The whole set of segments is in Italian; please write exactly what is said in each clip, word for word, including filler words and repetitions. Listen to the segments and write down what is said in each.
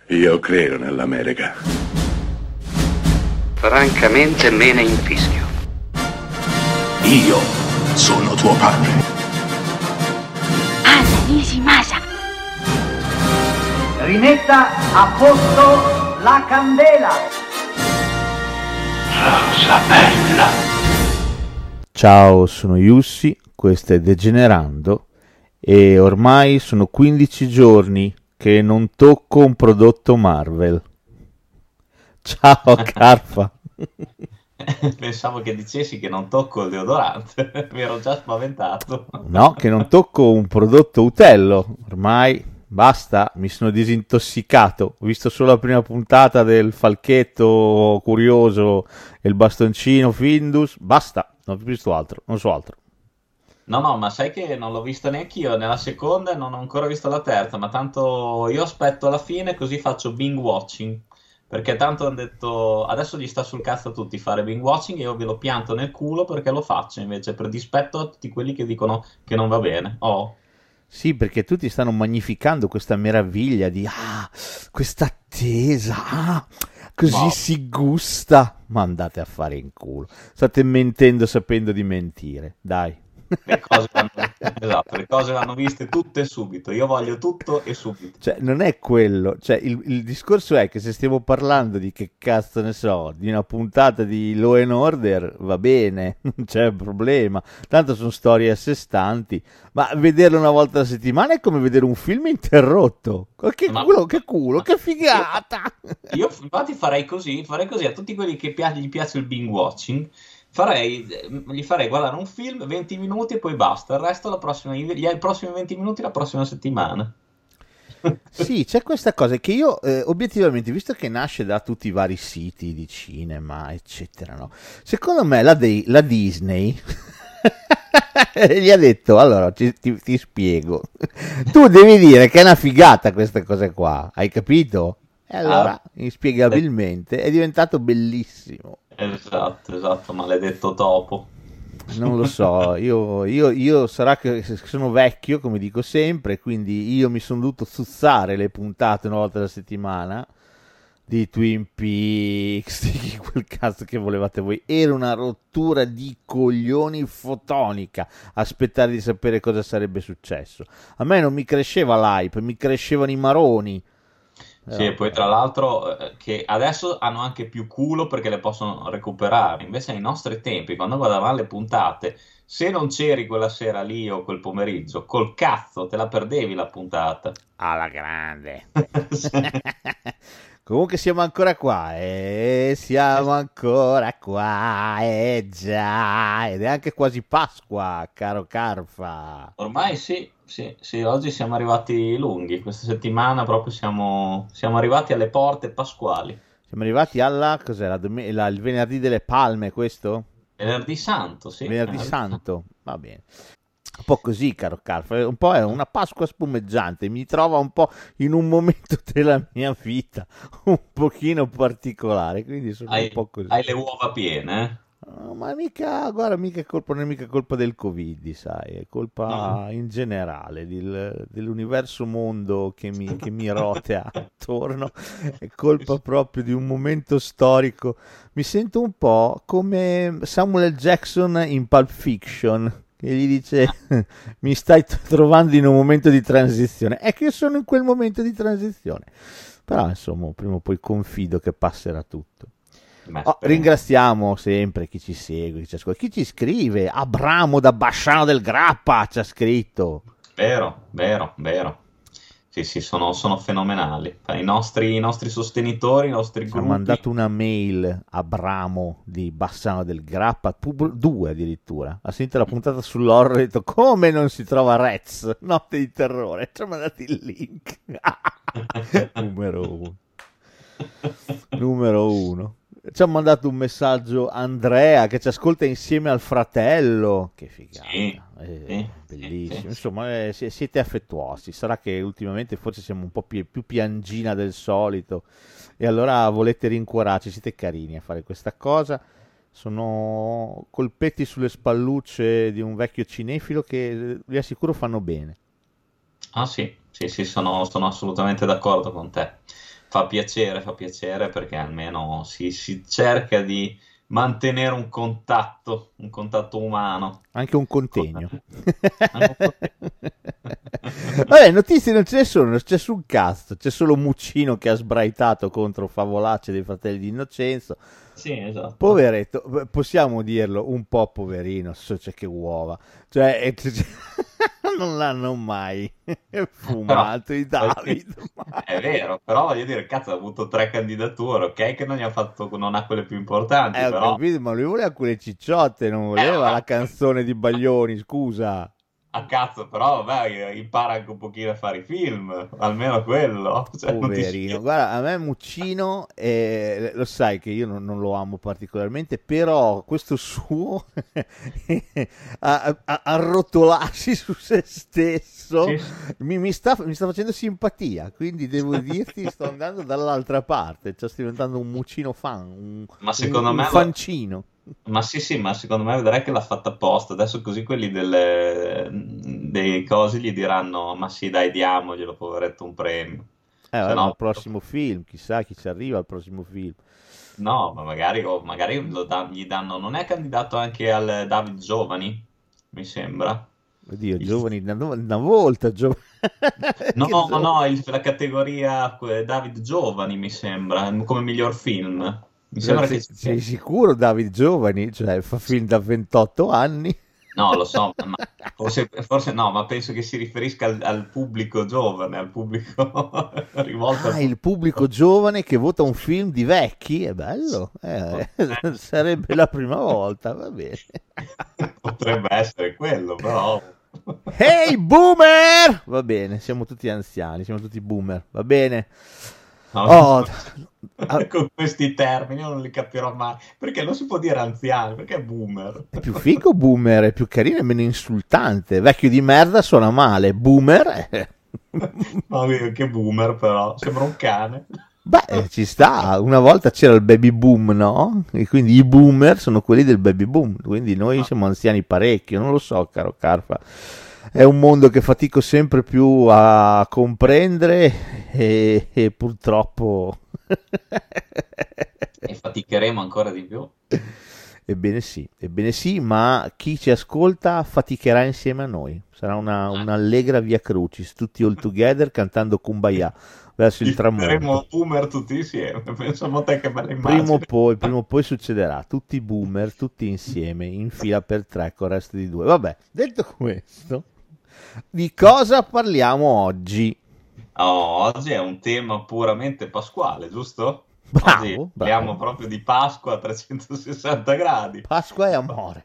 Io credo nell'America. Francamente me ne infischio. Io sono tuo padre. Anna Nishimasa. Rimetta a posto la candela. Rosa bella. Ciao, sono Yussi, questo è Degenerando e ormai sono quindici giorni che non tocco un prodotto Marvel. Ciao Carfa. Pensavo che dicessi che non tocco il deodorante, mi ero già spaventato. No, che non tocco un prodotto Utello, ormai basta, mi sono disintossicato. Ho visto solo la prima puntata del falchetto curioso e il bastoncino Findus, basta, non ho visto altro, non so altro. No, no, ma sai che non l'ho vista neanche io, nella seconda e non ho ancora visto la terza, ma tanto io aspetto alla fine così faccio binge watching, perché tanto hanno detto, adesso gli sta sul cazzo a tutti fare binge watching e io ve lo pianto nel culo perché lo faccio invece, per dispetto a tutti quelli che dicono che non va bene. Oh. Sì, perché tutti stanno magnificando questa meraviglia di, ah, questa attesa, ah, così No. si gusta. Ma andate a fare in culo, state mentendo sapendo di mentire, dai. Le cose vanno, esatto, le cose vanno viste tutte subito. Io voglio tutto e subito. Cioè, non è quello. Cioè, il, il discorso è che se stiamo parlando di che cazzo ne so, di una puntata di Law and Order, va bene, non c'è problema. Tanto sono storie a sé stanti. Ma vederlo una volta alla settimana è come vedere un film interrotto. Che Ma- culo, che culo, che figata! Io infatti farei così, farei così a tutti quelli che piace, gli piace il binge watching. Farei, gli farei guardare un film venti minuti e poi basta. Il resto la prossima, gli i prossimi venti minuti la prossima settimana. Sì, c'è questa cosa che io eh, obiettivamente, visto che nasce da tutti i vari siti di cinema, eccetera, no? Secondo me la, Dei- la Disney gli ha detto, allora ti, ti- ti spiego, tu devi dire che è una figata questa cosa qua, hai capito? E allora, Ah. inspiegabilmente, è diventato bellissimo. Esatto, esatto, maledetto topo. Non lo so, io, io, io sarà che sono vecchio, come dico sempre, quindi io mi sono dovuto zuzzare le puntate una volta alla settimana di Twin Peaks, di quel cazzo che volevate voi. Era una rottura di coglioni fotonica aspettare di sapere cosa sarebbe successo. A me non mi cresceva l'hype, mi crescevano i maroni. Sì, e poi tra l'altro eh, che adesso hanno anche più culo perché le possono recuperare. Invece ai nostri tempi, quando guardavamo le puntate, se non c'eri quella sera lì o quel pomeriggio, col cazzo te la perdevi la puntata. Alla grande. Comunque siamo ancora qua, eh, siamo ancora qua, eh già, ed è anche quasi Pasqua, caro Carfa. Ormai sì, sì, sì, oggi siamo arrivati lunghi, questa settimana proprio siamo, siamo arrivati alle porte pasquali. Siamo arrivati alla, cos'è, la dom- la- il venerdì delle palme, questo? Venerdì Santo, sì. Venerdì Santo, va bene. Un po' così, caro Carfa, un po' è una Pasqua spumeggiante, mi trova un po' in un momento della mia vita un pochino particolare, quindi sono Hai, un po' così. hai le uova piene, eh? No, ma mica, guarda, mica è colpa, non è mica colpa del Covid, sai, è colpa in generale del- dell'universo mondo che mi, che mi rotea attorno, è colpa proprio di un momento storico. Mi sento un po' come Samuel Jackson in Pulp Fiction, che gli dice mi stai t- trovando in un momento di transizione. È che io sono in quel momento di transizione, però insomma prima o poi confido che passerà tutto. Beh, Oh, speriamo. ringraziamo sempre chi ci segue, chi ci ascolta, chi ci scrive. Abramo da Basciano del Grappa ci ha scritto. Vero, vero, vero. Sì, sì, sono, sono fenomenali. I nostri, i nostri sostenitori, i nostri Ci ha gruppi. mandato una mail Abramo di Bassano del Grappa, pub- due addirittura. Ha sentito la puntata sull'horror e ha detto come non si trova Rez, notte di terrore. Ci ha mandato il link. Numero uno. Numero uno. Ci ha mandato un messaggio Andrea che ci ascolta insieme al fratello. Che figata. Sì, Eh, sì, bellissimo. sì, sì. Insomma, eh, si- siete affettuosi. Sarà che ultimamente forse siamo un po' più, più piangina del solito. E allora volete rincuorarci. Siete carini a fare questa cosa. Sono colpetti sulle spallucce di un vecchio cinefilo che eh, vi assicuro fanno bene. Ah sì, sì, sì, sono, sono assolutamente d'accordo con te. fa piacere, fa piacere perché almeno si, si cerca di mantenere un contatto, un contatto umano. Anche un contegno. Vabbè, notizie non ce ne sono, c'è sul cast, c'è solo Muccino che ha sbraitato contro Favolacce dei Fratelli di Innocenzo. Sì, esatto. Poveretto, possiamo dirlo, un po' poverino, so c'è che uova, cioè non l'hanno mai fumato Però, i David. È vero, però voglio dire, cazzo, ha avuto tre candidature, ok che non ne ha fatto, non ha quelle più importanti, Eh, ho però... capito, ma lui voleva quelle cicciotte, non voleva Eh, la canzone di Baglioni, scusa. A cazzo, però vabbè, impara anche un pochino a fare i film, almeno quello. Cioè, non ti Poverino, scherzo. guarda, a me Muccino, eh, lo sai che io non, non lo amo particolarmente, però questo suo a, a- arrotolarsi su se stesso Sì. mi, mi sta, mi sta facendo simpatia, quindi devo dirti, sto andando dall'altra parte, cioè sto diventando un Muccino fan, un, Ma secondo un- un me lo- fancino. Ma sì, sì, ma secondo me vedrai che l'ha fatta apposta. Adesso così quelli delle, dei cosi gli diranno, ma sì, dai, diamoglielo, poveretto, un premio. Eh, Se vabbè, ma no, il prossimo film, chissà chi ci arriva al prossimo film. no, ma magari, o magari lo da- gli danno... Non è candidato anche al David Giovani, mi sembra. Oddio, Il- giovani, una, una volta, gio- No, che no, giovani. no, il- la categoria eh, David Giovani, mi sembra, come miglior film. Mi sembra sei, che... sei sicuro David Giovani? Cioè, fa film da ventotto anni? No, lo so, ma forse, forse no, ma penso che si riferisca al, al pubblico giovane, al pubblico rivolto Ah, al il pubblico giovane che vota un film di vecchi? È bello, eh, sarebbe la prima volta, va bene. Potrebbe essere quello, però... Hey boomer! Va bene, siamo tutti anziani, siamo tutti boomer, va bene. No, Oh, ah, con questi termini io non li capirò mai. Perché non si può dire anziani? Perché è boomer? è più figo boomer, è più carino e meno insultante. Vecchio di merda suona male, boomer... eh. Ma che boomer però, sembra un cane. Beh, eh, ci sta, una volta c'era il baby boom, no? E quindi i boomer sono quelli del baby boom, quindi noi siamo anziani parecchio, non lo so, caro Carfa. È un mondo che fatico sempre più a comprendere e, e purtroppo... E faticheremo ancora di più. Ebbene sì, ebbene sì, ma chi ci ascolta faticherà insieme a noi. Sarà una, un'allegra via crucis, tutti all together cantando Kumbaya verso il tramonto. Saremo boomer tutti insieme. Pensiamo a te che bella Prima o immagine. poi, prima o poi succederà, tutti boomer, tutti insieme, in fila per tre con il resto di due. Vabbè, detto questo, di cosa parliamo oggi? Oh, oggi è un tema puramente pasquale, giusto? Bravo, Oggi bravo. parliamo proprio di Pasqua a trecentosessanta gradi. Pasqua e amore.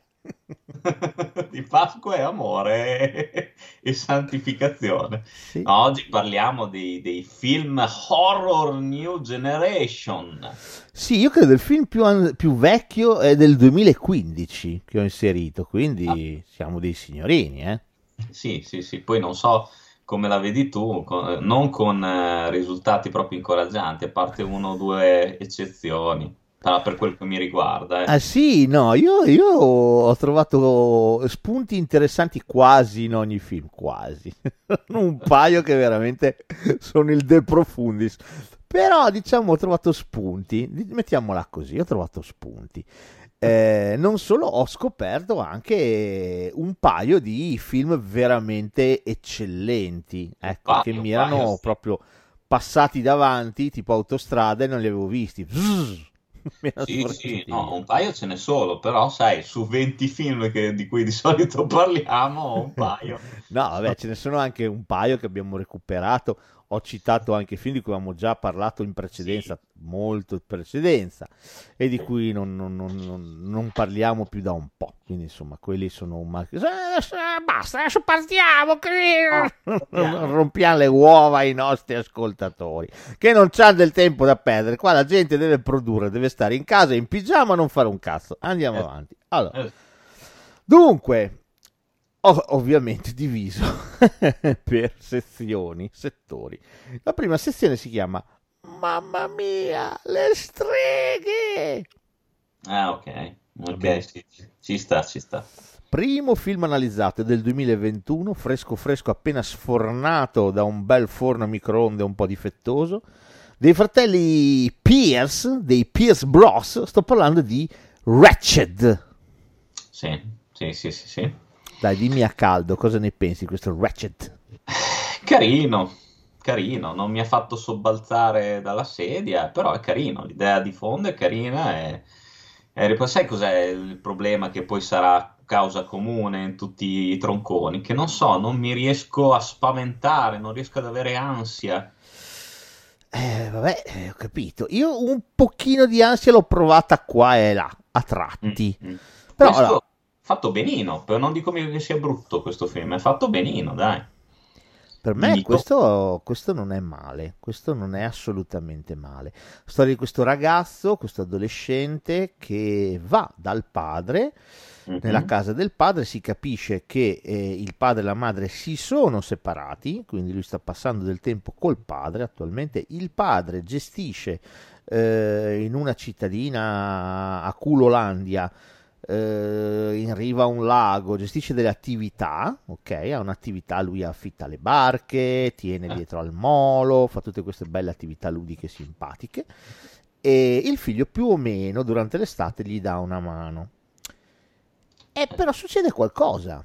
Di Pasqua e amore e, e santificazione. Sì. No, oggi parliamo dei, dei film horror new generation. Sì, io credo il film più, an- più vecchio è del duemilaquindici che ho inserito, quindi siamo dei signorini, eh? Sì, sì, sì, poi non so come la vedi tu, con- non con eh, risultati proprio incoraggianti, a parte uno o due eccezioni, però per quel che mi riguarda. eh. Ah sì, no, io, io ho trovato spunti interessanti quasi in ogni film, quasi. Un paio che veramente sono il de profundis. Però diciamo ho trovato spunti, mettiamola così, ho trovato spunti. Eh, non solo, ho scoperto anche un paio di film veramente eccellenti, ecco, Paio, che mi paio, erano sì. proprio passati davanti, tipo Autostrada, e non li avevo visti. Zzz, mi erano Sì, sì, sfuggiti no, via. un paio ce n'è solo, però sai, su venti film che- di cui di solito parliamo, un paio. No, vabbè, ce ne sono anche un paio che abbiamo recuperato. Ho citato anche film di cui avevamo già parlato in precedenza, molto in precedenza, e di cui non, non- non- non- non parliamo più da un po'. Quindi, insomma, quelli sono un marchio. Eh, eh, Basta, adesso partiamo. Che... Rompiamo le uova ai nostri ascoltatori che non c'hanno del tempo da perdere. Qua la gente deve produrre, deve stare in casa in pigiama a non fare un cazzo. Andiamo Eh. avanti. Allora, Eh, dunque, ho ovviamente diviso per sezioni, settori. La prima sezione si chiama Mamma mia, le streghe! Ah, ok, ok, bene. sì, ci sta, ci sta. Primo film analizzato è del duemilaventuno, fresco fresco, appena sfornato da un bel forno a microonde un po' difettoso, dei fratelli Pierce, dei Pierce Bros. Sto parlando di Ratched. Sì, sì, sì, sì, sì. Dai, dimmi a caldo, cosa ne pensi di questo Ratched? Carino, carino, non mi ha fatto sobbalzare dalla sedia, però è carino, l'idea di fondo è carina e, e poi sai cos'è il problema che poi sarà causa comune in tutti i tronconi? Che non so, non mi riesco a spaventare, non riesco ad avere ansia. Eh, vabbè, eh, ho capito. Io un pochino di ansia l'ho provata qua e là, a tratti. Mm, mm. Però Questo allora, fatto benino, però non dico mica che sia brutto questo film, è fatto benino, dai. per me Dico, questo, questo non è male, questo non è assolutamente male. Storia di questo ragazzo, questo adolescente che va dal padre, nella mhm, casa del padre si capisce che eh, il padre e la madre si sono separati, quindi lui sta passando del tempo col padre attualmente. Il padre gestisce eh, in una cittadina a Culolandia, eh, in riva a un lago, gestisce delle attività, ok? Ha un'attività, lui affitta le barche, tiene eh, dietro al molo, fa tutte queste belle attività ludiche simpatiche e il figlio più o meno durante l'estate gli dà una mano. E però succede qualcosa.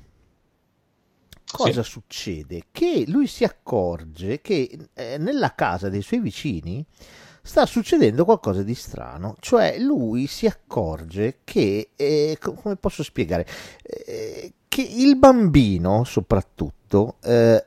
Cosa sì, succede? Che lui si accorge che eh, nella casa dei suoi vicini sta succedendo qualcosa di strano, cioè lui si accorge che, eh, co- come posso spiegare, Eh, che il bambino soprattutto eh,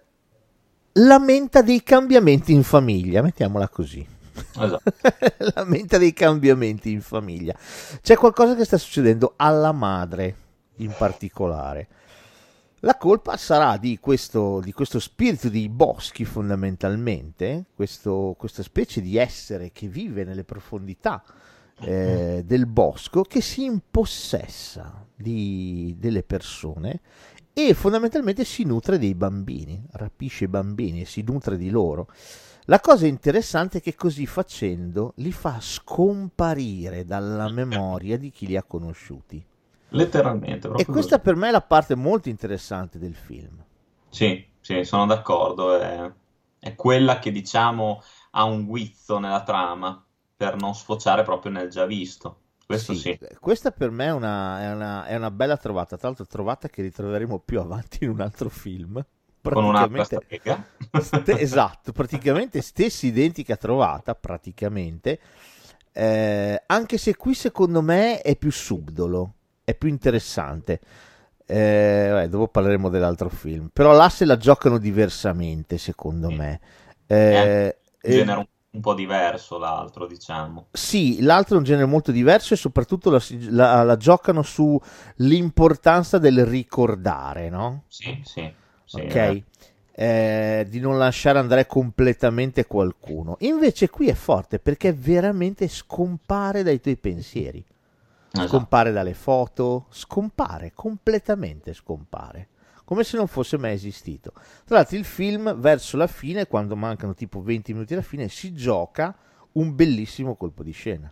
lamenta dei cambiamenti in famiglia, mettiamola così. esatto. Lamenta dei cambiamenti in famiglia. C'è qualcosa che sta succedendo alla madre in particolare. La colpa sarà di questo, di questo spirito dei boschi, fondamentalmente, questo, questa specie di essere che vive nelle profondità eh, del bosco, che si impossessa di, delle persone e fondamentalmente si nutre dei bambini, rapisce i bambini e si nutre di loro. La cosa interessante è che così facendo li fa scomparire dalla memoria di chi li ha conosciuti. Letteralmente, E proprio questa così. per me è la parte molto interessante del film. Sì, sì, sono d'accordo. È, è quella che diciamo ha un guizzo nella trama per non sfociare proprio nel già visto. Questo Sì, sì, questa per me è una, è una, è una bella trovata, tra l'altro trovata che ritroveremo più avanti in un altro film. con un'altra Praticamente, strega. ste- esatto, praticamente stessa identica trovata, praticamente, eh, anche se qui secondo me è più subdolo, è più interessante. Eh, vabbè, dopo parleremo dell'altro film, però là se la giocano diversamente, secondo Sì. me. È anche Eh, un eh, genere un, un po' diverso l'altro, diciamo. Sì, l'altro è un genere molto diverso e soprattutto la, si- la- la giocano sull'importanza del ricordare, no? Sì, sì, sì, è vero. Ok? Eh, di non lasciare andare completamente qualcuno. Invece qui è forte perché veramente scompare dai tuoi pensieri, Esatto. scompare dalle foto, scompare, completamente scompare. Come se non fosse mai esistito. Tra l'altro il film, verso la fine, quando mancano tipo venti minuti alla fine, si gioca un bellissimo colpo di scena.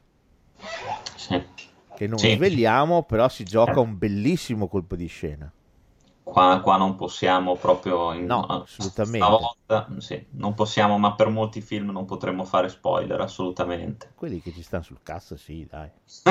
Sì. Che non Sì. sveliamo, però si gioca un bellissimo colpo di scena. Qua, qua non possiamo proprio, in- No, no, assolutamente. stavolta, sì, non possiamo, ma per molti film non potremo fare spoiler, assolutamente. Quelli che ci stanno sul cazzo, sì, dai.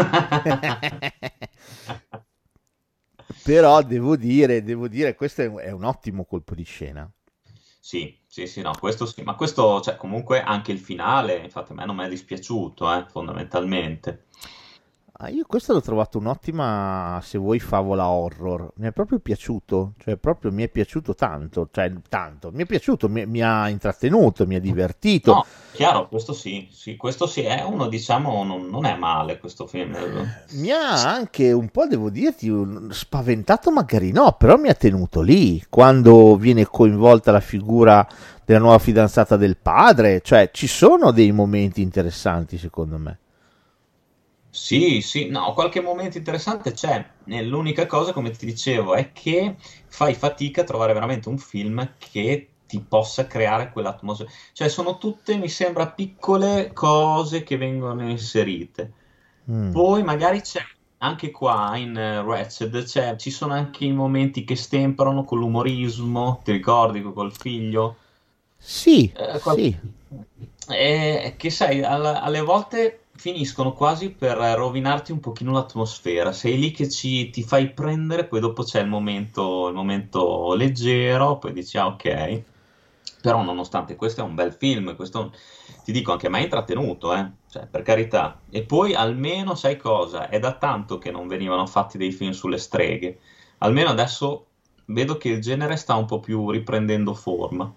Però devo dire, devo dire, questo è un, è un ottimo colpo di scena. Sì, sì, sì, no, questo sì, ma questo, cioè, comunque anche il finale, infatti a me non mi è dispiaciuto, eh, fondamentalmente. Ah, io questo l'ho trovato un'ottima, se vuoi, favola horror. Mi è proprio piaciuto, cioè proprio mi è piaciuto tanto, cioè tanto, mi è piaciuto, mi, mi ha intrattenuto, mi ha divertito. No, chiaro, questo sì, sì, questo sì, è uno, diciamo, non, non è male questo film. eh. Mi ha anche un po', devo dirti, un- spaventato, magari no, però mi ha tenuto lì quando viene coinvolta la figura della nuova fidanzata del padre, cioè ci sono dei momenti interessanti secondo me. Sì, sì, no, qualche momento interessante c'è. Eh, L'unica cosa, come ti dicevo, è che fai fatica a trovare veramente un film che ti possa creare quell'atmosfera. Cioè, sono tutte, mi sembra, piccole cose che vengono inserite. Mm. Poi magari c'è anche qua in eh, Ratched, c'è- ci sono anche i momenti che stemperano con l'umorismo, ti ricordi col figlio? Sì, Eh, qual- sì. è che sai, al- alle volte finiscono quasi per rovinarti un pochino l'atmosfera. Sei lì che ci, ti fai prendere, poi dopo c'è il momento, il momento leggero, poi dici, ah, ok. Però nonostante questo è un bel film, questo ti dico anche a me è intrattenuto, eh? Cioè, per carità. E poi almeno sai cosa? È da tanto che non venivano fatti dei film sulle streghe. Almeno adesso vedo che il genere sta un po' più riprendendo forma.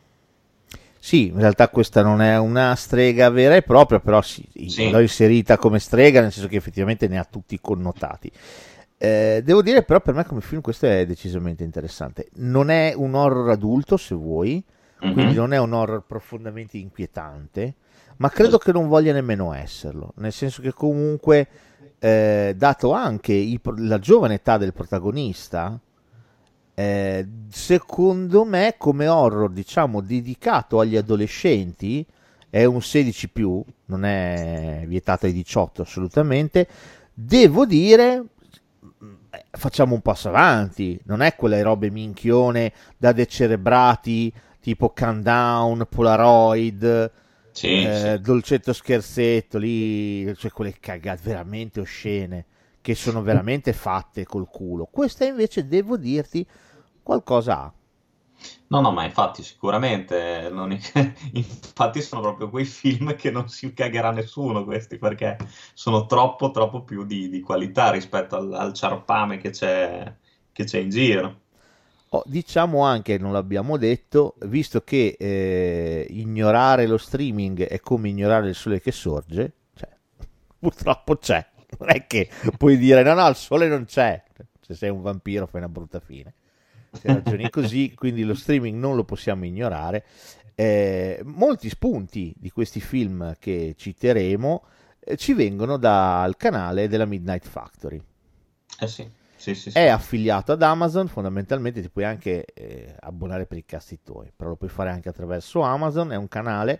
Sì, in realtà questa non è una strega vera e propria, però sì, Sì. l'ho inserita come strega, nel senso che effettivamente ne ha tutti i connotati. Eh, devo dire però per me come film questo è decisamente interessante. Non è un horror adulto, se vuoi, quindi Mhm. non è un horror profondamente inquietante, ma credo che non voglia nemmeno esserlo, nel senso che comunque, eh, dato anche i- la giovane età del protagonista, eh, secondo me come horror, diciamo, dedicato agli adolescenti, è un sedici più, non è vietato ai diciotto assolutamente. Devo dire, eh, facciamo un passo avanti, non è quelle robe minchione da decerebrati tipo Countdown, Polaroid, Sì, eh, sì. Dolcetto Scherzetto, lì, cioè quelle cagate veramente oscene che sono veramente fatte col culo. Questa invece devo dirti qualcosa ha. No, no, ma infatti sicuramente, non è- infatti sono proprio quei film che non si cagherà nessuno questi, perché sono troppo, troppo più di, di qualità rispetto al, al ciarpame che c'è che c'è in giro. Oh, diciamo anche, non l'abbiamo detto, visto che eh, ignorare lo streaming è come ignorare il sole che sorge, cioè, purtroppo c'è. Non è che puoi dire no, no, il sole non c'è. Se sei un vampiro fai una brutta fine. Se ragioni così, quindi lo streaming non lo possiamo ignorare. Eh, molti spunti di questi film che citeremo eh, ci vengono dal canale della Midnight Factory. Eh sì, sì, sì, È sì. affiliato ad Amazon, fondamentalmente ti puoi anche eh, abbonare per i cazzi tuoi, però lo puoi fare anche attraverso Amazon, è un canale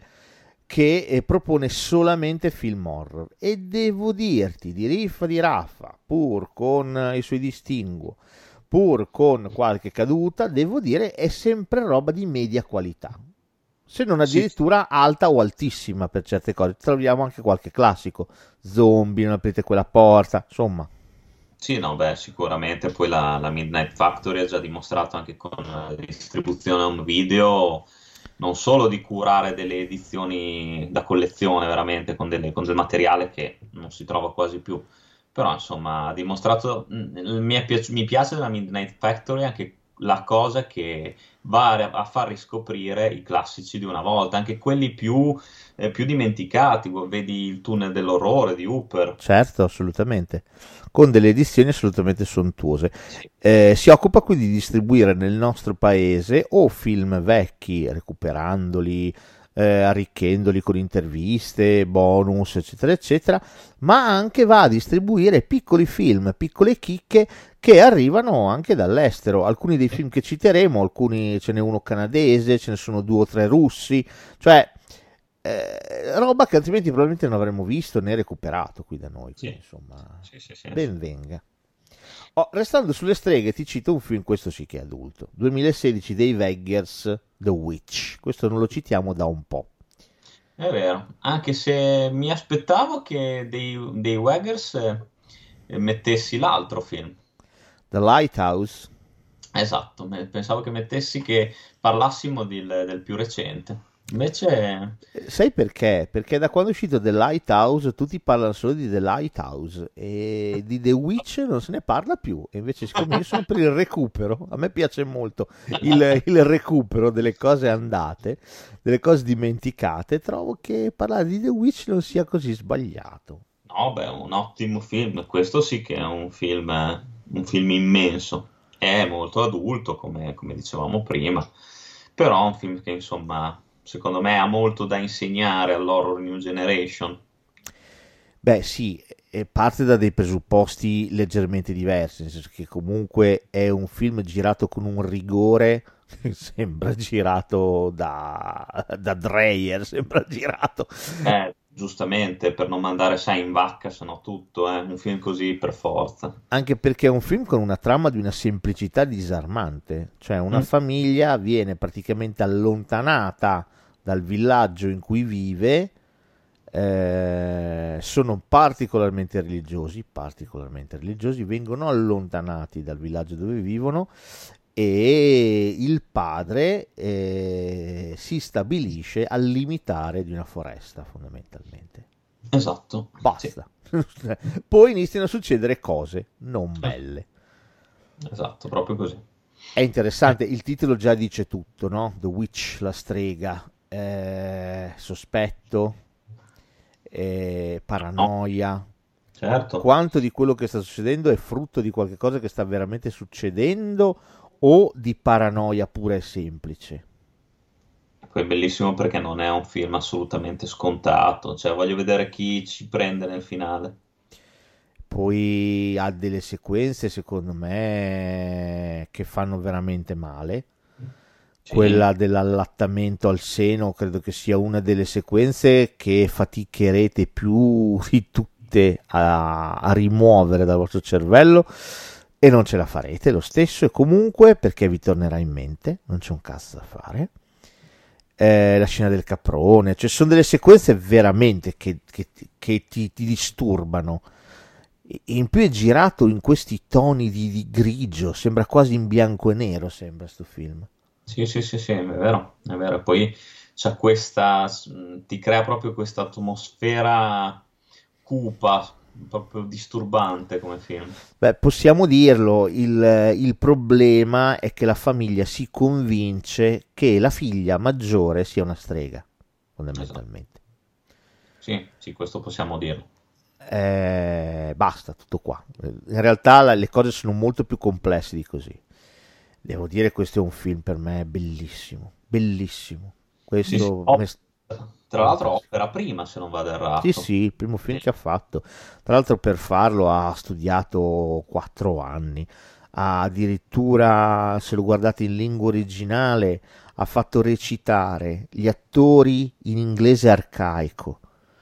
che eh, propone solamente film horror e devo dirti, di riffa di raffa, pur con eh, i suoi distinguo, pur con qualche caduta, devo dire è sempre roba di media qualità, se non Sì, addirittura alta o altissima per certe cose. Troviamo anche qualche classico, Zombie, non aprite quella porta, insomma. sì, no, beh, sicuramente poi la, la Midnight Factory ha già dimostrato anche con la distribuzione home video non solo di curare delle edizioni da collezione veramente con, delle- con del materiale che non si trova quasi più, però insomma ha dimostrato, mh, mi, è piaci- mi piace della Midnight Factory anche la cosa che va a, a far riscoprire i classici di una volta, anche quelli più, eh, più dimenticati, vedi il tunnel dell'orrore di Hooper. Certo, assolutamente, con delle edizioni assolutamente sontuose. Sì. Eh, si occupa quindi di distribuire nel nostro paese o film vecchi, recuperandoli, eh, arricchendoli con interviste, bonus, eccetera, eccetera, ma anche va a distribuire piccoli film, piccole chicche che arrivano anche dall'estero. Alcuni dei film che citeremo, alcuni ce n'è uno canadese, ce ne sono due o tre russi, cioè eh, roba che altrimenti probabilmente non avremmo visto né recuperato qui da noi, quindi Sì, insomma sì, sì, sì. ben venga. Oh, restando sulle streghe ti cito un film, questo sì che è adulto, duemilasedici dei Veggers, The Witch. Questo non lo citiamo da un po'. È vero, anche se mi aspettavo che dei, dei Waggers eh, mettessi l'altro film. The Lighthouse. Esatto, me- pensavo che mettessi che parlassimo del, del più recente. Invece, Eh, Sai perché? Perché da quando è uscito The Lighthouse tutti parlano solo di The Lighthouse e di The Witch non se ne parla più. E invece, siccome io sono per il recupero, a me piace molto il, il recupero delle cose andate, delle cose dimenticate, trovo che parlare di The Witch non sia così sbagliato. no, beh, è un ottimo film. Questo sì che è un film, eh, un film immenso. È molto adulto, come, come dicevamo prima, però è un film che, insomma, secondo me ha molto da insegnare all'horror new generation. Beh, sì, e parte da dei presupposti leggermente diversi, nel senso che comunque è un film girato con un rigore che sembra girato da, da Dreyer, sembra girato. Eh, giustamente, per non mandare, sai, in vacca, se no tutto, eh, un film così per forza. Anche perché è un film con una trama di una semplicità disarmante, cioè una Mm. famiglia viene praticamente allontanata dal villaggio in cui vive eh, sono particolarmente religiosi, particolarmente religiosi, vengono allontanati dal villaggio dove vivono e il padre eh, si stabilisce al limitare di una foresta fondamentalmente. Esatto. Basta. Sì. Poi iniziano a succedere cose non belle. Esatto, proprio così. È interessante, il titolo già dice tutto, no? The Witch, la strega, eh, sospetto, eh, paranoia. Certo. Quanto di quello che sta succedendo è frutto di qualche cosa che sta veramente succedendo o di paranoia pura e semplice? Poi è bellissimo perché non è un film assolutamente scontato, cioè voglio vedere chi ci prende nel finale. Poi ha delle sequenze, secondo me, che fanno veramente male. Sì. Quella dell'allattamento al seno credo che sia una delle sequenze che faticherete più di tutte a, a rimuovere dal vostro cervello, e non ce la farete lo stesso, e comunque perché vi tornerà in mente, non c'è un cazzo da fare. Eh, la scena del caprone, cioè sono delle sequenze veramente che, che, che ti, ti disturbano. E in più è girato in questi toni di, di grigio, sembra quasi in bianco e nero, sembra sto film. Sì, sì, sì, sì, è vero, è vero. Poi c'è questa, ti crea proprio questa atmosfera cupa, proprio disturbante come film. Beh, possiamo dirlo, il, il problema è che la famiglia si convince che la figlia maggiore sia una strega, fondamentalmente. Esatto. Sì, sì, questo possiamo dirlo. Eh, basta, tutto qua. In realtà la, le cose sono molto più complesse di così. Devo dire, questo è un film per me bellissimo, bellissimo. Questo Sì, sì. Oh, me... tra l'altro opera prima, se non vado errato. Sì, sì, il primo film che ha fatto. Tra l'altro per farlo ha studiato quattro anni. Ha addirittura, se lo guardate in lingua originale, ha fatto recitare gli attori in inglese arcaico.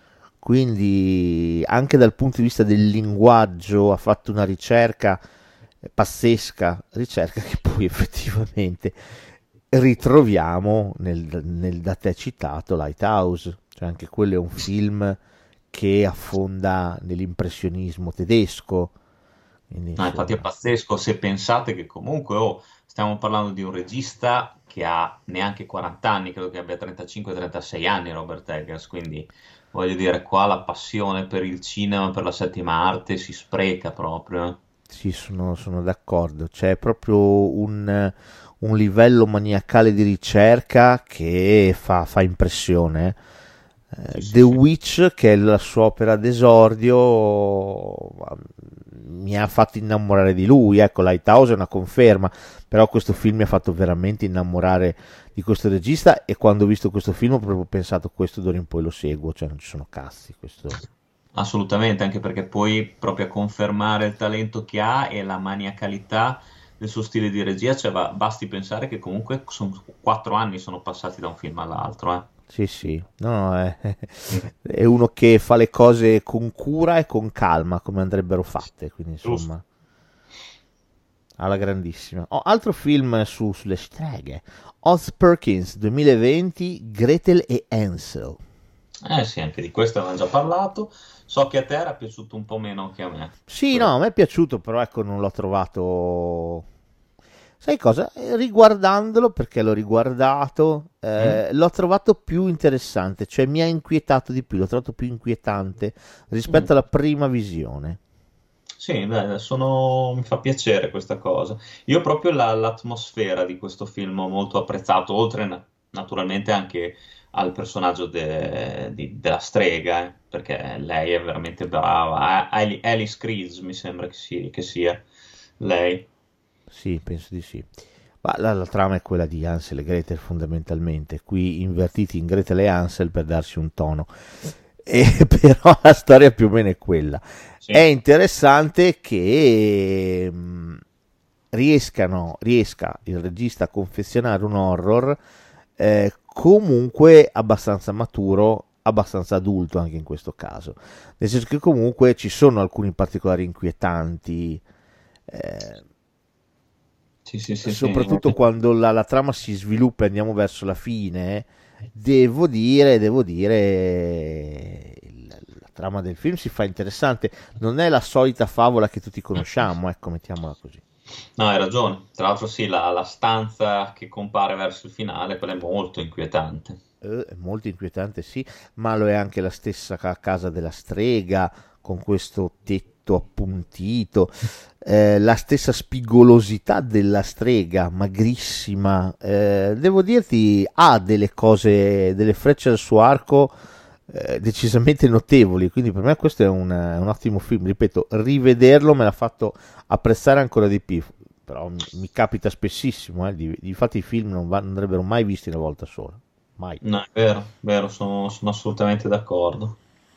Quindi anche dal punto di vista del linguaggio ha fatto una ricerca pazzesca, ricerca che poi effettivamente ritroviamo nel, nel da te citato Lighthouse, cioè anche quello è un film che affonda nell'impressionismo tedesco. Quindi, No, infatti è pazzesco se pensate che comunque oh, stiamo parlando di un regista che ha neanche quaranta anni, credo che abbia trentacinque trentasei anni Robert Eggers, quindi voglio dire, qua la passione per il cinema, per la settima arte si spreca proprio. Sì, sono, sono d'accordo, c'è proprio un, un livello maniacale di ricerca che fa, fa impressione. Eh, Sì, sì, The sì. Witch, che è la sua opera d'esordio, mi ha fatto innamorare di lui. Ecco, Lighthouse è una conferma, però questo film mi ha fatto veramente innamorare di questo regista, e quando ho visto questo film ho proprio pensato: questo d'ora in poi lo seguo, cioè non ci sono cazzi, questo... Assolutamente, anche perché poi proprio a confermare il talento che ha e la maniacalità del suo stile di regia, cioè ba- basti pensare che comunque sono quattro anni sono passati da un film all'altro, eh. Sì, sì, no, no, è, è uno che fa le cose con cura e con calma, come andrebbero fatte, quindi insomma, alla grandissima. Oh, altro film su, sulle streghe, Oz Perkins duemilaventi, Gretel e Hansel. Eh sì, anche di questo avevamo già parlato. So che a te era piaciuto un po' meno che a me. Sì, no, a me è piaciuto, però ecco, non l'ho trovato... Sai cosa? Riguardandolo, perché l'ho riguardato, eh, mm. l'ho trovato più interessante, cioè mi ha inquietato di più, l'ho trovato più inquietante rispetto mm. alla prima visione. Sì, beh, sono... mi fa piacere questa cosa. Io proprio la, l'atmosfera di questo film ho molto apprezzato, oltre na- naturalmente anche al personaggio de- di- della strega, eh, perché lei è veramente brava. Ali- Alice Creed mi sembra che, si- che sia lei. Sì, penso di sì. Ma la, la trama è quella di Hansel e Gretel fondamentalmente, qui invertiti in Gretel e Hansel per darsi un tono. E però la storia più o meno è quella. Sì. È interessante che mh, riescano, riesca il regista a confezionare un horror eh, comunque abbastanza maturo, abbastanza adulto anche in questo caso, nel senso che comunque ci sono alcuni particolari inquietanti, eh, sì, sì, sì, soprattutto sì. quando la, la trama si sviluppa e andiamo verso la fine. Devo dire, devo dire, il- la trama del film si fa interessante. Non è la solita favola che tutti conosciamo, ecco, mettiamola così. No, hai ragione. Tra l'altro sì, la, la stanza che compare verso il finale, quella è molto inquietante. Eh, è molto inquietante, sì, ma lo è anche la stessa ca- casa della strega, con questo tetto appuntito, eh, la stessa spigolosità della strega, magrissima. Eh, devo dirti, ha delle cose, delle frecce al suo arco eh, decisamente notevoli, quindi per me questo è un, è un ottimo film. Ripeto, rivederlo me l'ha fatto apprezzare ancora di più. Però mi, mi capita spessissimo, eh, di, difatti i film non, va- non andrebbero mai visti una volta sola, mai. No, è vero, vero, sono, sono assolutamente d'accordo.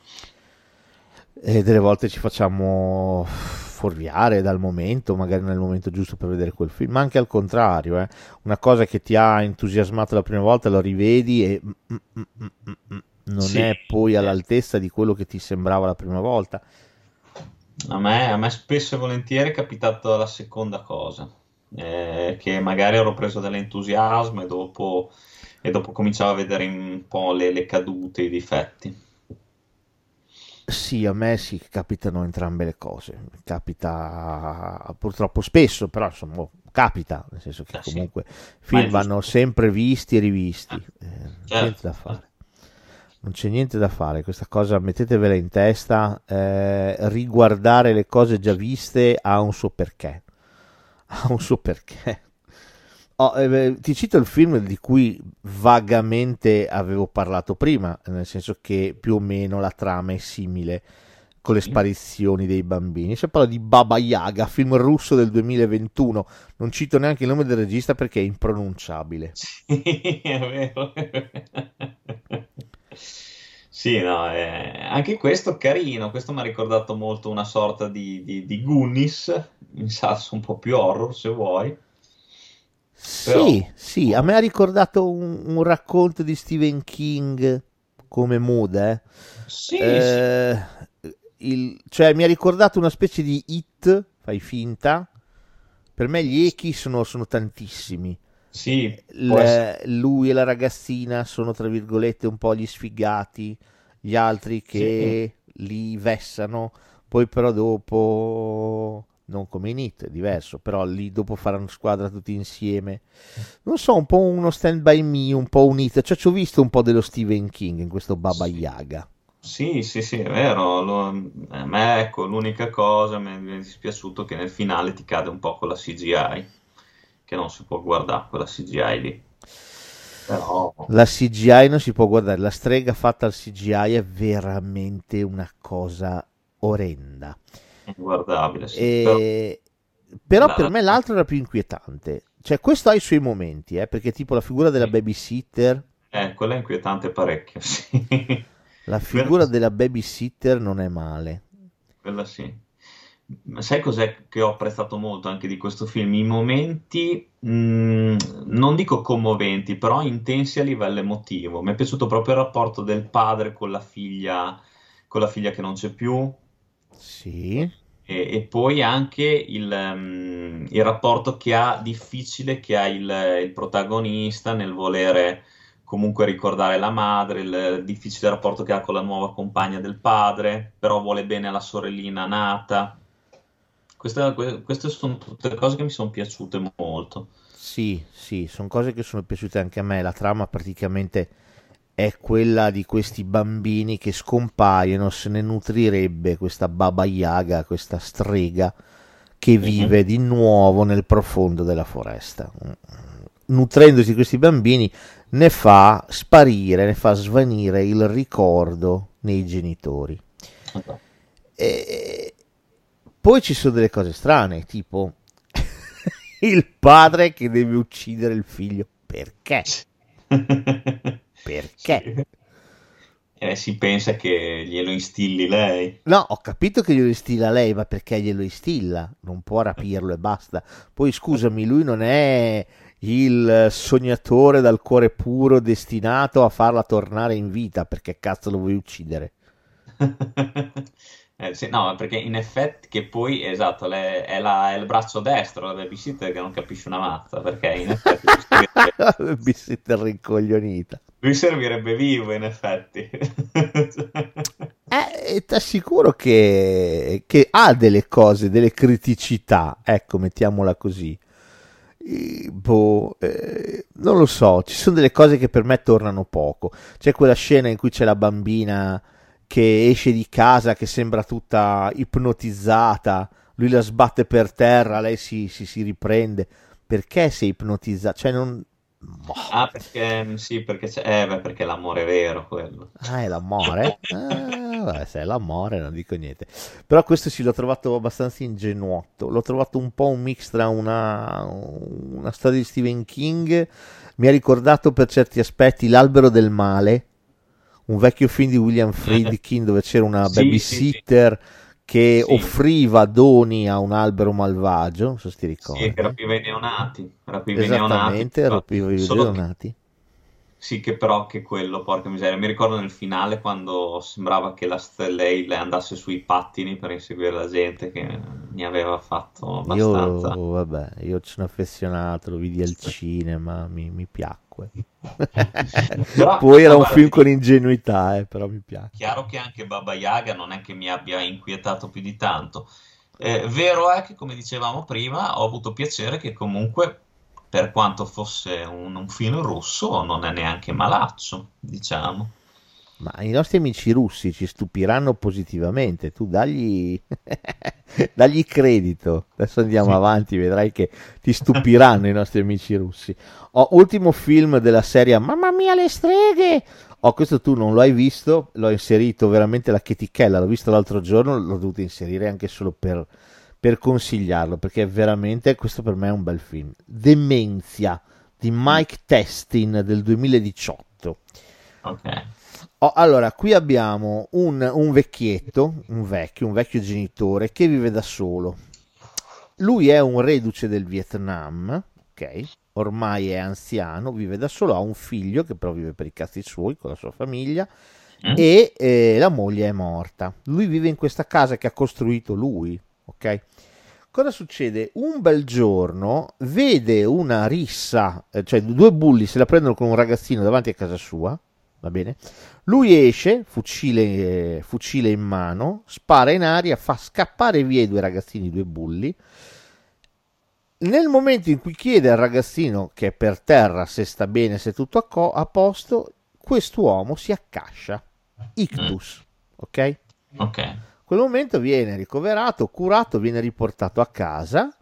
E delle volte ci facciamo fuorviare dal momento, magari nel momento giusto per vedere quel film, ma anche al contrario, eh. Una cosa che ti ha entusiasmato la prima volta lo rivedi e mm, mm, mm, mm, mm, non Sì, è poi eh, all'altezza di quello che ti sembrava la prima volta. a me, a me spesso e volentieri è capitato la seconda cosa, eh, che magari ero preso dall'entusiasmo e dopo, e dopo cominciavo a vedere un po' le, le cadute, i difetti. Sì, a me sì, capitano entrambe le cose. Capita purtroppo spesso, però insomma, oh, capita, nel senso che Eh sì, comunque ma è film vanno giusto. sempre visti e rivisti. Eh, Eh, non c'è niente certo, da certo. fare. Non c'è niente da fare, questa cosa mettetevela in testa, eh, riguardare le cose già viste ha un suo perché, ha un suo perché. Oh, eh, ti cito il film di cui vagamente avevo parlato prima, nel senso che più o meno la trama è simile con le Sì, sparizioni dei bambini. Si parla di Baba Yaga, film russo del duemilaventuno, non cito neanche il nome del regista perché è impronunciabile. sì, è vero. Sì, no, eh, anche questo carino, questo mi ha ricordato molto una sorta di, di, di Goonies, in salsa un po' più horror se vuoi, però Sì, sì, a me ha ricordato un, un racconto di Stephen King come mood, eh. sì, sì, Eh, il- cioè mi ha ricordato una specie di It, fai finta. Per me gli echi sono, sono tantissimi. sì, può essere, Il- lui e la ragazzina sono tra virgolette un po' gli sfigati, gli altri sì. che li vessano, poi però dopo, non come in It, è diverso, però lì dopo faranno squadra tutti insieme. Non so, un po' uno Stand By Me, un po' un It, cioè ci ho visto un po' dello Stephen King in questo Baba Sì, Yaga. sì, sì, sì, è vero. Lo- a me, ecco, l'unica cosa mi mi è dispiaciuto che nel finale ti cade un po' con la C G I, che non si può guardare quella C G I lì. Però La C G I non si può guardare, la strega fatta al C G I è veramente una cosa orrenda. è guardabile, sì. Però E- Però la, per la- me l'altro era più inquietante. Cioè, questo ha i suoi momenti, eh, perché tipo la figura della sì, babysitter, eh, quella è inquietante parecchio, sì. la Quella, figura della babysitter non è male. quella sì. Ma sai cos'è che ho apprezzato molto anche di questo film? I momenti, mh, non dico commoventi, però intensi a livello emotivo. Mi è piaciuto proprio il rapporto del padre con la figlia, con la figlia che non c'è più, Sì, e, e poi anche il, ehm, il rapporto che ha difficile che ha il, il protagonista nel volere comunque ricordare la madre, il difficile rapporto che ha con la nuova compagna del padre, però vuole bene alla sorellina nata. Questa- que- queste sono tutte cose che mi sono piaciute molto. sì, sì, sono cose che sono piaciute anche a me. La trama praticamente è quella di questi bambini che scompaiono, se ne nutrirebbe questa Baba Yaga, questa strega che Mhm. vive di nuovo nel profondo della foresta. Nutrendosi di questi bambini ne fa sparire, ne fa svanire il ricordo nei genitori. Esatto. E poi ci sono delle cose strane, tipo il padre che deve uccidere il figlio. Perché? Perché? Sì. E si pensa che glielo instilli lei. No, ho capito che glielo instilla lei, ma perché glielo instilla? Non può rapirlo e basta. Poi scusami, lui non è il sognatore dal cuore puro destinato a farla tornare in vita, perché cazzo lo vuoi uccidere? Eh, sì, no, perché in effetti che poi, esatto, le- è, la- è il braccio destro, la babysitter che non capisce una mazza, perché in effetti questo servirebbe, Babysitter rincoglionita. lui servirebbe vivo, in effetti. Eh, ti assicuro che, che ha delle cose, delle criticità, ecco, mettiamola così. Eh, boh, eh, non lo so, ci sono delle cose che per me tornano poco. C'è quella scena in cui c'è la bambina che esce di casa, che sembra tutta ipnotizzata, lui la sbatte per terra, lei si, si, si riprende. Perché sei ipnotizzata? Cioè non... boh. Ah, perché sì, perché c'è, eh, beh, perché l'amore è vero quello. Ah, è l'amore? Ah, vabbè, se è l'amore non dico niente. Però questo sì, l'ho trovato abbastanza ingenuotto. L'ho trovato un po' un mix tra una, una storia di Stephen King. Mi ha ricordato per certi aspetti L'albero del male, un vecchio film di William Friedkin dove c'era una Sì, babysitter sì, che sì. offriva doni a un albero malvagio, non so se ti ricordi. Sì, che rapiva i neonati, rapiva i neonati, Esattamente, però- rapiva i solo che- neonati. Sì, che però che quello, porca miseria. Mi ricordo nel finale quando sembrava che la st- lei le andasse sui pattini per inseguire la gente, che ne aveva fatto Io, abbastanza. vabbè, io ci sono affezionato, lo vidi al cinema, mi, mi piacque. Però, Poi era ma un guarda, film ti con dico, ingenuità, eh, però mi piace. chiaro che anche Baba Yaga non è che mi abbia inquietato più di tanto. Eh, vero è che, come dicevamo prima, ho avuto piacere che comunque, per quanto fosse un, un film russo, non è neanche malaccio, diciamo. Ma i nostri amici russi ci stupiranno positivamente, tu dagli, dagli credito. Adesso andiamo avanti, vedrai che ti stupiranno i nostri amici russi. Oh, ultimo film della serie Mamma mia le streghe! Oh, questo tu non lo hai visto, l'ho inserito veramente la chetichella, l'ho visto l'altro giorno, l'ho dovuto inserire anche solo per, per consigliarlo, perché è veramente, questo per me è un bel film. Demenzia di Mike Testin del duemiladiciotto. Ok. Oh, allora, qui abbiamo un, un vecchietto, un vecchio, un vecchio genitore che vive da solo. Lui è un reduce del Vietnam, ok? Ormai è anziano, vive da solo, ha un figlio che però vive per i cazzi suoi con la sua famiglia Mm? e eh, la moglie è morta. Lui vive in questa casa che ha costruito lui, ok? Cosa succede? Un bel giorno vede una rissa, eh, cioè due bulli se la prendono con un ragazzino davanti a casa sua, va bene? Lui esce, fucile, eh, fucile in mano, spara in aria, fa scappare via i due ragazzini, i due bulli. Nel momento in cui chiede al ragazzino che è per terra se sta bene, se è tutto a, co- a posto, quest'uomo si accascia, ictus, ok? Ok. In quel momento viene ricoverato, curato, viene riportato a casa.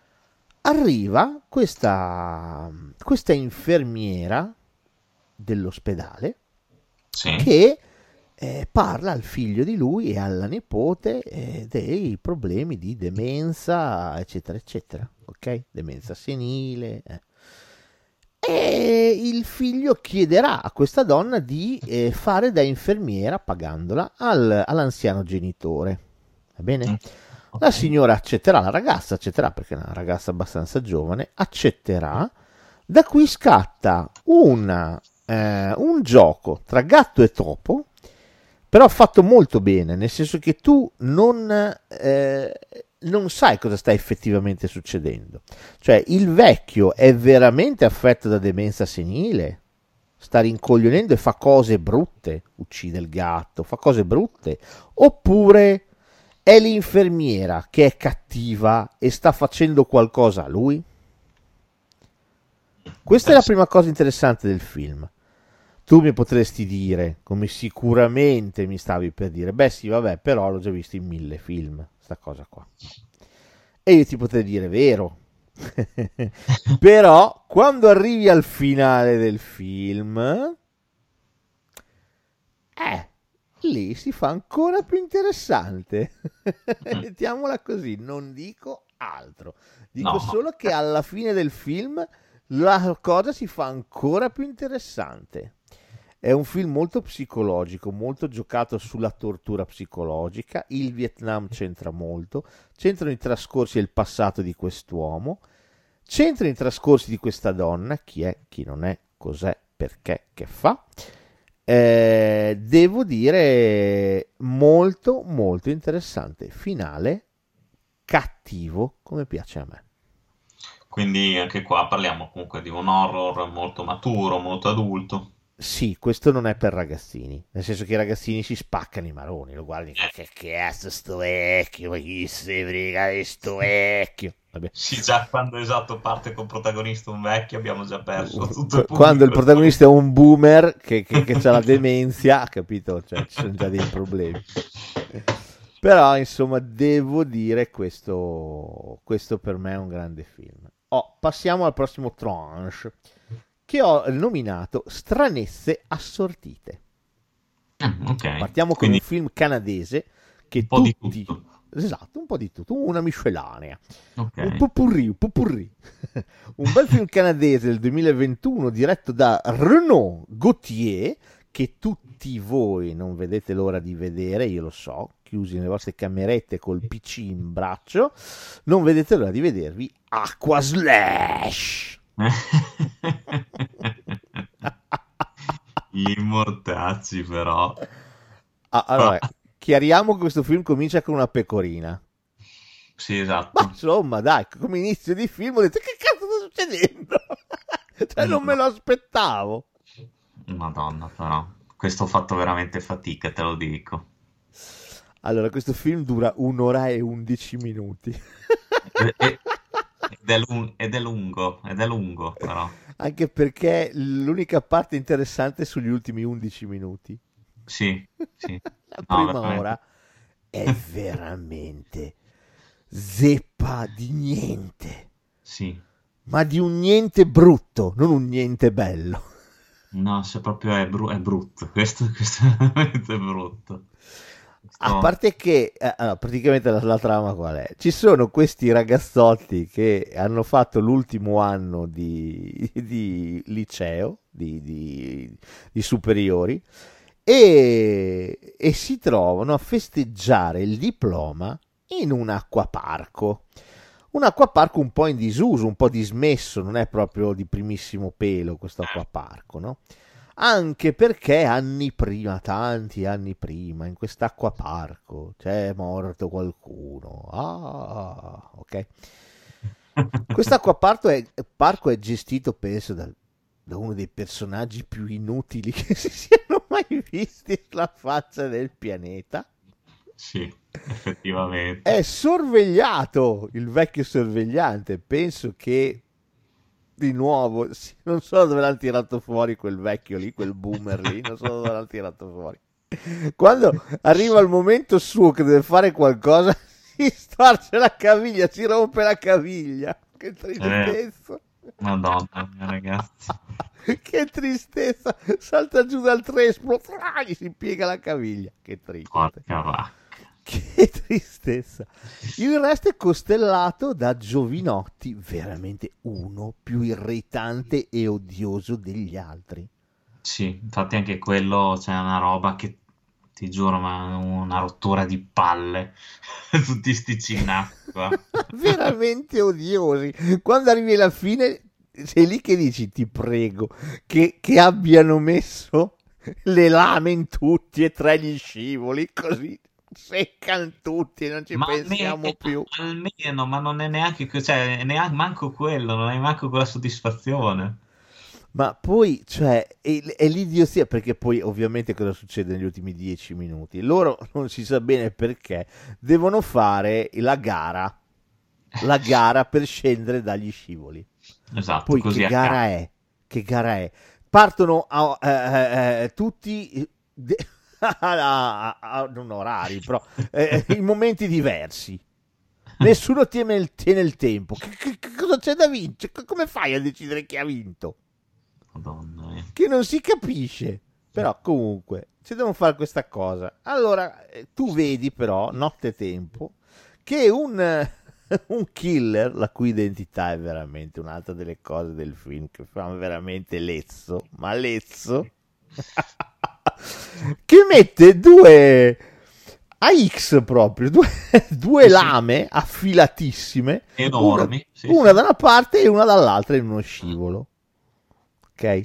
Arriva questa, questa infermiera dell'ospedale Sì. che eh, parla al figlio di lui e alla nipote eh, dei problemi di demenza, eccetera, eccetera. Ok? Demenza senile. eh. E il figlio chiederà a questa donna di eh, fare da infermiera pagandola al- all'anziano genitore. Va bene? Mm. La Ok. signora accetterà, la ragazza accetterà perché è una ragazza abbastanza giovane, accetterà. Da qui scatta una, eh, un gioco tra gatto e topo, però fatto molto bene, nel senso che tu non, eh, non sai cosa sta effettivamente succedendo. Cioè, il vecchio è veramente affetto da demenza senile, sta rincoglionendo e fa cose brutte, uccide il gatto, fa cose brutte, oppure è l'infermiera che è cattiva e sta facendo qualcosa a lui? Questa è la prima cosa interessante del film. Tu mi potresti dire, come sicuramente mi stavi per dire, beh sì, vabbè, però l'ho già visto in mille film, sta cosa qua. E io ti potrei dire, vero. Però, quando arrivi al finale del film, eh, lì si fa ancora più interessante. Mettiamola così, non dico altro. Dico No, solo che alla fine del film la cosa si fa ancora più interessante. È un film molto psicologico, molto giocato sulla tortura psicologica. Il Vietnam c'entra molto, c'entrano i trascorsi e il passato di quest'uomo, c'entrano i trascorsi di questa donna, chi è, chi non è, cos'è, perché, che fa. Eh, devo dire molto molto interessante. Finale cattivo come piace a me. Quindi anche qua parliamo comunque di un horror molto maturo, molto adulto. Sì, questo non è per ragazzini, nel senso che i ragazzini si spaccano i maroni, lo guardi, Eh, che cazzo sto vecchio, ma chi se frega di sto vecchio? Vabbè. sì, già quando esatto parte con protagonista un vecchio abbiamo già perso tutto il Qu- Quando il pubblico. protagonista è un boomer che, che, che ha la demenza, capito? Cioè, ci sono già dei problemi. Però, insomma, devo dire questo, questo per me è un grande film. Oh, passiamo al prossimo tranche, che ho nominato Stranezze assortite. Ah, ok, Partiamo con un quindi film canadese un che po' di tutti... tutto. Esatto, un po' di tutto, una miscellanea. Un Ok. popurri, un popurri. Un bel film canadese del duemilaventuno diretto da Renaud Gauthier, che tutti voi non vedete l'ora di vedere, io lo so, chiusi nelle vostre camerette col P C in braccio, non vedete l'ora di vedervi Aqua Slash. Gli mortacci però. Ah, allora, chiariamo che questo film comincia con una pecorina. Sì, Ma esatto. insomma, dai, come inizio di film ho detto che cazzo sta succedendo? Cioè, non me lo aspettavo. Madonna, però. Questo ho fatto veramente fatica, te lo dico. Allora, questo film dura un'ora e undici minuti. E- e- Ed è, lung- ed è lungo, ed è lungo, però. Anche perché l'unica parte interessante è sugli ultimi undici minuti. Sì, sì. La No, prima veramente. ora è veramente zeppa di niente, Sì. ma di un niente brutto, non un niente bello. No, se proprio è, bru- è brutto. Questo, questo è veramente brutto. A Questo... parte che, eh, allora, praticamente la, la trama qual è? Ci sono questi ragazzotti che hanno fatto l'ultimo anno di, di liceo, di, di- di superiori, e, e si trovano a festeggiare il diploma in un acquaparco. Un acquaparco un po' in disuso, un po' dismesso, non è proprio di primissimo pelo questo acquaparco, no? Anche perché anni prima, tanti anni prima, in quest'acquaparco c'è morto qualcuno. Ah, ok. Quest'acquaparco è, parco è gestito, penso, da, da uno dei personaggi più inutili che si siano mai visti sulla faccia del pianeta. Sì, effettivamente. È sorvegliato il vecchio sorvegliante. Penso che di nuovo, sì, non so dove l'hanno tirato fuori quel vecchio lì, quel boomer lì, non so dove l'hanno tirato fuori. Quando arriva il momento suo che deve fare qualcosa, si storce la caviglia, si rompe la caviglia. Che tristezza. Madonna mia, ragazzi. Che tristezza. Salta giù dal trespolo, gli si piega la caviglia. Che triste. Porca vacca. Che tristezza. Il resto è costellato da giovinotti, veramente uno più irritante e odioso degli altri. Sì, infatti anche quello c'è una roba che ti giuro, ma è una rottura di palle. Tutti sticci in acqua. Veramente odiosi. Quando arrivi alla fine, sei lì che dici: ti prego, che, che abbiano messo le lame in tutti e tre gli scivoli, così seccano tutti e non ci Ma pensiamo almeno, più. almeno, ma non è neanche, que- cioè, neanche manco quello, non hai manco quella soddisfazione. Ma poi, cioè, è, è l'idiozia, perché poi ovviamente cosa succede negli ultimi dieci minuti? Loro non si sa bene perché devono fare la gara, la gara per scendere dagli scivoli. Esatto, Poi così che a gara caso. è? Che gara è? Partono a, eh, eh, eh, tutti de- a, a- a- non orari, però eh, in momenti diversi. Nessuno tiene il, tiene il tempo. Che, che- che cosa c'è da vincere? C- Come fai a decidere chi ha vinto? Madonna mia. Che non si capisce. Però comunque, ci devono fare questa cosa. Allora, eh, tu vedi però, nottetempo, che un, eh, un killer, la cui identità è veramente un'altra delle cose del film che fa veramente lezzo, ma lezzo, che mette due a X proprio, due, due Sì, sì. lame affilatissime, una, Enormi. Sì, una sì. da una parte e una dall'altra in uno scivolo. Ok?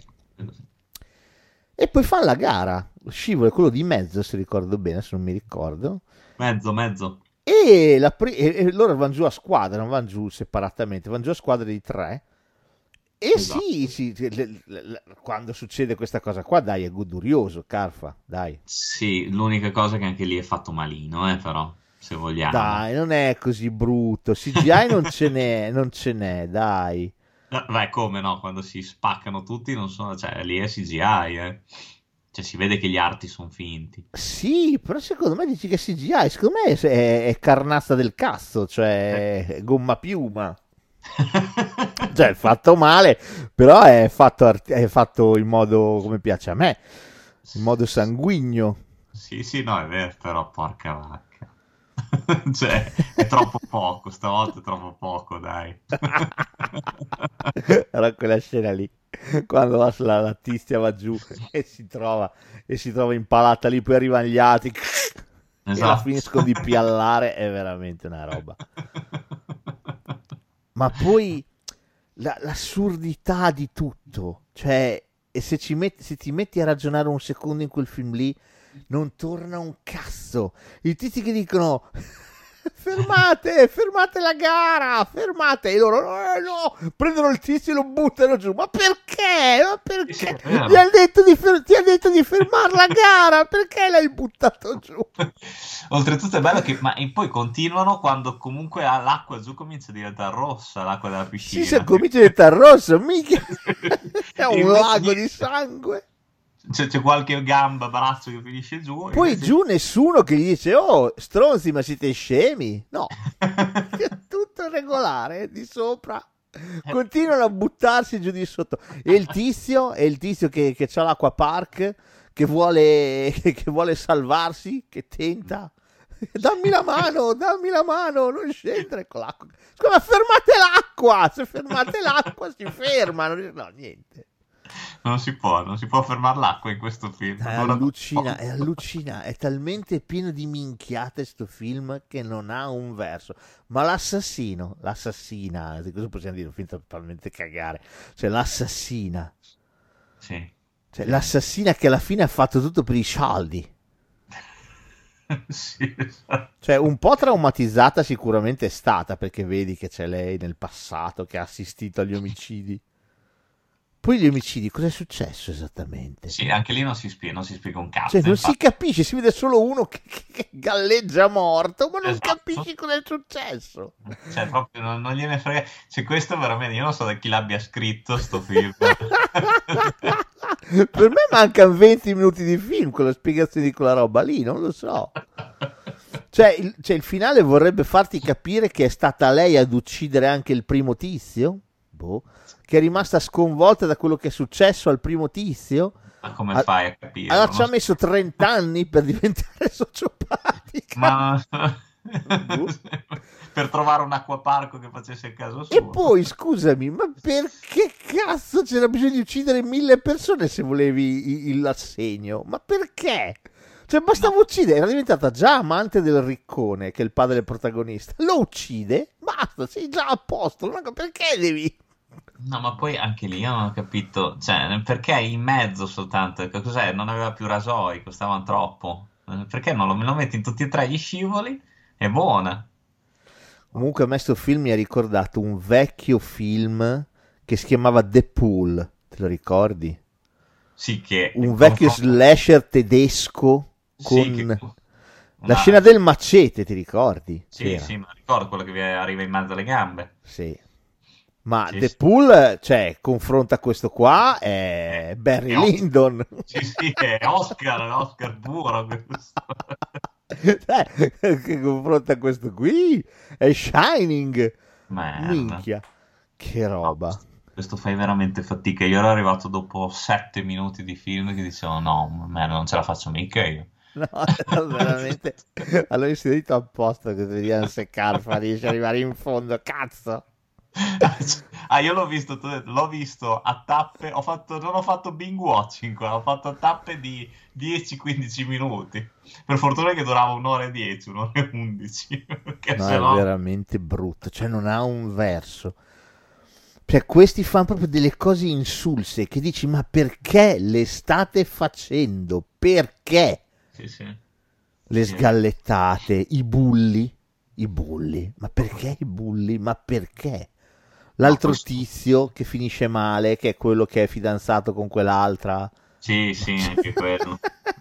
E poi fanno la gara. Lo scivolo è quello di mezzo, se ricordo bene, se non mi ricordo. Mezzo, mezzo. E, la pri- e, e loro vanno giù a squadra, non vanno giù separatamente, vanno giù a squadra di tre. E Esatto. sì, sì, le- le- le- quando succede questa cosa qua, dai, è godurioso, Carfa, dai. Sì, l'unica cosa è che anche lì è fatto malino, eh, però, se vogliamo. Dai, non è così brutto. C G I non ce n'è, non ce n'è, dai. Eh, Beh, come no? Quando si spaccano tutti, non sono, cioè, lì è C G I, eh. Cioè, si vede che gli arti sono finti. Sì, però secondo me dici che è C G I, secondo me è, è carnazza del cazzo, cioè è gomma piuma. Cioè, è fatto male, però è fatto, art- è fatto in modo come piace a me, in modo sanguigno. Sì, sì, no, è vero, però porca vacca. Cioè, è troppo poco, stavolta è troppo poco, dai. Era quella scena lì, quando la, la, la tizia va giù e si trova e si trova impalata lì, poi arrivano gli altri e la Esatto. finiscono di piallare, è veramente una roba. Ma poi la- l'assurdità di tutto, cioè, e se, ci metti, se ti metti a ragionare un secondo in quel film lì, non torna un cazzo. I tizi che dicono fermate, fermate la gara, fermate, e loro eh, no, prendono il tizio e lo buttano giù. Ma perché? Ma perché? Sì, sì, è vero. Ti ha detto di, fer- ti ha detto di fermare la gara, perché l'hai buttato giù? Oltretutto è bello che, ma e poi continuano quando comunque ha- l'acqua giù comincia a diventare rossa, l'acqua della piscina. Sì, se comincia a diventare rosso, mica è un Invece lago niente. di sangue. C'è, c'è qualche gamba, braccio che finisce giù. e Poi invece- giù nessuno che gli dice oh stronzi ma siete scemi, no, è tutto regolare di sopra, continuano a buttarsi giù di sotto. E il tizio e il tizio che, che c'ha l'acquapark, che vuole che vuole salvarsi, che tenta, dammi la mano, dammi la mano, non scendere con l'acqua. Scusa, fermate l'acqua, se fermate l'acqua si ferma, non- no, niente. Non si può, non si può fermare l'acqua in questo film. È Dura allucina, troppo. è allucina, è talmente pieno di minchiate sto film che non ha un verso. Ma l'assassino, l'assassina, di cosa possiamo dire? Un film totalmente cagare. Cioè l'assassina, Sì. cioè l'assassina che alla fine ha fatto tutto per i soldi. Sì, esatto. Cioè un po' traumatizzata sicuramente è stata, perché vedi che c'è lei nel passato che ha assistito agli omicidi. Poi gli omicidi, cosa è successo esattamente? Sì, anche lì non si spiega, non si spiega un cazzo. Cioè, non infatti. si capisce, si vede solo uno che, che- che galleggia morto, ma non Esatto. capisci cosa è successo. Cioè, proprio non, non gliene frega. Cioè, questo veramente, io non so da chi l'abbia scritto sto film. Per me mancano venti minuti di film con la spiegazione di quella roba lì, non lo so. Cioè il, cioè, il finale vorrebbe farti capire che è stata lei ad uccidere anche il primo tizio? Boh. Che è rimasta sconvolta da quello che è successo al primo tizio? Ma come Ah, fai a capire? Allora Non ci ha so- messo trenta anni per diventare sociopatica. Ma... Boh. per trovare un acquaparco che facesse il caso suo. E poi, scusami, ma perché cazzo c'era bisogno di uccidere mille persone se volevi i- il- l'assegno? Ma perché? Cioè, bastava uccidere, era diventata già amante del riccone, che è il padre del protagonista. Lo uccide, basta, sei già a posto. Non ho- perché devi... No, ma poi anche lì io non ho capito, cioè, perché in mezzo soltanto? Che Cos'è? Non aveva più rasoi, costavano troppo. Eh, Perché non lo, me lo metti in tutti e tre gli scivoli? È buona. Comunque a me sto film mi ha ricordato un vecchio film che si chiamava The Pool, te lo ricordi? Sì, che... Un vecchio slasher tedesco con Sì, che- la una- scena del macete, ti ricordi? Sì, C'era. sì, ma ricordo quello che vi arriva in mezzo alle gambe. Sì. Ma Sì, The sì. Pool, cioè, confronta questo qua, è Barry È Oscar. Lyndon. Sì, sì, è Oscar, è Oscar puro questo. Eh, che confronta questo qui, è Shining. Merda. Minchia, che roba. Questo fai veramente fatica. Io ero arrivato dopo sette minuti di film che dicevo no, merda, non ce la faccio mica io. No, era veramente. Allora inserito apposta che vediamo se Carfa riesce ad arrivare in fondo, cazzo. Ah, io l'ho visto, t'ho detto, l'ho visto a tappe, ho fatto, non ho fatto binge watching qua, ho fatto a tappe di dieci quindici minuti. Per fortuna che durava un'ora e dieci, un'ora e undici, perché No, se è no... veramente brutto, cioè non ha un verso. Cioè questi fanno proprio delle cose insulse che dici ma perché le state facendo? Perché? Sì, sì. Le Sì. sgallettate, i bulli. I bulli, ma perché i bulli? Ma perché? L'altro No, questo... tizio che finisce male, che è quello che è fidanzato con quell'altra. Sì, sì, anche quello.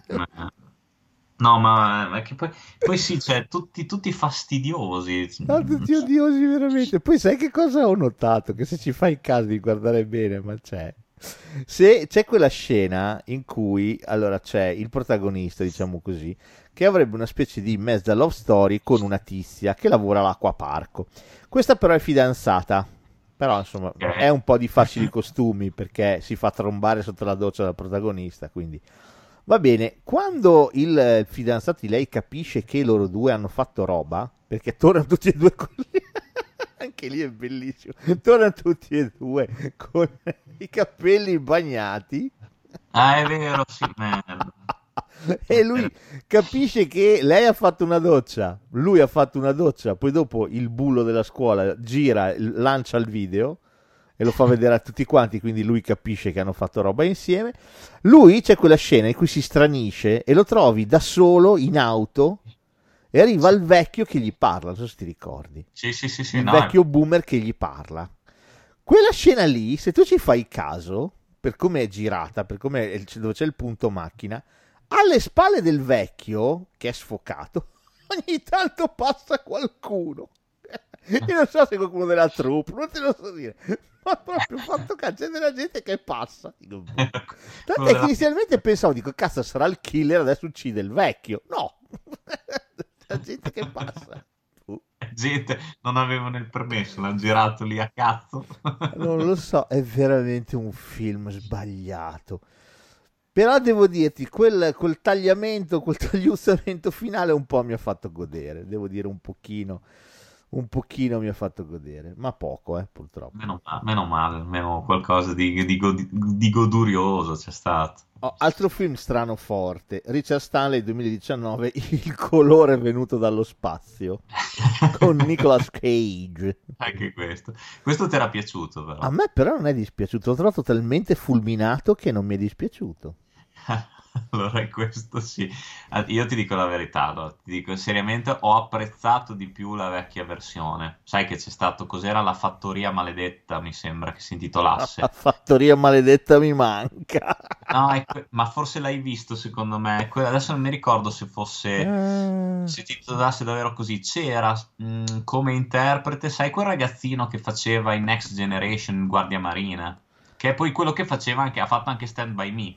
No, ma, ma che poi, poi sì, cioè, tutti, tutti fastidiosi. No, tutti odiosi veramente. Poi sai che cosa ho notato? Che se ci fai caso di guardare bene, ma c'è. Se c'è quella scena in cui allora c'è il protagonista, diciamo così, che avrebbe una specie di mezza love story con una tizia che lavora all'acquaparco. Questa però è fidanzata. Però insomma Okay. è un po' di facili costumi perché si fa trombare sotto la doccia dal protagonista, quindi va bene. Quando il fidanzato di lei capisce che loro due hanno fatto roba, perché tornano tutti e due così, anche lì è bellissimo, tornano tutti e due con i capelli bagnati. Ah, è vero, sì, merda. E lui capisce che lei ha fatto una doccia, lui ha fatto una doccia, poi dopo il bullo della scuola gira, lancia il video e lo fa vedere a tutti quanti, quindi lui capisce che hanno fatto roba insieme. Lui c'è quella scena in cui si stranisce e lo trovi da solo in auto e arriva il vecchio che gli parla, non so se ti ricordi, Sì, sì, sì, sì, il no, vecchio boomer che gli parla. Quella scena lì, se tu ci fai caso, per come è girata, per come è, dove c'è il punto macchina, alle spalle del vecchio, che è sfocato, ogni tanto passa qualcuno. Io non so se qualcuno della troupe, non te lo so dire, ma proprio ho fatto cazzo, c'è della gente che passa. Dico, boh. Tant'è che inizialmente pensavo, dico, cazzo, sarà il killer, adesso uccide il vecchio. No, la gente che passa. gente, non avevano il permesso, l'hanno girato lì a cazzo. Non lo so, è veramente un film sbagliato. Però devo dirti, quel, quel tagliamento, quel tagliuzzamento finale un po' mi ha fatto godere, devo dire un pochino, un pochino mi ha fatto godere, ma poco, eh, purtroppo. Meno, ma- meno male, almeno qualcosa di, di godi- di godurioso c'è stato. Oh, altro film strano forte, Richard Stanley duemiladiciannove, Il colore venuto dallo spazio, con Nicolas Cage. Anche questo. Questo ti era piaciuto però. A me però non è dispiaciuto, l'ho trovato talmente fulminato che non mi è dispiaciuto. Allora, questo sì. Ah, io ti dico la verità, allora, ti dico seriamente, ho apprezzato di più la vecchia versione. Sai che c'è stato, cos'era La Fattoria Maledetta, mi sembra che si intitolasse. La fattoria maledetta mi manca. No, è que- ma forse l'hai visto secondo me. Que- adesso non mi ricordo se fosse, Ah, se ti titolasse davvero così. C'era mh, come interprete, sai quel ragazzino che faceva in Next Generation, in Guardia Marina, che è poi quello che faceva anche, ha fatto anche Stand By Me,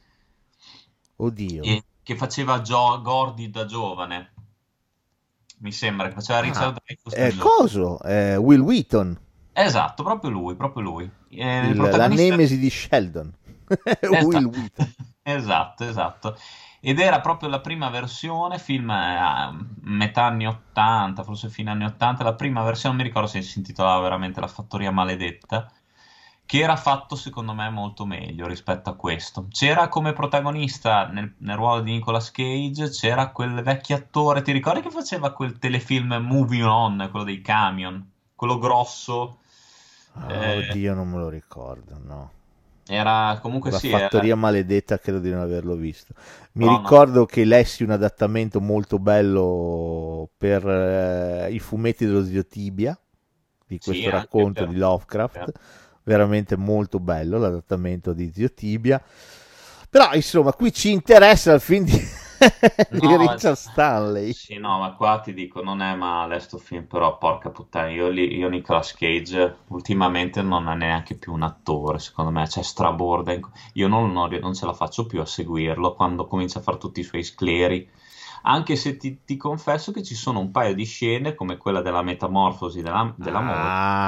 oddio. e che faceva Gio- Gordy da giovane, mi sembra, che faceva Ah, Richard Dreyfuss da eh, giovane. coso? Eh, Will Wheaton, Esatto, proprio lui, proprio lui. Eh, il il- la protagonista... nemesi di Sheldon. Will Esatto, Wheaton. esatto, esatto. Ed era proprio la prima versione, film a metà anni ottanta, forse fine anni ottanta, la prima versione, non mi ricordo se si intitolava veramente La Fattoria Maledetta, che era fatto secondo me molto meglio rispetto a questo. C'era come protagonista nel, nel ruolo di Nicolas Cage, c'era quel vecchio attore, ti ricordi che faceva quel telefilm Moving On, quello dei camion, quello grosso? Ah, Eh, oddio, non me lo ricordo, no. era comunque La sì, era... fattoria maledetta credo di non averlo visto. Mi No, no. ricordo che lessi un adattamento molto bello per eh, i fumetti dello zio Tibia, di questo Sì, anche racconto per- di Lovecraft. per- Veramente molto bello l'adattamento di zio Tibia. Però insomma, qui ci interessa il film di, di No, Richard eh, Stanley. Sì, no, ma qua ti dico, non è male sto film, però porca puttana, io, li- io Nicolas Cage ultimamente non è neanche più un attore, secondo me, cioè straborda, in- io non, non- non ce la faccio più a seguirlo quando comincia a fare tutti i suoi scleri, anche se ti, ti confesso che ci sono un paio di scene, come quella della metamorfosi della, della moglie,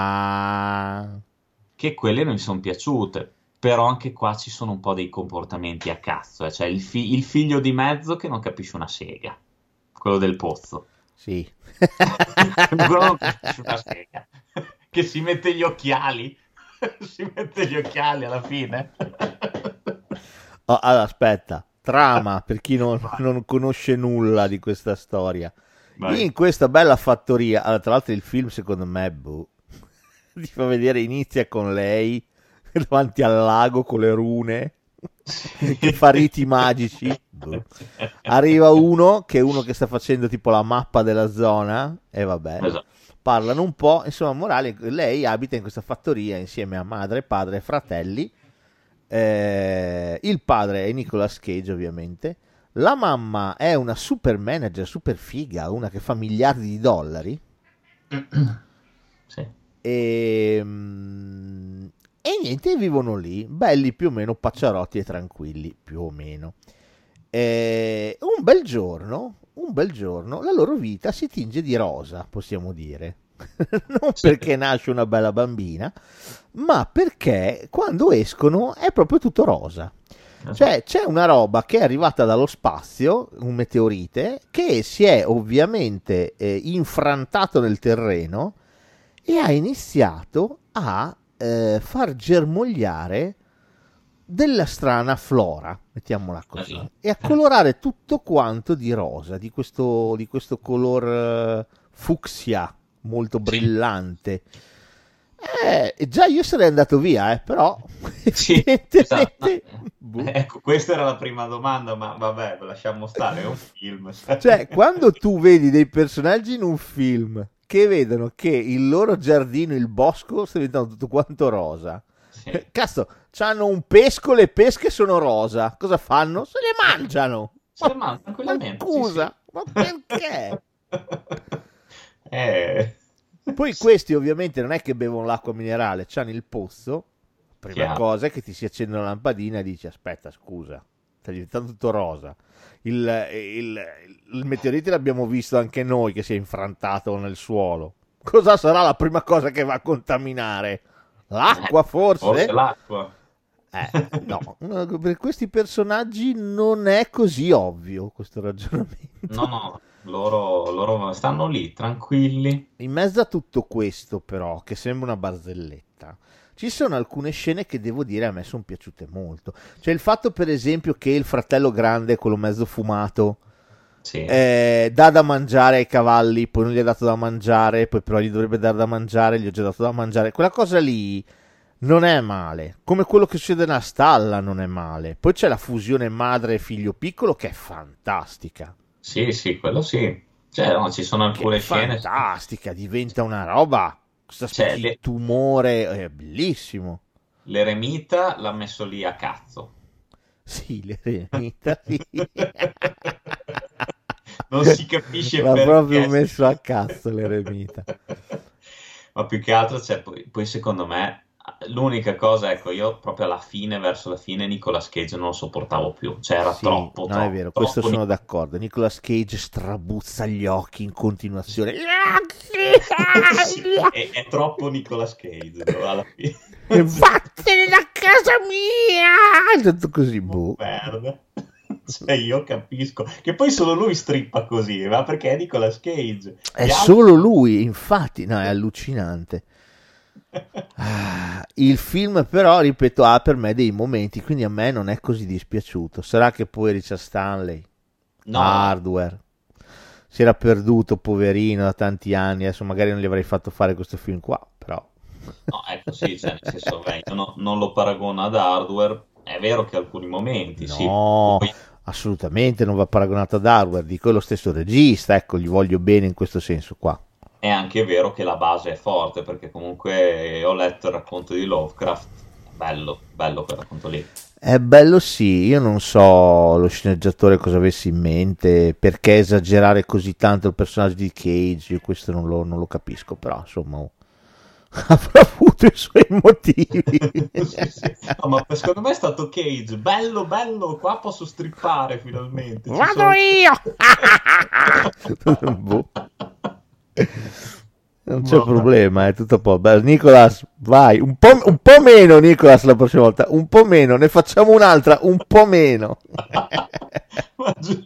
Ah, che quelle non mi sono piaciute, però anche qua ci sono un po' dei comportamenti a cazzo, eh, cioè il, fi- il figlio di mezzo che non capisce una sega, quello del pozzo. sì. Quello non capisce una sega, che si mette gli occhiali, si mette gli occhiali alla fine. Oh, allora, aspetta, trama per chi non, non conosce nulla di questa storia. Vai. In questa bella fattoria, allora, tra l'altro il film secondo me, boh, ti fa vedere, inizia con lei davanti al lago con le rune. che fa riti magici. Boh. Arriva uno che è uno che sta facendo tipo la mappa della zona e vabbè, Esatto. parlano un po', insomma, morale, lei abita in questa fattoria insieme a madre, padre e fratelli. Eh, il padre è Nicolas Cage, ovviamente. La mamma è una super manager, super figa, una che fa miliardi di dollari. Sì. E, mm, e niente, vivono lì, belli più o meno pacciarotti e tranquilli, più o meno. E un bel giorno, un bel giorno, la loro vita si tinge di rosa, possiamo dire. Non perché nasce una bella bambina, ma perché quando escono è proprio tutto rosa. Cioè c'è una roba che è arrivata dallo spazio, un meteorite, che si è ovviamente eh, infrantato nel terreno e ha iniziato a eh, far germogliare della strana flora, mettiamola così, e a colorare tutto quanto di rosa, di questo, di questo color eh, fucsia molto brillante. Eh, già io sarei andato via, eh, però Sì, evidentemente esatto. boh. Ecco, questa era la prima domanda, ma vabbè, lasciamo stare, è un film. Cioè, quando tu vedi dei personaggi in un film che vedono che il loro giardino, il bosco, sta diventando tutto quanto rosa. Sì. Cazzo, c'hanno un pesco, le pesche sono rosa. Cosa fanno? Se le mangiano. Se le mangiano tranquillamente, Ma sì, scusa, ma perché? Eh, Poi questi ovviamente non è che bevono l'acqua minerale, c'hanno il pozzo. Prima Chiaro. cosa è che ti si accende una lampadina e dici aspetta, scusa, sta diventando tutto rosa. Il, il, il meteorite l'abbiamo visto anche noi che si è infrantato nel suolo. Cosa sarà la prima cosa che va a contaminare? L'acqua, forse? forse l'acqua. Eh, no, per questi personaggi non è così ovvio questo ragionamento. No, no, loro, loro stanno lì, tranquilli. In mezzo a tutto questo, però, che sembra una barzelletta, ci sono alcune scene che devo dire a me sono piaciute molto. Cioè il fatto, per esempio, che il fratello grande, quello mezzo fumato, Sì. eh, dà da mangiare ai cavalli, poi non gli ha dato da mangiare, poi però gli dovrebbe dare da mangiare, gli ho già dato da mangiare. Quella cosa lì non è male, come quello che succede nella stalla non è male. Poi c'è la fusione madre e figlio piccolo che è fantastica. Sì, sì, quello sì. Cioè, no, ci sono alcune Che è scene. fantastica, diventa una roba, questa specie Cioè, di le- tumore, è bellissimo. L'eremita l'ha messo lì a cazzo. Sì, l'eremita, sì. Non si capisce L'ha perché. proprio messo a cazzo l'eremita. Ma più che altro, cioè, poi, poi secondo me, l'unica cosa, ecco, io proprio alla fine, verso la fine, Nicolas Cage non lo sopportavo più. Cioè, era Sì, troppo, no, troppo, è vero, questo troppo sono d'accordo. Nicolas Cage strabuzza gli occhi in continuazione. Sì, è, è troppo Nicolas Cage, no? Alla fine. Vattene da casa mia! Tutto così, boh. Merda. Cioè, io capisco che poi solo lui strippa così, ma perché è Nicolas Cage? È Gli altri- solo lui, infatti, no, è allucinante. Ah, il film però, ripeto, ha per me dei momenti, quindi a me non è così dispiaciuto. Sarà che poi Richard Stanley, No, Hardware, si era perduto, poverino, da tanti anni. Adesso magari non gli avrei fatto fare questo film qua, però no, ecco, sì, cioè, nel senso, beh, io no- non lo paragono ad Hardware. È vero che alcuni momenti, sì. no, Poi- assolutamente non va paragonato ad Hardware. Dico, è lo stesso regista, ecco, gli voglio bene in questo senso qua. è anche vero che la base è forte, perché comunque ho letto il racconto di Lovecraft. Bello, bello quel racconto lì. È bello, sì, io non so lo sceneggiatore cosa avesse in mente, perché esagerare così tanto il personaggio di Cage, io questo non lo, non lo capisco, però insomma oh, avrà avuto i suoi motivi. Sì, sì. No, ma secondo me è stato Cage. Bello, bello, qua posso strippare finalmente. Ci Vado sono- io! Boh. Non c'è Vabbè. problema, è tutto a posto. Beh, Nicolas, vai, un po', un po' meno Nicolas la prossima volta, un po' meno, ne facciamo un'altra, un po' meno. Ma giù-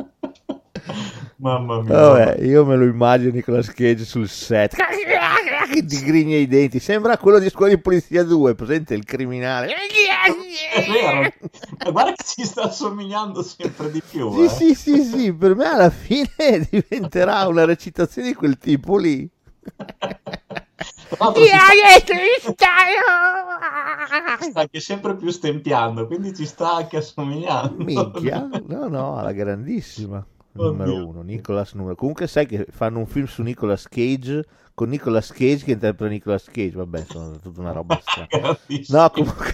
Mamma mia. Vabbè, io me lo immagino Nicolas Cage sul set che ti grigna i denti, sembra quello di Scuola di Polizia due, presente il criminale. È vero. Ma guarda che ci sta assomigliando sempre di più. Sì, eh. sì, sì, sì, per me alla fine diventerà una recitazione di quel tipo lì. Tra l'altro si sta anche sempre più stempiando, quindi ci sta anche assomigliando. Minchia, no, no, alla grandissima. Numero Oddio. uno, Nicolas numero. Comunque sai che fanno un film su Nicolas Cage, con Nicolas Cage che interpreta Nicolas Cage, vabbè, sono tutta una roba strana. Grandissimo. No, comunque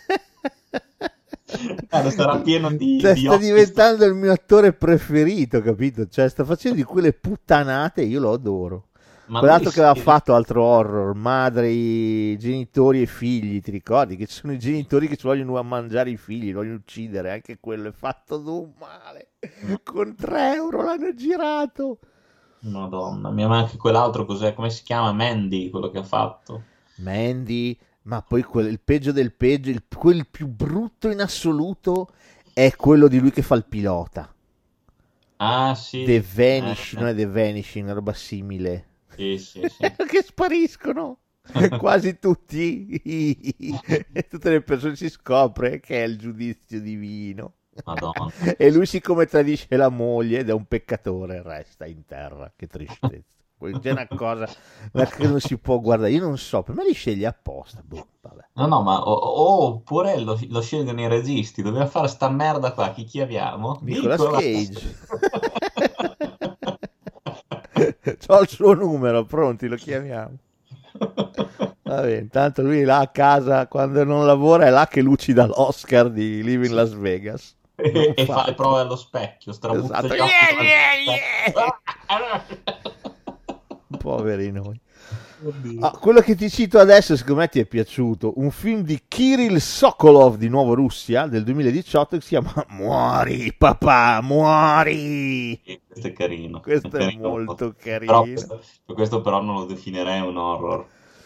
Eh, sarà pieno di, cioè, di sta occhi. diventando il mio attore preferito, capito? Cioè, sta facendo di quelle puttanate, io lo adoro. Ma Quell'altro lui che aveva sì. fatto altro horror, madre, i genitori e figli, ti ricordi? Che ci sono i genitori che ci vogliono mangiare i figli, li vogliono uccidere, anche quello è fatto d'un male. Con tre euro l'hanno girato. Madonna mia, ma anche quell'altro cos'è? Come si chiama? Mandy, quello che ha fatto. Mandy, ma poi quel- il peggio del peggio, il, quel più brutto in assoluto è quello di lui che fa il pilota. Ah, sì. The Vanish, Eh, non è The Vanishing, una roba simile. Sì, sì, sì. Che spariscono quasi tutti e tutte le persone, si scopre che è il giudizio divino. Madonna. E lui, siccome tradisce la moglie ed è un peccatore, resta in terra. Che tristezza. Poi c'è una cosa che non si può guardare, io non so, per me li sceglie apposta. Boh, vabbè. No, no, ma o- o- oppure lo, lo scelgono i registi. Doveva fare sta merda qua. Chi chiamiamo? Nicolas Nicolas. Cage. C'ho il suo numero, pronti, lo chiamiamo. Vabbè, intanto lui là a casa, quando non lavora, è là che lucida l'Oscar di Living Las Vegas. e Non e fa fa- le prove allo specchio. Strabuzza Esatto. gli occhi Yeah, con yeah, il- Poveri noi. Oddio. Ah, quello che ti cito adesso, secondo me ti è piaciuto, un film di Kirill Sokolov di Nuova Russia del duemiladiciotto che si chiama Muori papà, muori. Sì, questo è carino. Questo è carino. molto Però carino. questo, questo però non lo definirei un horror.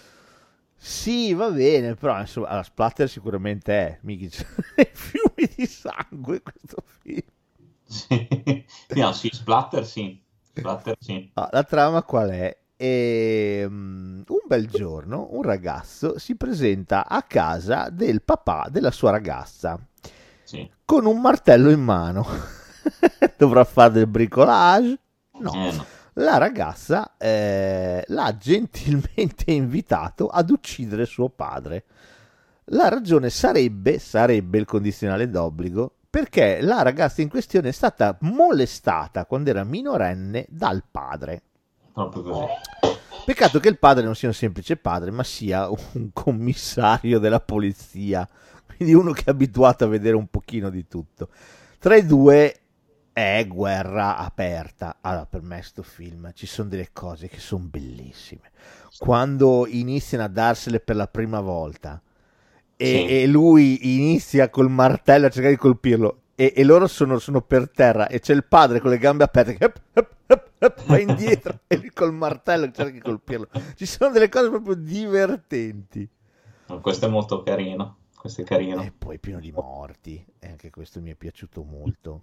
Sì, va bene, però insomma, la splatter sicuramente è, mica ci sono dei fiumi di sangue questo film. Sì. No, sì, splatter sì. Splatter sì. Ah, la trama qual è? Ehm, un bel giorno un ragazzo si presenta a casa del papà della sua ragazza Sì. con un martello in mano. Dovrà fare del bricolage? No. Eh, no. La ragazza eh, l'ha gentilmente invitato ad uccidere suo padre. La ragione sarebbe, sarebbe il condizionale d'obbligo, perché la ragazza in questione è stata molestata quando era minorenne dal padre. Proprio così. Peccato che il padre non sia un semplice padre, ma sia un commissario della polizia, quindi uno che è abituato a vedere un pochino di tutto. Tra i due è guerra aperta. Allora, per me sto film ci sono delle cose che sono bellissime. Quando iniziano a darsele per la prima volta e, Sì. e lui inizia col martello a cercare di colpirlo e, e loro sono, sono per terra e c'è il padre con le gambe aperte che up, up, up, up, va indietro e lui col martello cerca di colpirlo. Ci sono delle cose proprio divertenti. No, questo è molto carino. Questo è carino. E poi pieno di morti, e anche questo mi è piaciuto molto.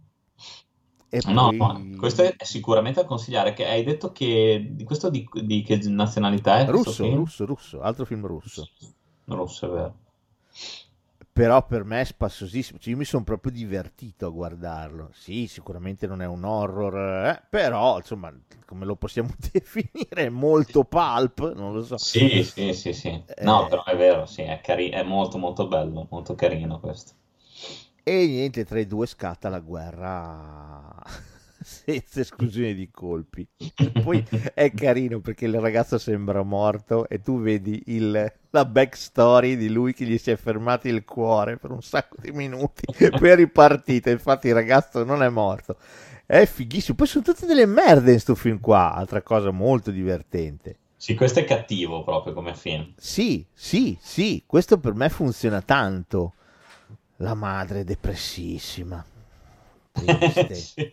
E No, poi... no, questo è sicuramente da consigliare. Che hai detto che di questo di, di che nazionalità è? questo russo, film? russo, russo, altro film russo. Russo, è vero. Però per me è spassosissimo, cioè, io mi sono proprio divertito a guardarlo. Sì, sicuramente non è un horror, eh, però insomma, come lo possiamo definire, è molto pulp, non lo so. Sì, sì, sì, sì. No, Eh. però è vero, sì, è, cari- è molto, molto bello, molto carino questo. E niente, tra i due scatta la guerra senza esclusione di colpi. Poi è carino perché il ragazzo sembra morto e tu vedi il, la backstory di lui che gli si è fermato il cuore per un sacco di minuti, poi è ripartito. Infatti il ragazzo non è morto. È fighissimo. Poi sono tutte delle merde in sto film qua, altra cosa molto divertente. Sì, questo è cattivo proprio come film. Sì, sì, sì, questo per me funziona tanto. La madre è depressissima, triste. Sì.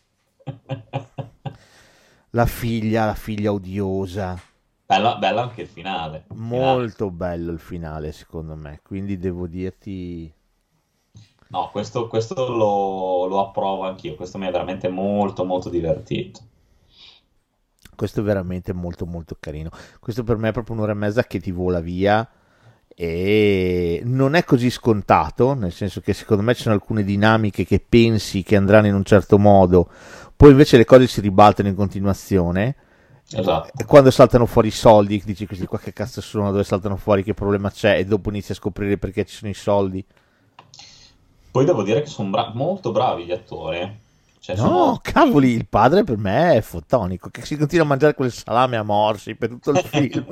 La figlia, la figlia odiosa. Bello, bello anche il finale. Il finale. Molto bello il finale, secondo me. Quindi devo dirti... No, questo, questo lo, lo approvo anch'io. Questo mi è veramente molto, molto divertito. Questo è veramente molto, molto carino. Questo per me è proprio un'ora e mezza che ti vola via. E non è così scontato, nel senso che secondo me ci sono alcune dinamiche che pensi che andranno in un certo modo, poi invece le cose si ribaltano in continuazione Esatto. E quando saltano fuori i soldi, dici questi qua che cazzo sono, dove saltano fuori, che problema c'è, e dopo inizi a scoprire perché ci sono i soldi. Poi devo dire che sono bra- molto bravi gli attori. eh. Cioè, No, sono... cavoli, il padre per me è fotonico, che si continua a mangiare quel salame a morsi per tutto il film.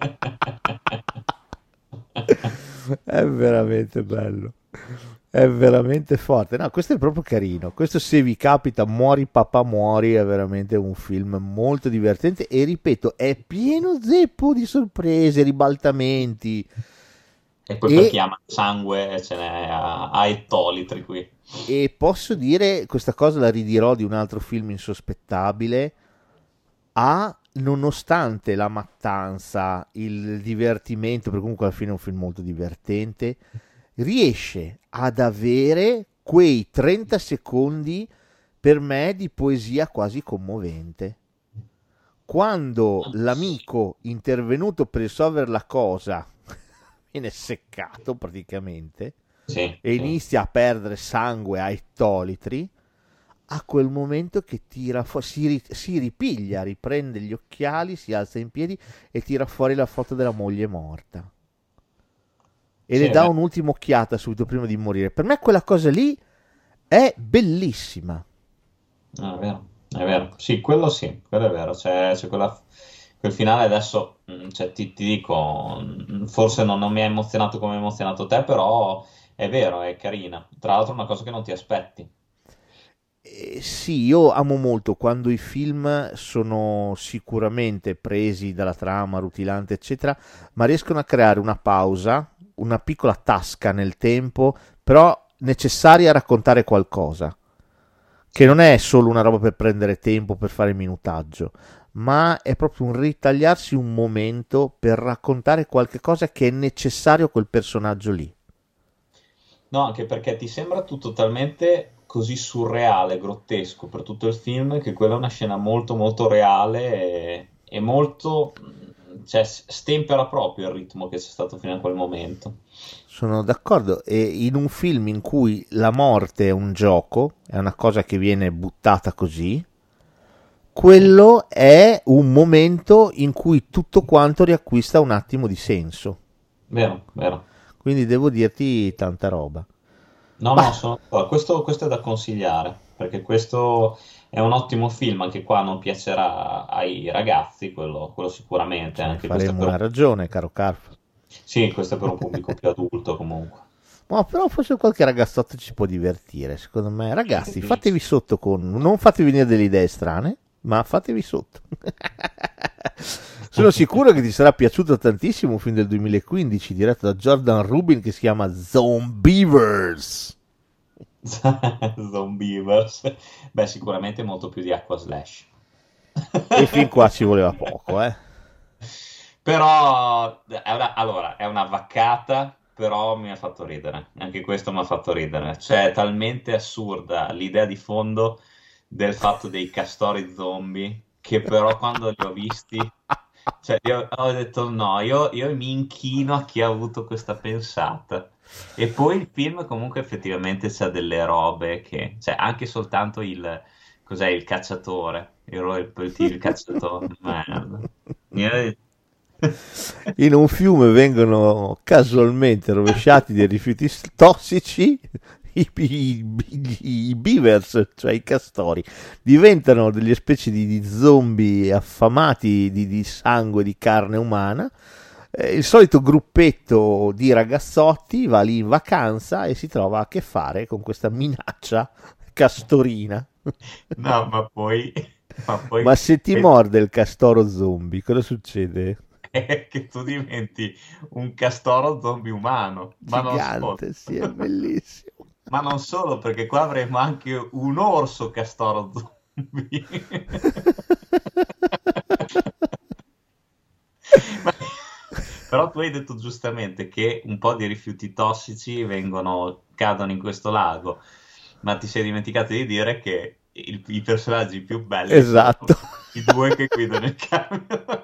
È veramente bello. È veramente forte. No, questo è proprio carino. Questo, se vi capita, Muori papà muori, è veramente un film molto divertente e, ripeto, è pieno zeppo di sorprese, ribaltamenti. E poi E- per chi ama il sangue ce n'è a, a ettolitri qui. E posso dire, questa cosa la ridirò di un altro film insospettabile, ha, nonostante la mattanza, il divertimento, perché comunque alla fine è un film molto divertente, riesce ad avere quei trenta secondi per me di poesia quasi commovente. Quando l'amico intervenuto per risolvere la cosa viene seccato praticamente Sì, e sì. inizia a perdere sangue a ettolitri, a quel momento che tira fu- si, ri- si ripiglia, riprende gli occhiali, si alza in piedi e tira fuori la foto della moglie morta e Sì, le dà beh. un'ultima occhiata subito prima di morire. Per me quella cosa lì è bellissima. Ah, è vero, è vero. Sì, quello sì, quello è vero. C'è, c'è quella, quel finale adesso, mm, cioè, ti, ti dico, mm, forse non, non mi ha emozionato come ha emozionato te, però è vero, è carina. Tra l'altro è una cosa che non ti aspetti. Eh, sì, io amo molto quando i film sono sicuramente presi dalla trama, rutilante, eccetera, ma riescono a creare una pausa, una piccola tasca nel tempo, però necessaria a raccontare qualcosa, che non è solo una roba per prendere tempo, per fare minutaggio, ma è proprio un ritagliarsi un momento per raccontare qualche cosa che è necessario a quel personaggio lì. No, anche perché ti sembra tutto talmente così surreale, grottesco per tutto il film, che quella è una scena molto molto reale e, e molto, mm, cioè, s- stempera proprio il ritmo che c'è stato fino a quel momento. Sono d'accordo, e in un film in cui la morte è un gioco, è una cosa che viene buttata così, quello è un momento in cui tutto quanto riacquista un attimo di senso. Vero, vero. Quindi devo dirti tanta roba. No, Ma no, sono d'accordo. Questo, questo è da consigliare, perché questo è un ottimo film, anche qua non piacerà ai ragazzi, quello, quello sicuramente, ce ne anche questo è faremo per una un, ragione, caro Carf. sì, questo è per un pubblico più adulto comunque. Ma però forse qualche ragazzotto ci può divertire, secondo me. Ragazzi, Sì. fatevi sotto con... Non fatevi venire delle idee strane, ma fatevi sotto. Sono sicuro che ti sarà piaciuto tantissimo un film del duemilaquindici diretto da Jordan Rubin che si chiama Zombievers. Zombievers. Beh, sicuramente molto più di Aqua Slash. E fin qua ci voleva poco, eh. Però, è una, allora, è una vaccata, però mi ha fatto ridere. Anche questo mi ha fatto ridere. Cioè, è talmente assurda l'idea di fondo del fatto dei castori zombie, che però quando li ho visti, cioè, io ho detto no, io, io mi inchino a chi ha avuto questa pensata. E poi il film comunque effettivamente c'ha delle robe che, cioè, anche soltanto il, cos'è, il cacciatore, il, ro- il, il, il cacciatore, merda. Io- In un fiume vengono casualmente rovesciati dei rifiuti s- tossici. I, i- i- i beavers, cioè i castori, diventano delle specie di, di zombie affamati di, di sangue, di carne umana. Eh, il solito gruppetto di ragazzotti va lì in vacanza e si trova a che fare con questa minaccia castorina. No, ma poi, ma poi Ma se ti è, morde il castoro zombie, cosa succede? è che tu diventi un castoro zombie umano, ma non solo, Gigante, sì, è bellissimo. ma non solo, perché qua avremo anche un orso castoro zombie. Ma- Però tu hai detto giustamente che un po' di rifiuti tossici vengono, cadono in questo lago, ma ti sei dimenticato di dire che il- i personaggi più belli sono Esatto. i due che guidano il camion.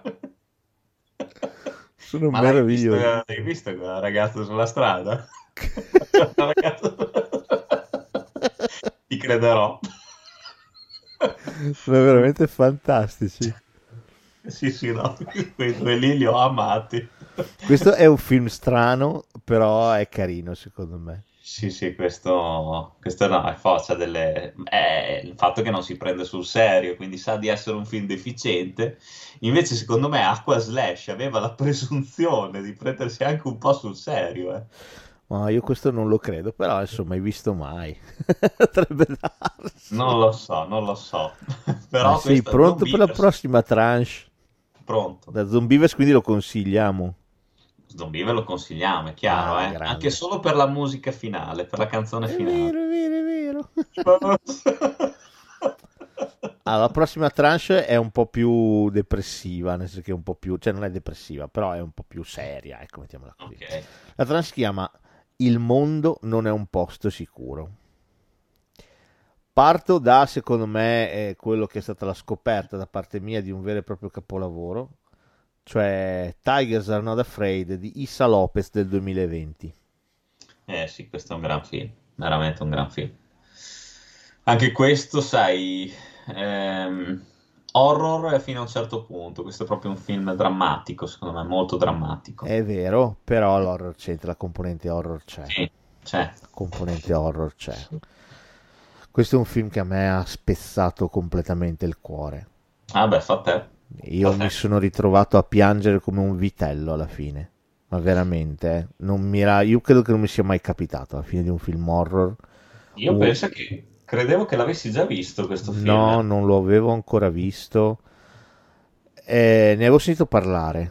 Sono Ma l'hai visto, meravigliosi. l'hai visto quella ragazza sulla strada? Quella ragazza- Ti crederò. Sono veramente fantastici. Sì, sì, no, quei due lì li ho amati. Questo è un film strano, però è carino secondo me. Sì, sì, questo, questo no, è forza delle... è il fatto che non si prende sul serio, quindi sa di essere un film deficiente. Invece, secondo me, Aqua Slash aveva la presunzione di prendersi anche un po' sul serio, eh. Ma io questo non lo credo, però insomma, hai visto mai? Potrebbe darsi. Non lo so, non lo so. Ma Però sei questa pronto per la Zombievers- prossima tranche? Pronto. Da Zombievers, quindi lo consigliamo. Zombie ve lo consigliamo, è chiaro, Ah, eh. grande. Anche solo per la musica finale, per la canzone È finale. vero, è vero, è vero. Allora, la prossima tranche è un po' più depressiva, nel senso che è un po' più, cioè non è depressiva, però è un po' più seria, ecco, mettiamola così. Ok. La tranche si chiama Il mondo non è un posto sicuro. Parto da, secondo me, eh, quello che è stata la scoperta da parte mia di un vero e proprio capolavoro, cioè Tigers Are Not Afraid di Issa Lopez del duemilaventi. Eh sì, questo è un gran film, veramente un gran film. Anche questo, sai, ehm, horror fino a un certo punto. Questo è proprio un film drammatico, secondo me, molto drammatico. È vero, però l'horror c'entra, la componente horror c'è. Sì, c'è. La componente horror c'è. Questo è un film che a me ha spezzato completamente il cuore. Ah beh, fa te. Io Fa te. mi sono ritrovato a piangere come un vitello alla fine. Ma veramente, eh. Non mi era... Io credo che non mi sia mai capitato alla fine di un film horror. Io Uh, penso che credevo che l'avessi già visto questo film. No, non lo avevo ancora visto. Eh, ne avevo sentito parlare.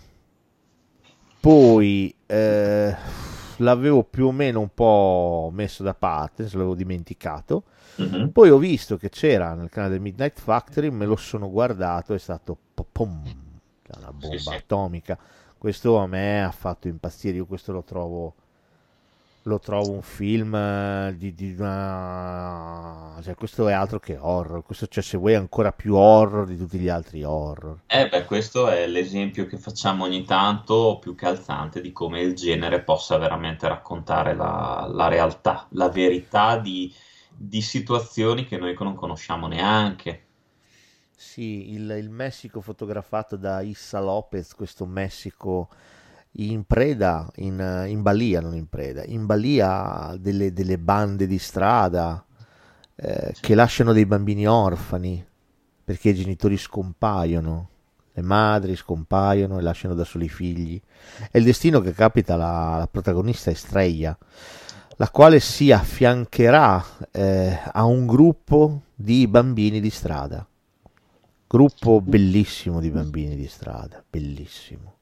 Poi eh, l'avevo più o meno un po' messo da parte, se l'avevo dimenticato. Mhm. Poi ho visto che c'era nel canale del Midnight Factory, me lo sono guardato, è stato pom, una bomba Sì, sì. atomica. Questo a me ha fatto impazzire, io questo lo trovo, lo trovo un film eh, di, di una... cioè, questo è altro che horror, questo cioè, se vuoi ancora più horror di tutti gli altri horror. Eh beh, questo è l'esempio che facciamo ogni tanto più calzante di come il genere possa veramente raccontare la, la realtà, la verità di, di situazioni che noi non conosciamo neanche. Sì, il, il Messico fotografato da Issa Lopez, questo Messico in preda, in, in balia, non in preda, in balia delle, delle bande di strada eh, che lasciano dei bambini orfani perché i genitori scompaiono, le madri scompaiono e lasciano da soli i figli. È il destino che capita alla, alla protagonista Estrella, la quale si affiancherà eh, a un gruppo di bambini di strada. Gruppo bellissimo di bambini di strada, bellissimo.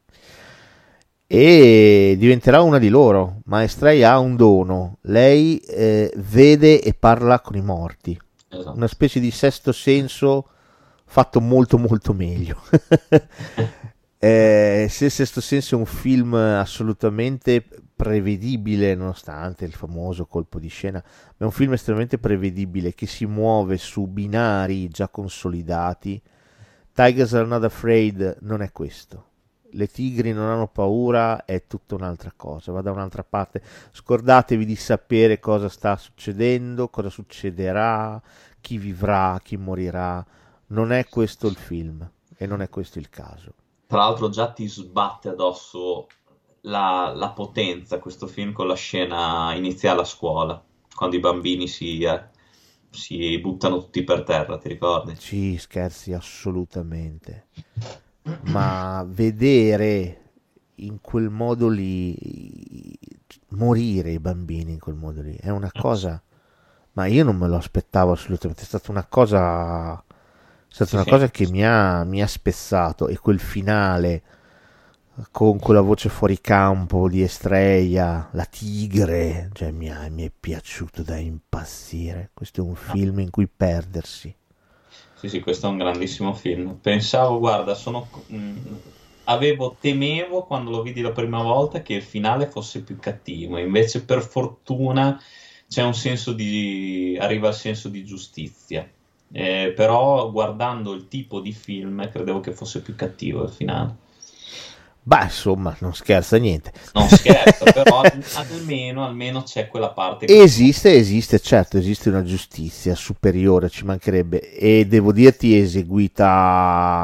E diventerà una di loro, ma Estrella ha un dono. Lei eh, vede e parla con i morti. Esatto. Una specie di sesto senso fatto molto molto meglio. eh, se Sesto Senso è un film assolutamente prevedibile, nonostante il famoso colpo di scena, ma è un film estremamente prevedibile che si muove su binari già consolidati. Tigers Are Not Afraid non è questo. Le tigri non hanno paura, è tutta un'altra cosa, va da un'altra parte. Scordatevi di sapere cosa sta succedendo, cosa succederà, chi vivrà, chi morirà. Non è questo il film e non è questo il caso. Tra l'altro già ti sbatte addosso la, la potenza questo film con la scena iniziale a scuola, quando i bambini si, eh, si buttano tutti per terra, ti ricordi? Sì, scherzi, assolutamente. Ma vedere in quel modo lì, morire i bambini in quel modo lì, è una cosa... Ma io non me lo aspettavo assolutamente, è stata una cosa... È stata Sì, una sì. cosa che mi ha, mi ha spezzato, e quel finale con quella voce fuori campo di Estrella, la tigre, cioè mi, ha- mi è piaciuto da impazzire. Questo è un film in cui perdersi. Sì, sì, questo è un grandissimo film. Pensavo, guarda, sono, mh, avevo, temevo quando lo vidi la prima volta che il finale fosse più cattivo, invece per fortuna c'è un senso di, arriva al senso di giustizia. Eh, però guardando il tipo di film credevo che fosse più cattivo il finale. Beh, insomma, non scherza niente. Non scherzo, però almeno, almeno c'è quella parte che... Esiste, esiste, certo, esiste una giustizia superiore, ci mancherebbe, e devo dirti eseguita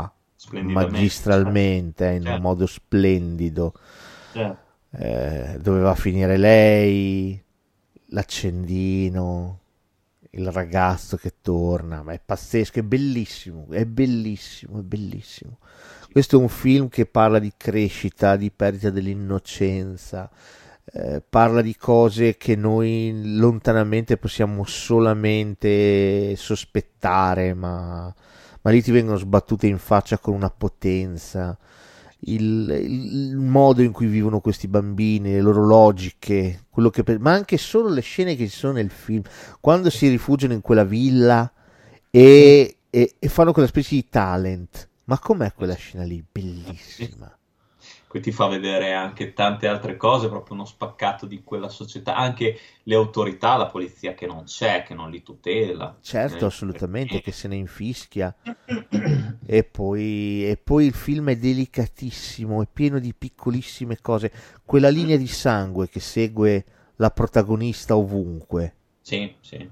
splendidamente. magistralmente, in un Certo. modo splendido. Certo. Eh, doveva finire lei, l'accendino, il ragazzo che torna, ma è pazzesco, è bellissimo, è bellissimo, è bellissimo. Questo è un film che parla di crescita, di perdita dell'innocenza, eh, parla di cose che noi lontanamente possiamo solamente sospettare, ma, ma lì ti vengono sbattute in faccia con una potenza. Il, il modo in cui vivono questi bambini, le loro logiche, quello che per- ma anche solo le scene che ci sono nel film, quando si rifugiano in quella villa e, e- e fanno quella specie di talent. Ma com'è quella scena lì? Bellissima. Qui ti fa vedere anche tante altre cose, proprio uno spaccato di quella società, anche le autorità, la polizia che non c'è, che non li tutela. Certo, Eh, assolutamente, che se ne infischia. E poi, e poi il film è delicatissimo, è pieno di piccolissime cose. Quella linea di sangue che segue la protagonista ovunque. Sì, sì.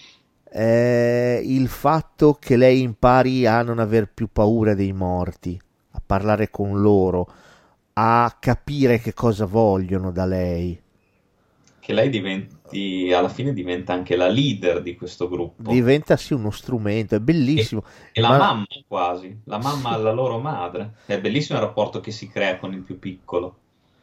È il fatto che lei impari a non aver più paura dei morti, a parlare con loro, a capire che cosa vogliono da lei. Che lei diventi, alla fine diventa anche la leader di questo gruppo. Diventa sì uno strumento, è E, bellissimo. e la Ma mamma quasi, la mamma sì, alla loro madre. È bellissimo il rapporto che si crea con il più piccolo.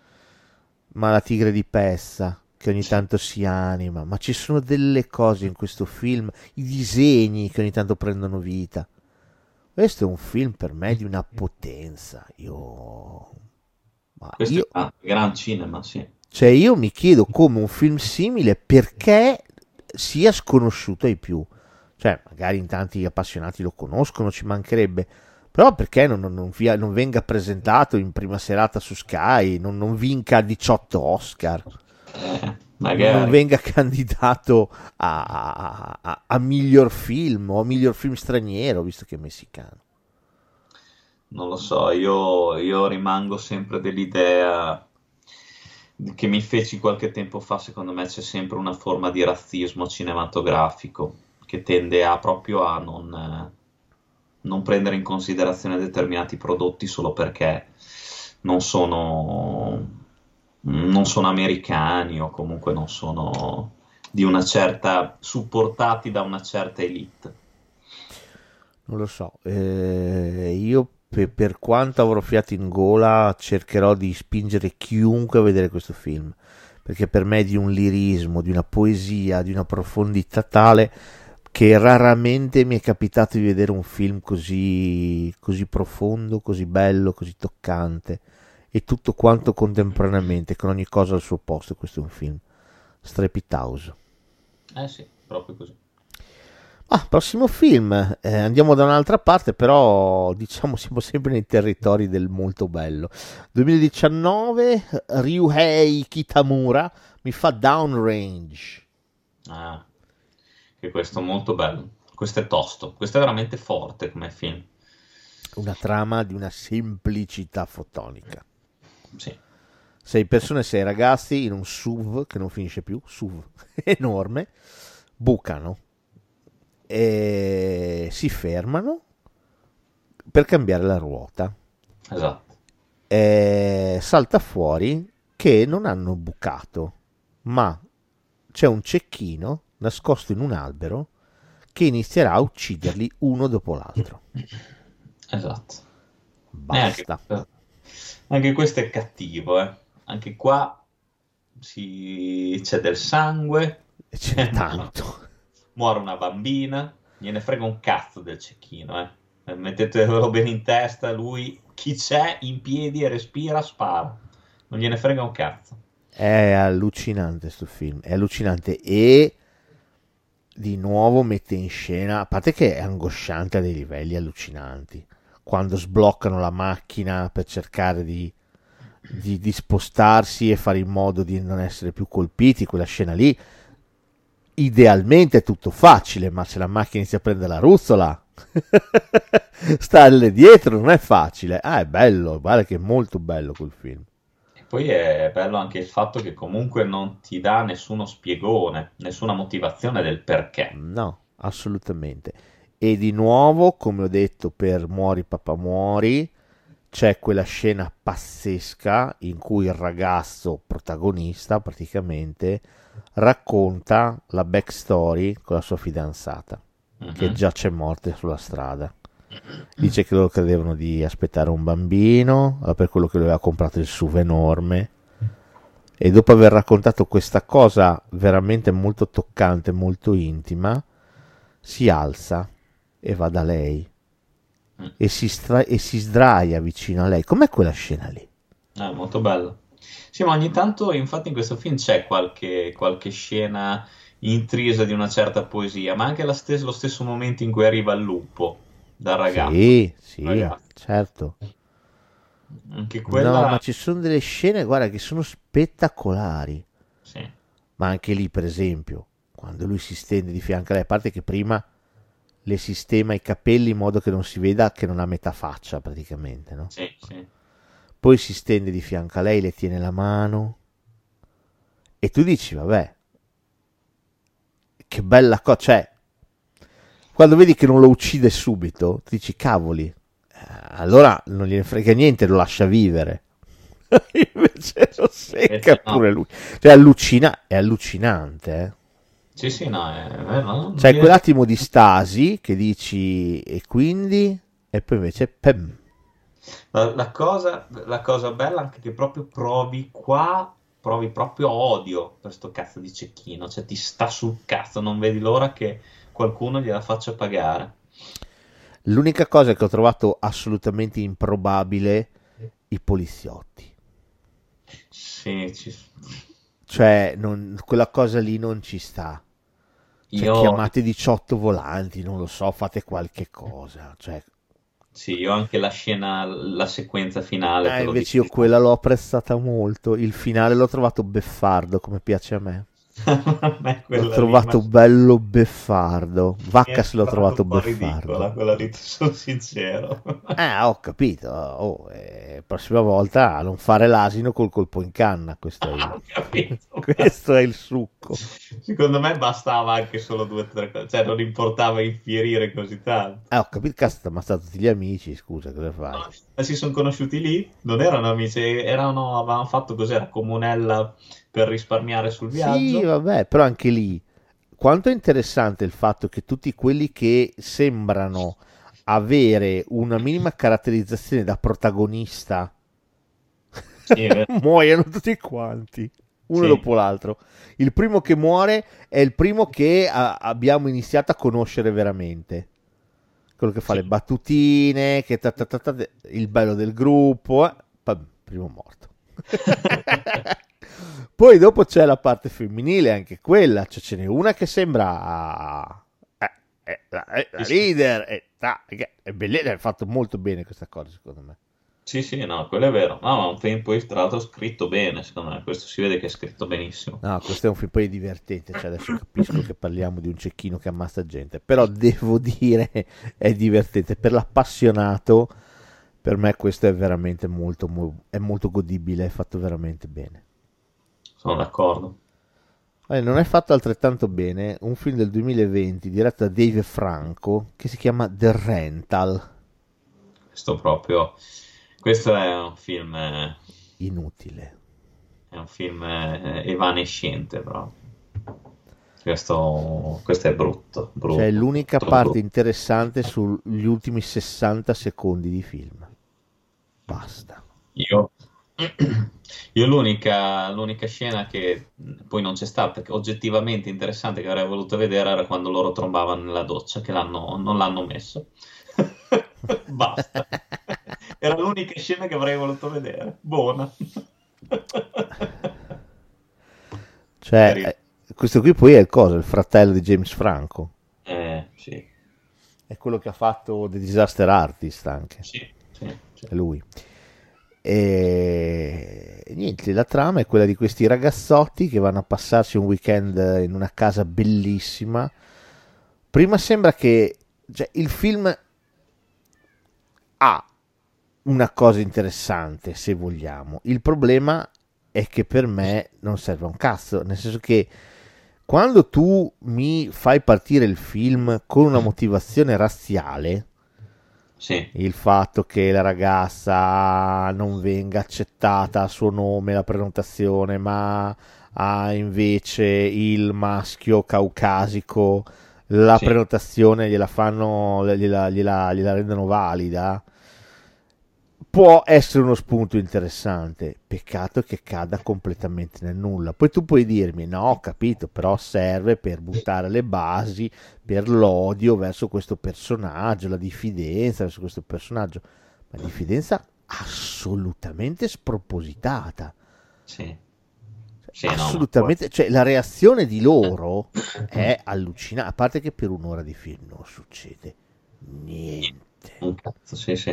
ma la tigre di Pessa che ogni tanto si anima, ma ci sono delle cose in questo film, i disegni che ogni tanto prendono vita. Questo è un film per me di una potenza. Io, ma Questo è io, gran, gran cinema, sì. cioè io mi chiedo come un film simile perché sia sconosciuto ai più. Cioè, magari in tanti appassionati lo conoscono, ci mancherebbe. Però perché non, non- non via- non venga presentato in prima serata su Sky, non, non vinca diciotto Oscar, Eh, non magari. venga candidato a, a- a- a miglior film o a miglior film straniero, visto che è messicano. Non lo so, io, io rimango sempre dell'idea che mi feci qualche tempo fa, secondo me c'è sempre una forma di razzismo cinematografico che tende a proprio a non, eh, non prendere in considerazione determinati prodotti solo perché non sono, non sono americani o comunque non sono di una certa, supportati da una certa elite. Non lo so, eh, io pe- per quanto avrò fiato in gola cercherò di spingere chiunque a vedere questo film, perché per me è di un lirismo, di una poesia, di una profondità tale che raramente mi è capitato di vedere un film così, così profondo, così bello, così toccante e tutto quanto contemporaneamente, con ogni cosa al suo posto. Questo è un film strepitoso. Eh sì, proprio così. Ah, prossimo film, eh, andiamo da un'altra parte, però diciamo siamo sempre nei territori del molto bello. duemiladiciannove, Ryuhei Kitamura mi fa Downrange. Ah, che questo è molto bello. Questo è tosto, questo è veramente forte come film. Una trama di una semplicità fotonica. Sì, Sei persone, sei ragazzi in un S U V che non finisce più, S U V enorme, bucano e si fermano per cambiare la ruota. esatto. E salta fuori che non hanno bucato, ma c'è un cecchino nascosto in un albero che inizierà a ucciderli uno dopo l'altro. Esatto. E anche, Basta. anche questo è cattivo, eh. Anche qua si... c'è del sangue, E ce n'è tanto. muore una bambina, gliene frega un cazzo del cecchino, eh. Mettetevelo bene in testa, lui, chi c'è in piedi e respira, spara. Non gliene frega un cazzo. È allucinante sto film, è allucinante e di nuovo mette in scena, a parte che è angosciante a dei livelli allucinanti, quando sbloccano la macchina per cercare di, di, di spostarsi e fare in modo di non essere più colpiti, quella scena lì, idealmente è tutto facile, ma se la macchina inizia a prendere la ruzzola, starle dietro non è facile. Ah, è bello, guarda che è molto bello quel film. E poi è bello anche il fatto che comunque non ti dà nessuno spiegone, nessuna motivazione del perché. No, assolutamente. E di nuovo, come ho detto per Muori papà muori, c'è quella scena pazzesca in cui il ragazzo protagonista praticamente racconta la backstory con la sua fidanzata, uh-huh. che giace morte sulla strada. Dice che loro credevano di aspettare un bambino, per quello che lui aveva comprato il S U V enorme, e dopo aver raccontato questa cosa veramente molto toccante, molto intima, si alza e va da lei e si, stra- e si sdraia vicino a lei. Com'è quella scena lì? Ah, molto bella. Sì, ma ogni tanto, infatti, in questo film c'è qualche, qualche scena intrisa di una certa poesia, ma anche la stes- lo stesso momento in cui arriva il lupo dal ragazzo. Sì, sì, ragazzo. certo. Anche quella... No, ma ci sono delle scene, guarda, che sono spettacolari. Sì. Ma anche lì, per esempio, quando lui si stende di fianco a lei, a parte che prima le sistema i capelli in modo che non si veda che non ha metà faccia, praticamente, no? Sì, sì. Poi si stende di fianco a lei, le tiene la mano e tu dici, vabbè, che bella cosa, cioè, quando vedi che non lo uccide subito, ti dici, cavoli, eh, allora non gliene frega niente, lo lascia vivere. Invece lo secca pure lui. Cioè, allucina, è allucinante, eh. Sì, sì, no, è vero. C'è quell'attimo di stasi che dici, e quindi, e poi invece, pem. La, la, cosa, la cosa bella anche che proprio provi qua, provi proprio odio per sto cazzo di cecchino, cioè ti sta sul cazzo, non vedi l'ora che qualcuno gliela faccia pagare. L'unica cosa che ho trovato assolutamente improbabile, i poliziotti. Sì, ci... Cioè, non, quella cosa lì non ci sta. Cioè, io... chiamate diciotto volanti, non lo so, fate qualche cosa, cioè... Sì, io anche la scena, la sequenza finale. Eh, invece io quella l'ho apprezzata molto. Il finale l'ho trovato beffardo, come piace a me. me L'ho trovato lì, ma... bello beffardo. Vaccas l'ho trovato beffardo. Ridicola, quella lì, sono sincero. Eh, ho capito. Oh, eh, prossima volta a non fare l'asino col colpo in canna. Questo è il, capito, questo è il succo. Secondo me bastava anche solo due o tre cose. Cioè, non importava infierire così tanto. Eh, ho capito, cazzo, ti ha ammazzato tutti gli amici. Scusa, cosa fai? No, ma si sono conosciuti lì? Non erano amici, erano, avevano fatto cos'era? Comunella per risparmiare sul viaggio. Sì, vabbè, però anche lì quanto è interessante il fatto che tutti quelli che sembrano avere una minima caratterizzazione da protagonista sì, muoiono tutti quanti, uno sì. dopo l'altro. Il primo che muore è il primo che a- abbiamo iniziato a conoscere veramente, quello che fa sì. le battutine, che ta ta ta ta, il bello del gruppo, eh? Primo morto. Poi dopo c'è la parte femminile, anche quella, cioè ce n'è una che sembra eh, eh, la, eh, la leader, eh, ta, è bellissima, è fatto molto bene questa cosa secondo me. Sì, sì, no, quello è vero. No, ma un film poi tra l'altro scritto bene, secondo me, questo si vede che è scritto benissimo. No, questo è un film poi divertente, cioè adesso capisco che parliamo di un cecchino che ammazza gente, però devo dire è divertente, per l'appassionato, per me questo è veramente molto, è molto godibile, è fatto veramente bene. Sono d'accordo. Allora, non è fatto altrettanto bene un film del duemilaventi diretto da Dave Franco che si chiama The Rental. Questo proprio, questo è un film eh, inutile. È un film eh, evanescente proprio. Questo, questo è brutto, brutto. Cioè l'unica brutto, parte brutto. interessante sugli ultimi sessanta secondi di film. Basta. Io... Io l'unica, l'unica scena che poi non c'è stata, che oggettivamente interessante, che avrei voluto vedere, era quando loro trombavano nella doccia, che l'hanno, non l'hanno messo. Basta. Era l'unica scena che avrei voluto vedere. Buona. Cioè, eh, questo qui poi è il cosa? Il fratello di James Franco. Eh, sì. È quello che ha fatto The Disaster Artist anche. Sì, sì, sì. È lui. E niente, la trama è quella di questi ragazzotti che vanno a passarsi un weekend in una casa bellissima. Prima sembra che, cioè, il film ha una cosa interessante, se vogliamo. Il problema è che per me non serve a un cazzo, nel senso che quando tu mi fai partire il film con una motivazione razziale, Sì, il fatto che la ragazza non venga accettata a suo nome la prenotazione, ma ha invece il maschio caucasico, la sì, prenotazione gliela fanno, gliela, gliela- gliela rendono valida, può essere uno spunto interessante. Peccato che cada completamente nel nulla. Poi tu puoi dirmi: no, ho capito, però serve per buttare le basi per l'odio verso questo personaggio, la diffidenza verso questo personaggio. Ma diffidenza assolutamente spropositata. sì, sì, no, ma poi- Assolutamente, cioè la reazione di loro è allucinante. A parte che per un'ora di film non succede niente. un cazzo, sì, sì.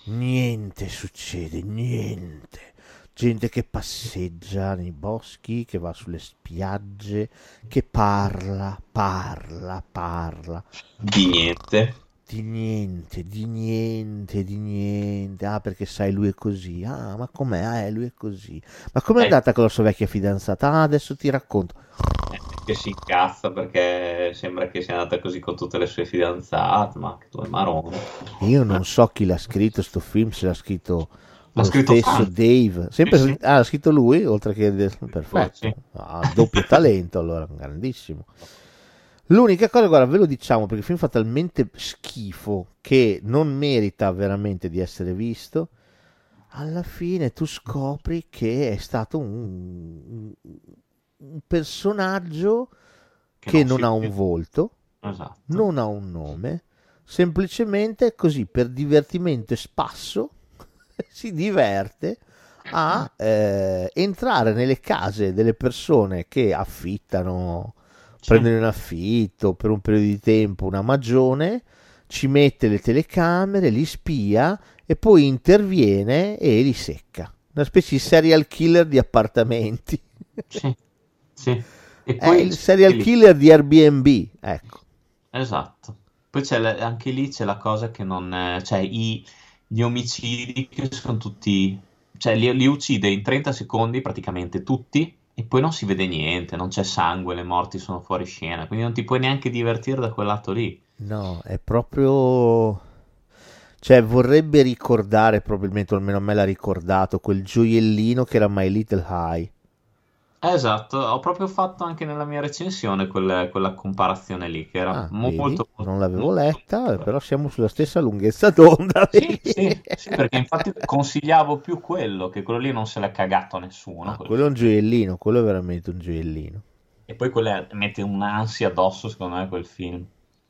Niente succede, niente. Gente che passeggia nei boschi, che va sulle spiagge, che parla, parla, parla. Di niente. Di niente, di niente, di niente. Ah, perché sai, lui è così. Ah, ma com'è? Ah, eh, lui è così. Ma com'è Eh, andata con la sua vecchia fidanzata? Ah, adesso ti racconto. che si incazza perché sembra che sia andata così con tutte le sue fidanzate, ma che due maroni. Io non so chi l'ha scritto sto film, se l'ha scritto L'ha lo scritto stesso Fan. Dave. Sempre Sì, sì. ah, l'ha scritto lui, oltre che Sì. perfetto. Ah, doppio talento, allora, grandissimo. L'unica cosa, guarda, ve lo diciamo perché il film fa talmente schifo che non merita veramente di essere visto. Alla fine tu scopri che è stato un, un personaggio Che che non non si ha un vede. volto, Esatto. non ha un nome, semplicemente così per divertimento e spasso si diverte a eh, entrare nelle case delle persone che affittano, Sì. prendono in affitto per un periodo di tempo una magione, ci mette le telecamere, li spia e poi interviene e li secca. Una specie di serial killer di appartamenti. Sì, sì. E È poi il c'è serial lì- killer di Airbnb, ecco. Esatto. Poi c'è la- anche lì c'è la cosa che non... eh, cioè i, gli omicidi che sono tutti... Cioè li, li uccide in trenta secondi praticamente tutti e poi non si vede niente, non c'è sangue, le morti sono fuori scena, quindi non ti puoi neanche divertire da quel lato lì. No, è proprio... Cioè, vorrebbe ricordare, probabilmente, o almeno a me l'ha ricordato, quel gioiellino che era My Little High. Esatto, ho proprio fatto anche nella mia recensione quel- quella comparazione lì, che era Ah, mo- vedi? molto, molto, Non l'avevo molto letta, molto però siamo sulla stessa lunghezza d'onda, Sì, vedi? sì, sì, perché infatti consigliavo più quello, che quello lì non se l'è cagato a nessuno, Ah, quel quello è un film. gioiellino, quello è veramente un gioiellino. E poi quella mette un'ansia addosso, secondo me, quel film.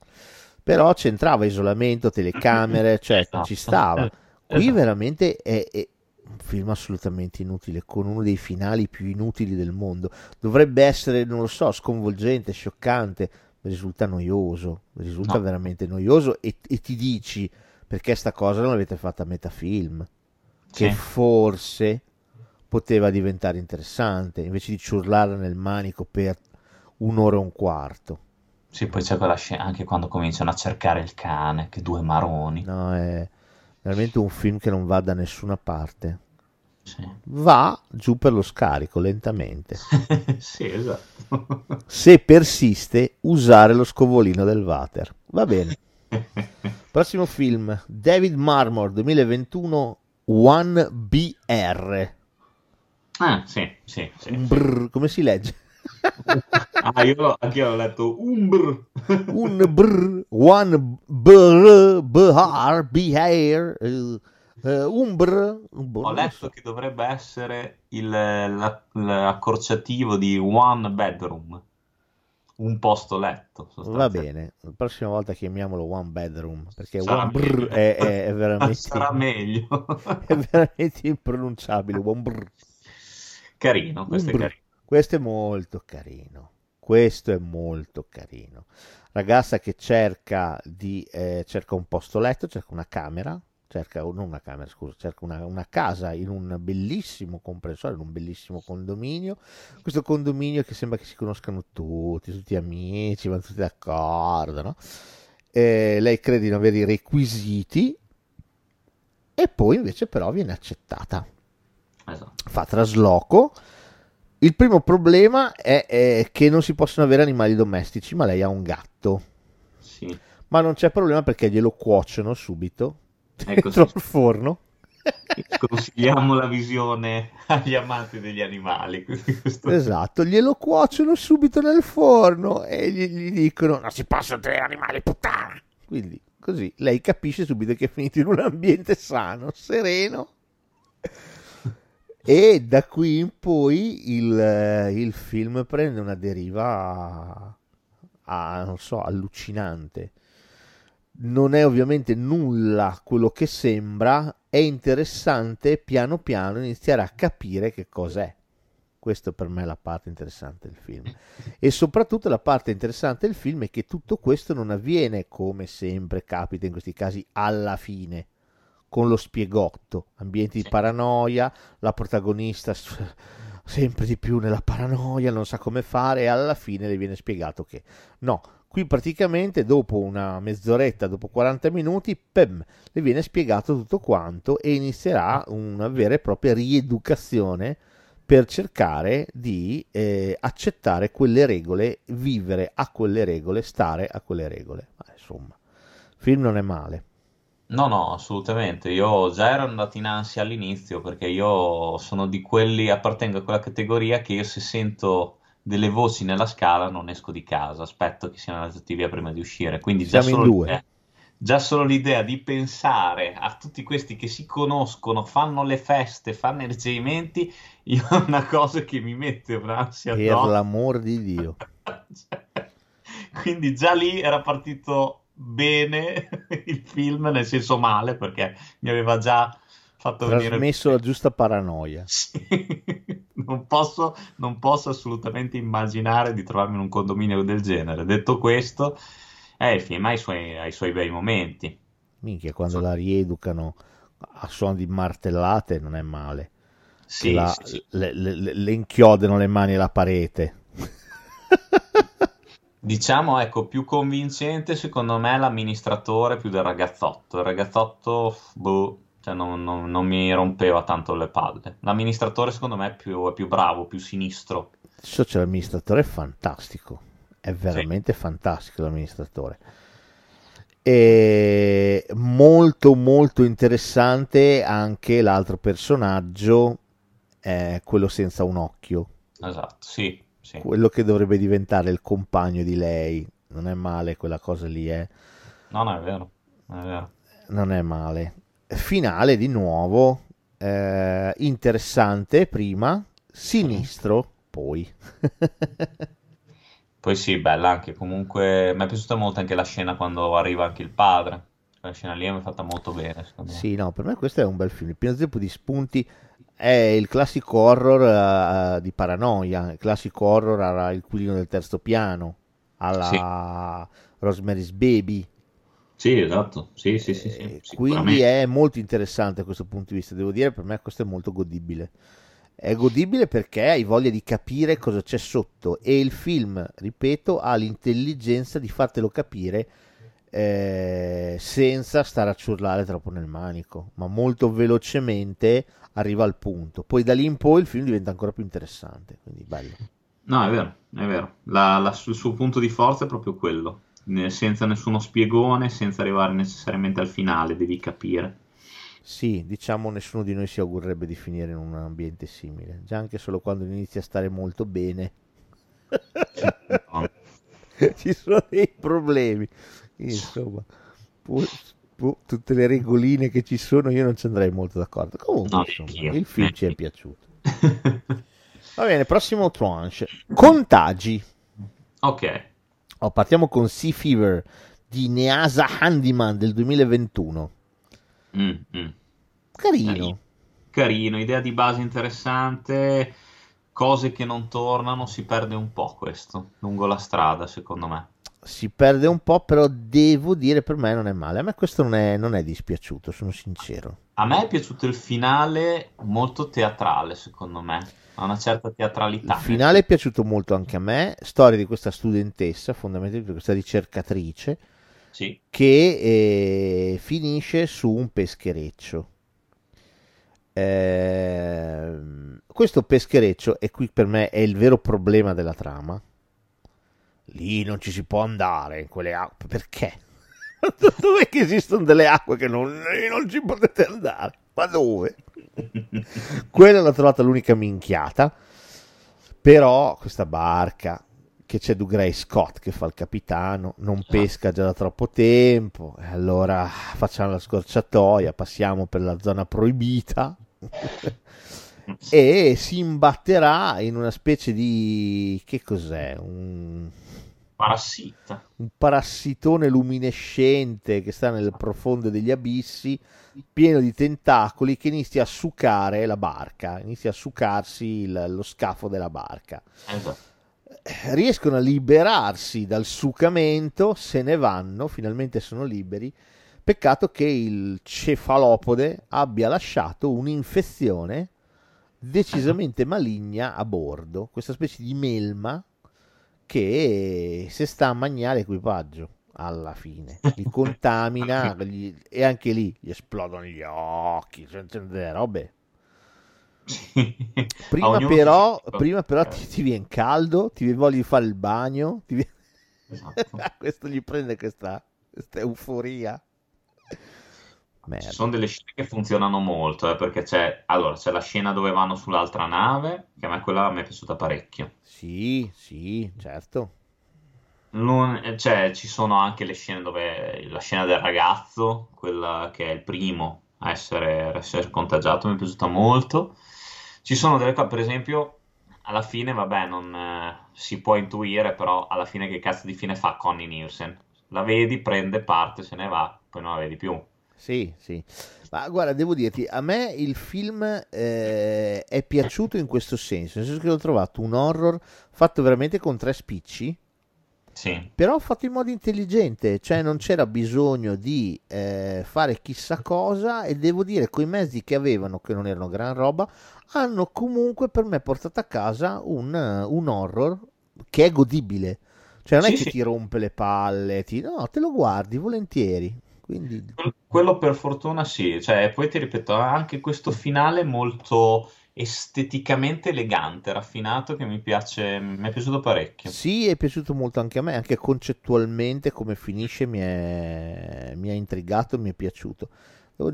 Però c'entrava isolamento, telecamere, cioè ci Esatto, stava. eh, Qui esatto. veramente è, è un film assolutamente inutile, con uno dei finali più inutili del mondo. Dovrebbe essere, non lo so, sconvolgente, scioccante, ma risulta noioso, risulta No, veramente noioso e, e ti dici perché sta cosa non l'avete fatta a metà film, che sì, forse poteva diventare interessante, invece di ciurlarla nel manico per un'ora e un quarto. sì, poi c'è quella scena anche quando cominciano a cercare il cane, che due maroni. No, è veramente un film che non va da nessuna parte. Sì, Va giù per lo scarico lentamente. sì, esatto. Se persiste, usare lo scovolino del water. Va bene. Prossimo film, David Marmor duemilaventuno, uno B R. Ah, sì, sì, sì, Un sì. brr, come si legge? Ah, io anche ho letto Umbr. Un brr, one brr, br, br, eh, eh, un brr, boh, Ho non lo letto so. che dovrebbe essere il- la- l'accorciativo di one bedroom, un posto letto, Va sostanzialmente. bene, la prossima volta chiamiamolo one bedroom perché Sarà one brr meglio. è, è- è Sarà veramente, meglio. è veramente impronunciabile. One brr. Carino, Un questo è brr. carino. Questo è molto carino. Questo è molto carino. Ragazza che cerca di eh, cerca un posto letto, cerca una camera, cerca non una camera, scusa, cerca una, una casa in un bellissimo comprensorio, in un bellissimo condominio. Questo condominio che sembra che si conoscano tutti, tutti amici, vanno tutti d'accordo, no? Eh, lei crede di non avere i requisiti e poi invece però viene accettata. Esatto. Fa trasloco Il primo problema è, è che non si possono avere animali domestici, ma lei ha un gatto. Sì. Ma non c'è problema perché glielo cuociono subito Ecco, dentro sì. il forno. Consigliamo la visione agli amanti degli animali. quindi questo- Esatto, glielo cuociono subito nel forno e gli, gli dicono non si possono tenere animali, puttana. Quindi così lei capisce subito che è finito in un ambiente sano, sereno. E da qui in poi il, eh, il film prende una deriva, a, non so, allucinante. Non è ovviamente nulla quello che sembra, è interessante piano piano iniziare a capire che cos'è. Questa per me è la parte interessante del film. E soprattutto la parte interessante del film è che tutto questo non avviene, come sempre capita in questi casi, alla fine, con lo spiegotto, ambienti di paranoia, la protagonista s- sempre di più nella paranoia, non sa come fare e alla fine le viene spiegato che no, qui praticamente dopo una mezz'oretta, dopo quaranta minuti, pem, le viene spiegato tutto quanto e inizierà una vera e propria rieducazione per cercare di eh, accettare quelle regole, vivere a quelle regole, stare a quelle regole. Ma insomma, il film non è male. No, no, assolutamente. Io già ero andato in ansia all'inizio perché io sono di quelli, appartengo a quella categoria che io se sento delle voci nella scala non esco di casa, aspetto che siano andati via prima di uscire. Quindi già Siamo in solo due. l'idea, già solo l'idea di pensare a tutti questi che si conoscono, fanno le feste, fanno i ricevimenti, io è una cosa che mi mette un'ansia Per addosso. l'amor di Dio. Cioè, quindi già lì era partito bene il film, nel senso male, perché mi aveva già fatto venire... Trasmesso la giusta paranoia. Sì. Non posso, non posso assolutamente immaginare di trovarmi in un condominio del genere. Detto questo, eh, il film ha i suoi, ha i suoi bei momenti. Minchia, quando la rieducano a suono di martellate non è male. Che Sì, la- sì, sì. le, le- le- le inchiodano le mani alla parete. Diciamo, ecco, più convincente secondo me l'amministratore più del ragazzotto. Il ragazzotto, boh, cioè non, non- non mi rompeva tanto le palle. L'amministratore secondo me è più, è più bravo, più sinistro. Adesso c'è l'amministratore, è fantastico. È Sì, veramente fantastico l'amministratore. E molto molto interessante anche l'altro personaggio, eh, quello senza un occhio, esatto, sì, sì. quello che dovrebbe diventare il compagno di lei. Non è male quella cosa lì, eh. No, no, è vero, è vero. Non è male. Finale di nuovo, eh, interessante prima, sinistro poi. Poi sì, bella anche, comunque mi è piaciuta molto anche la scena quando arriva anche il padre. Quella scena lì mi è fatta molto bene, secondo me. Sì, no, per me questo è un bel film. Il pieno zeppo di spunti è il classico horror eh, di paranoia, il classico horror alla Il Cugino del terzo piano, Sì, alla Rosemary's Baby. sì, esatto, sì, sì, sì, sì, Eh, quindi sicuramente. è molto interessante da questo punto di vista. Devo dire, per me questo è molto godibile. È godibile perché hai voglia di capire cosa c'è sotto e il film, ripeto, ha l'intelligenza di fartelo capire eh, senza stare a ciurlare troppo nel manico, ma molto velocemente arriva al punto. Poi da lì in poi il film diventa ancora più interessante, quindi bello. No, è vero, è vero. La- la- il suo punto di forza è proprio quello. Ne- senza nessuno spiegone, senza arrivare necessariamente al finale, devi capire. Sì, diciamo nessuno di noi si augurrebbe di finire in un ambiente simile, già anche solo quando inizia a stare molto bene. No. Ci sono dei problemi. Insomma, pu- pu- tutte le regoline che ci sono, io non ci andrei molto d'accordo. Comunque, No, insomma, neanch'io, il film ci è neanch'io. piaciuto. Va bene, prossimo tranche. Contagi. Ok. Oh, partiamo con Sea Fever di Neasa Handyman del duemilaventuno. Mm, mm. Carino. Carino. Carino, idea di base interessante, cose che non tornano, si perde un po' questo, lungo la strada, secondo me. Si perde un po', però devo dire per me non è male. A me questo non è, non è dispiaciuto, sono sincero. A me è piaciuto il finale molto teatrale, secondo me, ha una certa Il teatralità nel finale è film. piaciuto molto anche a me. Storia di questa studentessa, fondamentalmente di questa ricercatrice, Sì, che eh, finisce su un peschereccio. Ehm, questo peschereccio, e qui per me è il vero problema della trama, lì non ci si può andare in quelle acque, perché? Dov'è che esistono delle acque che non, non ci potete andare? Ma dove? Quella l'ho trovata l'unica minchiata, però questa barca, che c'è Dougray Scott che fa il capitano, non pesca già da troppo tempo, e allora facciamo la scorciatoia, passiamo per la zona proibita e si imbatterà in una specie di, che cos'è? Un parassita, un parassitone luminescente che sta nel profondo degli abissi, pieno di tentacoli, che inizia a succare la barca, inizia a succarsi il, lo scafo della barca. Esatto. Riescono a liberarsi dal succamento, se ne vanno, finalmente sono liberi. Peccato che il cefalopode abbia lasciato un'infezione decisamente maligna a bordo, questa specie di melma che si sta a mangiare l'equipaggio alla fine, li contamina gli, e anche lì gli esplodono gli occhi, cioè, cioè, delle robe. Prima però, prima però ti, ti viene caldo, ti voglia fare il bagno, ti viene... esatto. Questo gli prende questa, questa euforia. Merda. Ci sono delle scene che funzionano molto, eh, perché c'è, allora, c'è la scena dove vanno sull'altra nave, che a me quella mi è piaciuta parecchio. Sì, sì, certo. Non, cioè, ci sono anche le scene dove la scena del ragazzo, quella che è il primo a essere, a essere contagiato, mi è piaciuta molto. Ci sono delle cose, per esempio, alla fine, vabbè, non eh, si può intuire, però alla fine che cazzo di fine fa Connie Nielsen? La vedi, prende parte, se ne va, poi non la vedi più. Sì, sì. Ma guarda, devo dirti, a me il film eh, è piaciuto in questo senso, nel senso che l'ho trovato un horror fatto veramente con tre spicci. Sì. Però fatto in modo intelligente, cioè non c'era bisogno di eh, fare chissà cosa, e devo dire coi mezzi che avevano, che non erano gran roba, hanno comunque per me portato a casa un, un horror che è godibile, cioè non Sì, è che sì. ti rompe le palle, ti, no, te lo guardi volentieri. Quindi... Quello per fortuna sì, cioè, poi ti ripeto, ha anche questo finale molto esteticamente elegante, raffinato, che mi piace, mi è piaciuto parecchio. Sì, è piaciuto molto anche a me, anche concettualmente come finisce mi è, mi ha intrigato, mi è piaciuto. Devo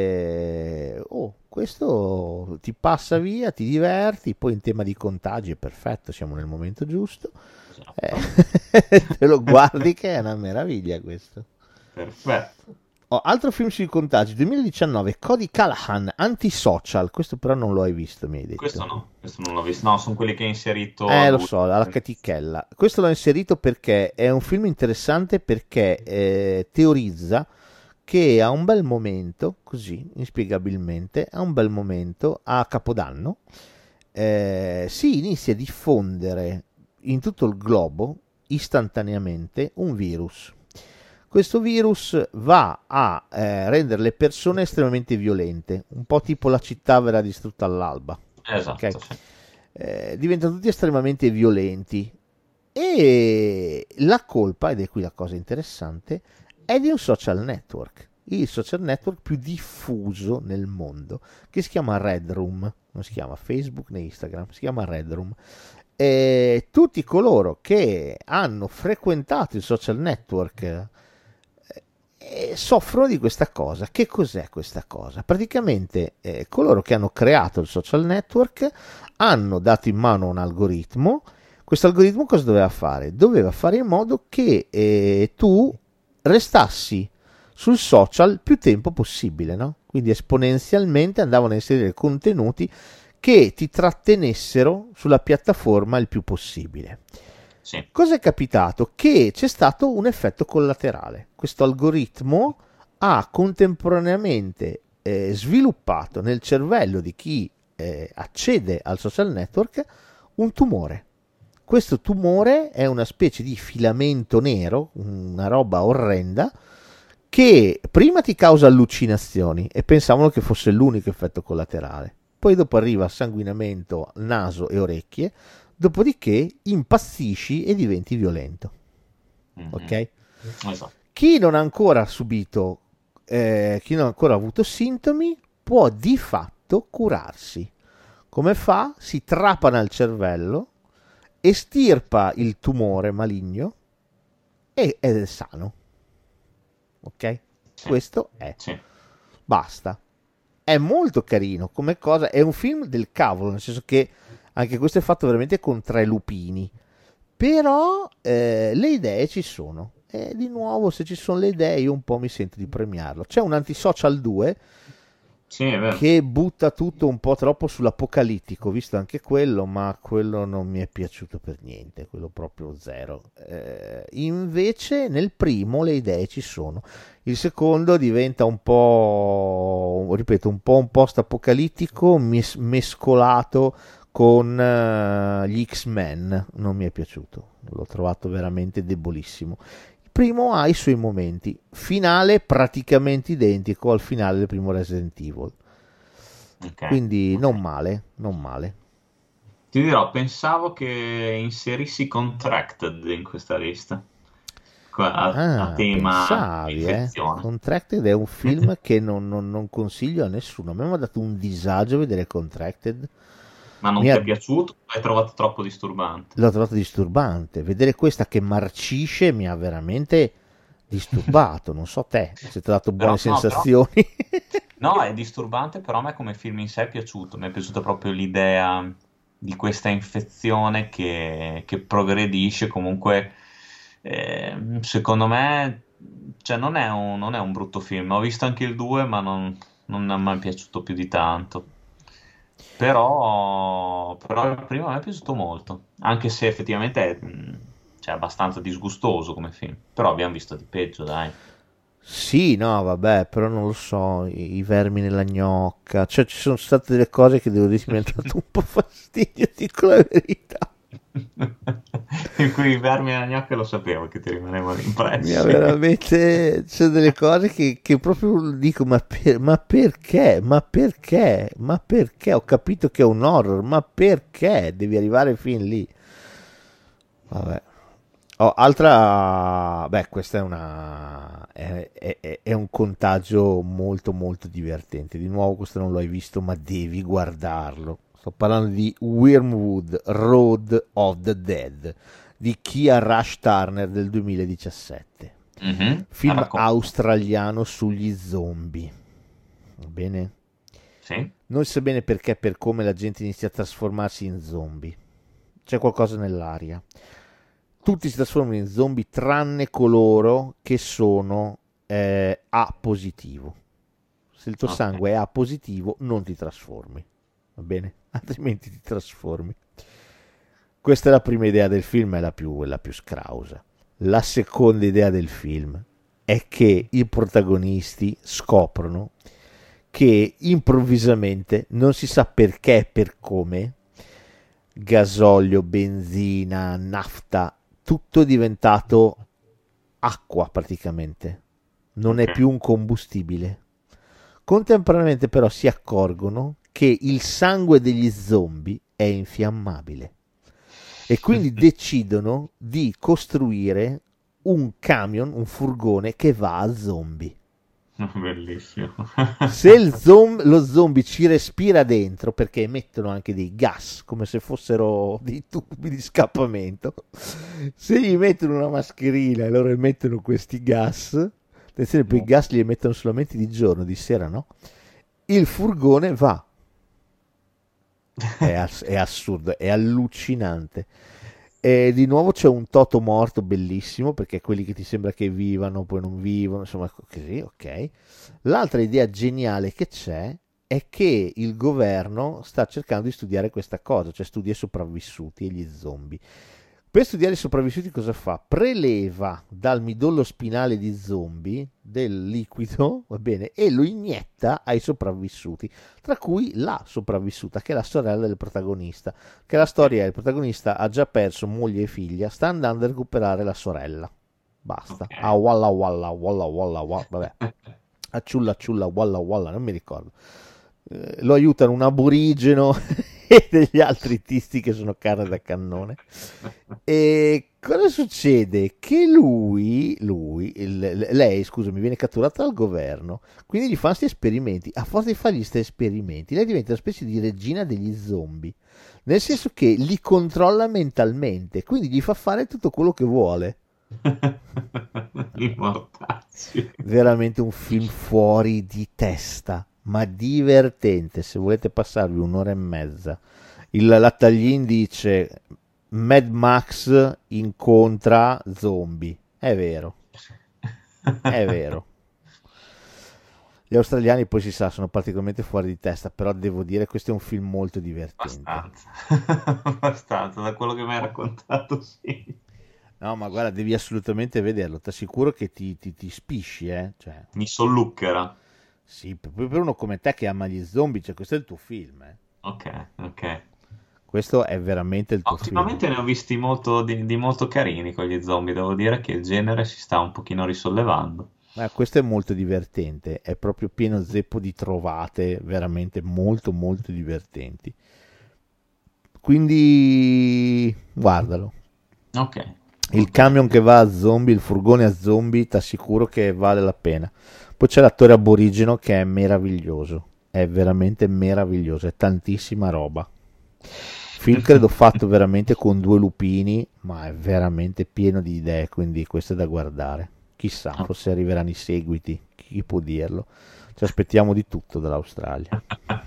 dire, oh, questo ti passa via, ti diverti, poi in tema di contagi è perfetto, siamo nel momento giusto. Esatto. Eh, te lo guardi che è una meraviglia questo. Perfetto. Oh, altro film sui contagi, duemiladiciannove, Cody Callahan, Antisocial, questo però non lo hai visto, mi hai detto. Questo no, questo non l'ho visto, no, sono quelli che hai inserito. Eh, lo lui. so, alla chetichella. Questo l'ho inserito perché è un film interessante, perché eh, teorizza che a un bel momento, così, inspiegabilmente, a un bel momento, a Capodanno, eh, si inizia a diffondere in tutto il globo, istantaneamente, un virus. Questo virus va a eh, rendere le persone estremamente violente, un po' tipo La città verrà distrutta all'alba. Esatto, Okay? sì. Eh, diventano tutti estremamente violenti, e la colpa, ed è qui la cosa interessante, è di un social network, il social network più diffuso nel mondo, che si chiama Red Room, non si chiama Facebook né Instagram, si chiama Red Room. E tutti coloro che hanno frequentato il social network eh, soffrono di questa cosa. Che cos'è questa cosa? Praticamente eh, coloro che hanno creato il social network hanno dato in mano un algoritmo. Questo algoritmo cosa doveva fare? Doveva fare in modo che eh, tu restassi sul social più tempo possibile, no? Quindi esponenzialmente andavano a inserire contenuti che ti trattenessero sulla piattaforma il più possibile. Sì. Cosa è capitato? Che c'è stato un effetto collaterale. Questo algoritmo ha contemporaneamente eh, sviluppato nel cervello di chi eh, accede al social network un tumore. Questo tumore è una specie di filamento nero, una roba orrenda, che prima ti causa allucinazioni e pensavano che fosse l'unico effetto collaterale. Poi dopo arriva sanguinamento, naso e orecchie, dopodiché impazzisci e diventi violento. Mm-hmm. Ok? Esatto. Chi non ha ancora subito, eh, chi non ha ancora avuto sintomi, può di fatto curarsi Come fa? Si trapana il cervello, estirpa il tumore maligno e ed è sano. Ok? Sì. Questo è. Sì. Basta. È molto carino come cosa, è un film del cavolo, nel senso che anche questo è fatto veramente con tre lupini, però eh, le idee ci sono, e di nuovo se ci sono le idee io un po' mi sento di premiarlo. C'è un Antisocial due Sì, è vero. che butta tutto un po' troppo sull'apocalittico, ho visto anche quello, ma quello non mi è piaciuto per niente, quello proprio zero. Eh, invece nel primo le idee ci sono, il secondo diventa un po', ripeto, un po' un post-apocalittico mes- mescolato con uh, gli X-Men, non mi è piaciuto, l'ho trovato veramente debolissimo. Il primo ha i suoi momenti, finale praticamente identico al finale del primo Resident Evil, Ok. quindi Ok. non male, non male. Ti dirò, pensavo che inserissi Contracted in questa lista. Qua- A, a Ah, tema pensavi, eh? infezione. Contracted è un film che non, non- non consiglio a nessuno, a me mi ha dato un disagio vedere Contracted. Ma non Mi ti ha- è piaciuto? L'hai trovato troppo disturbante? L'ho trovato disturbante, vedere questa che marcisce mi ha veramente disturbato, non so te, se ti ha dato buone Però- no, però- sensazioni. No, è disturbante, però a me come film in sé è piaciuto. Mi è piaciuta proprio l'idea di questa infezione che, che progredisce. Comunque, eh, secondo me, cioè, non è un, non è un brutto film. Ho visto anche il due, ma non, non mi è mai piaciuto più di tanto. Però, però il primo a me è piaciuto molto, anche se effettivamente è, mh, cioè, abbastanza disgustoso come film. Però abbiamo visto di peggio, dai. Sì, no, vabbè, però non lo so, i, i vermi nella gnocca, cioè ci sono state delle cose che devo dire che mi hanno dato un po' fastidio, dico la verità. In cui i vermi nella gnocca lo sapevo che ti rimanevano Mi ha impressi. veramente, c'è delle cose che, che proprio dico, ma, per- ma perché? Ma perché? Ma perché? Ho capito che è un horror, ma perché devi arrivare fin lì? Vabbè. Oh, altra, beh, questa è una, è, è- è un contagio molto molto divertente. Di nuovo, questo non l'hai visto, ma devi guardarlo. Sto parlando di Wormwood Road of the Dead di Kia Rush Turner del duemiladiciassette. Mhm. Film Racconta. australiano sugli zombie. Va bene? Sì? Non si sa bene perché e per come la gente inizia a trasformarsi in zombie. C'è qualcosa nell'aria. Tutti si trasformano in zombie tranne coloro che sono eh, A positivo. Se il tuo Ok. sangue è A positivo, non ti trasformi. Va bene? Altrimenti ti trasformi. Questa è la prima idea del film, è la più, la più scrausa. La seconda idea del film è che i protagonisti scoprono che improvvisamente, non si sa perché e per come, gasolio, benzina, nafta, tutto è diventato acqua praticamente, non è Ok. più un combustibile. Contemporaneamente però si accorgono che il sangue degli zombie è infiammabile e quindi decidono di costruire un camion, un furgone che va a zombie. Bellissimo. Se il zom- lo zombie ci respira dentro, perché emettono anche dei gas come se fossero dei tubi di scappamento, se gli mettono una mascherina e loro emettono questi gas, attenzione, poi i gas li emettono solamente di giorno, di sera no, il furgone va. È, ass- è assurdo, è allucinante. E di nuovo c'è un toto morto bellissimo, perché quelli che ti sembra che vivano poi non vivono, insomma così, ok. L'altra idea geniale che c'è è che il governo sta cercando di studiare questa cosa, cioè studia i sopravvissuti e gli zombie. Per studiare i sopravvissuti cosa fa? Preleva dal midollo spinale di zombie del liquido, va bene, e lo inietta ai sopravvissuti, tra cui la sopravvissuta, che è la sorella del protagonista, che la storia è il protagonista ha già perso moglie e figlia, sta andando a recuperare la sorella. Basta. Ok. A walla walla walla walla walla, vabbè. A ciulla ciulla walla walla, non mi ricordo. Eh, lo aiutano un aborigeno e degli altri tisti che sono carne da cannone. E cosa succede? Che lui, lui il, lei, scusami, viene catturata dal governo, quindi gli fanno questi esperimenti. A forza di fargli questi esperimenti, lei diventa una specie di regina degli zombie, nel senso che li controlla mentalmente, quindi gli fa fare tutto quello che vuole. I mortacci. Veramente un film fuori di testa, ma divertente. Se volete passarvi un'ora e mezza, il Lattaglin dice Mad Max incontra zombie, è vero, è vero. Gli australiani poi si sa sono particolarmente fuori di testa, però devo dire questo è un film molto divertente. Abbastanza, abbastanza, da quello che mi hai raccontato, sì. No, ma guarda, devi assolutamente vederlo, ti assicuro che ti, ti, ti spisci, eh? Cioè, Mi sollucchera. sì, per, per uno come te che ama gli zombie, cioè, questo è il tuo film, eh? Ok, ok. Questo è veramente il tuo Ultimamente film. ne ho visti molto, di, di molto carini con gli zombie, devo dire che il genere si sta un pochino risollevando. Eh, questo è molto divertente, è proprio pieno zeppo di trovate veramente molto molto divertenti. Quindi guardalo. Ok. Il camion che va a zombie, il furgone a zombie, ti assicuro che vale la pena. Poi c'è l'attore aborigeno che è meraviglioso, è veramente meraviglioso, è tantissima roba. Film credo fatto veramente con due lupini, ma è veramente pieno di idee, quindi questo è da guardare. Chissà, forse arriveranno i seguiti, chi può dirlo. Ci aspettiamo di tutto dall'Australia.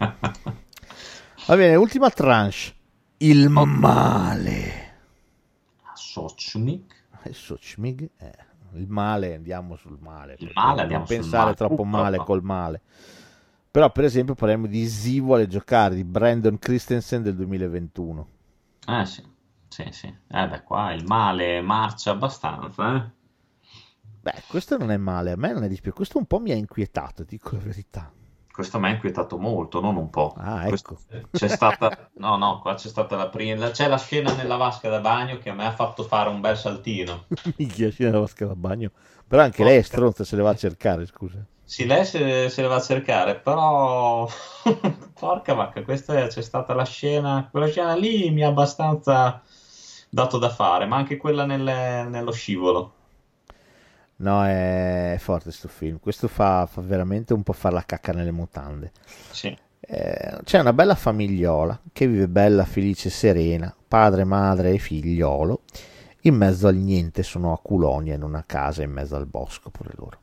Va bene, ultima tranche. Il male. Sochmig? Sochmig, eh, il male, andiamo sul male. Il male, andiamo non sul pensare male. troppo Uh, male troppo. col male. Però per esempio parliamo di Zi vuole giocare di Brandon Christensen del duemilaventuno. Eh sì, sì, sì. Eh beh, qua il male marcia abbastanza, eh. Beh, questo non è male, a me non è dispiaciuto, questo un po' mi ha inquietato, dico la verità. Questo mi ha inquietato molto, non un po'. Ah, Questo- ecco. C'è stata, no, no, qua c'è stata la prima, c'è la scena nella vasca da bagno che a me ha fatto fare un bel saltino. Minchia, scena della vasca da bagno. Però anche lei è stronza, se le va a cercare, scusa. Sì, lei se, se le va a cercare, però porca vacca, questa è- c'è stata la scena, quella scena lì mi ha abbastanza dato da fare, ma anche quella nelle- nello scivolo. No, è forte sto film. Questo fa, fa veramente un po' far la cacca nelle mutande. Sì. Eh, c'è una bella famigliola che vive bella, felice e serena, padre, madre e figliolo. In mezzo al niente sono a Culonia in una casa in mezzo al bosco, pure loro.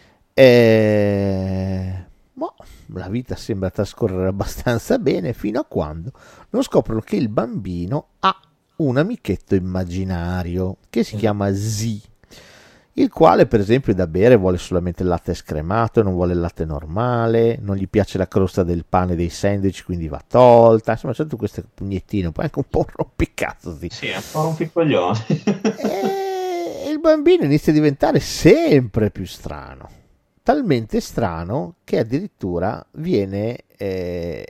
E... boh, la vita sembra trascorrere abbastanza bene fino a quando non scoprono che il bambino ha un amichetto immaginario che si chiama Z, il quale per esempio da bere vuole solamente il latte scremato, non vuole il latte normale, non gli piace la crosta del pane dei sandwich, quindi va tolta, insomma c'è tutto questo pugnettino, poi anche un po' un rompicazzo sì. Sì, è un po' un piccoglione. E il bambino inizia a diventare sempre più strano, talmente strano che addirittura viene, eh,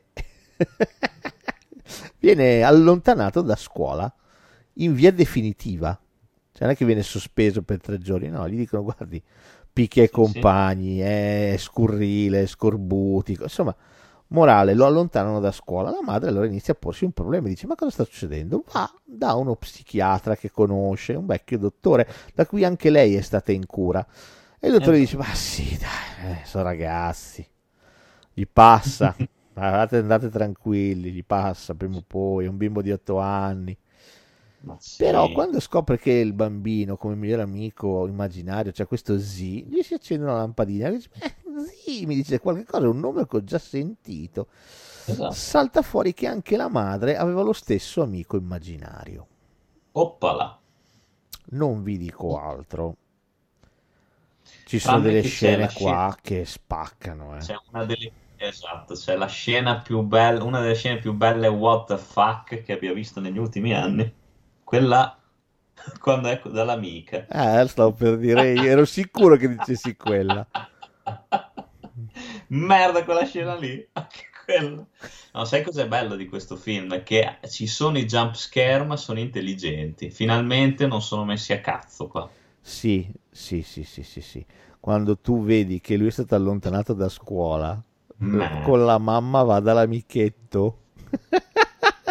viene allontanato da scuola in via definitiva. Cioè non è che viene sospeso per tre giorni, no, gli dicono guardi, picchia i Sì, compagni, è scurrile, è scorbutico, insomma, morale, lo allontanano da scuola. La madre allora inizia a porsi un problema, dice ma cosa sta succedendo? Va da uno psichiatra che conosce, un vecchio dottore, da cui anche lei è stata in cura. E il dottore Eh, dice ma sì, dai, eh, sono ragazzi, gli passa, andate, andate tranquilli, gli passa prima o poi, è un bimbo di otto anni. ma sì. Però quando scopre che il bambino come migliore amico immaginario, cioè questo Z, gli si accende una lampadina e dice, eh, Z, mi dice qualche cosa, è un nome che ho già sentito. Esatto. Salta fuori che anche la madre aveva lo stesso amico immaginario. Oppala. Non vi dico altro. Ci sono Tranne delle che c'è scene la qua scena, che spaccano, eh. c'è una delle, esatto, c'è la scena più bella, una delle scene più belle what the fuck che abbia visto negli ultimi anni. Quella quando è dall'amica. Eh, stavo per dire, io ero sicuro che dicessi quella. Merda quella scena lì, anche quella. No, sai cos'è bello di questo film? Che ci sono i jump scare ma sono intelligenti. Finalmente non sono messi a cazzo qua. Sì, sì, sì, sì, sì, sì. Quando tu vedi che lui è stato allontanato da scuola, Merda. con la mamma va dall'amichetto.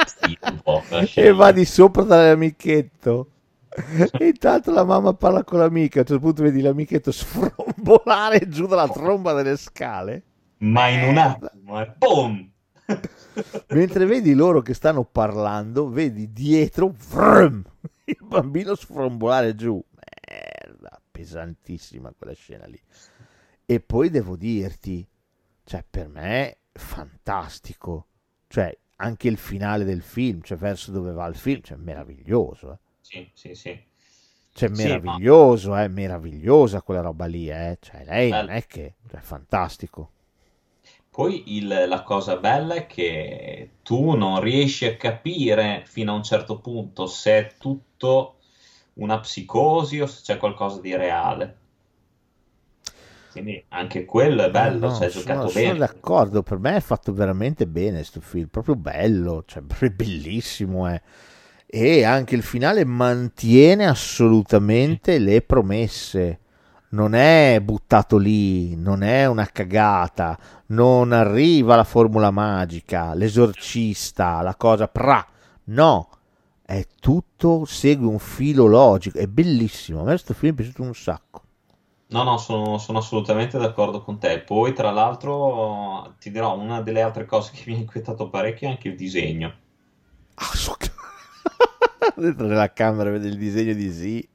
può. E va di sopra dall'amichetto. E intanto la mamma parla con l'amica. A un certo punto vedi l'amichetto sfrombolare giù dalla tromba delle scale. Ma in un attimo, eh. Boom! Mentre vedi loro che stanno parlando, vedi dietro vrum, il bambino sfrombolare giù. Merda, pesantissima quella scena lì. E poi devo dirti, cioè per me fantastico, cioè anche il finale del film, cioè verso dove va il film, cioè meraviglioso, eh. Sì, sì, sì. Cioè Sì, meraviglioso, ma... eh, meravigliosa quella roba lì, eh. Cioè lei Bello. non è che, cioè fantastico. Poi il- la cosa bella è che tu non riesci a capire fino a un certo punto se è tutto una psicosi o se c'è qualcosa di reale. Quindi anche quello è bello, No, cioè è sono, giocato sono bene. d'accordo, per me è fatto veramente bene sto film, proprio bello, cioè proprio bellissimo, eh. E anche il finale mantiene assolutamente le promesse, non è buttato lì, non è una cagata, non arriva la formula magica, l'esorcista, la cosa pra, no, è tutto, segue un filo logico, è bellissimo, a me questo film è piaciuto un sacco. No, no, sono, sono assolutamente d'accordo con te. Poi, tra l'altro, ti dirò, una delle altre cose che mi ha inquietato parecchio è anche il disegno. Ah, so che... dentro nella camera vede il disegno di sì.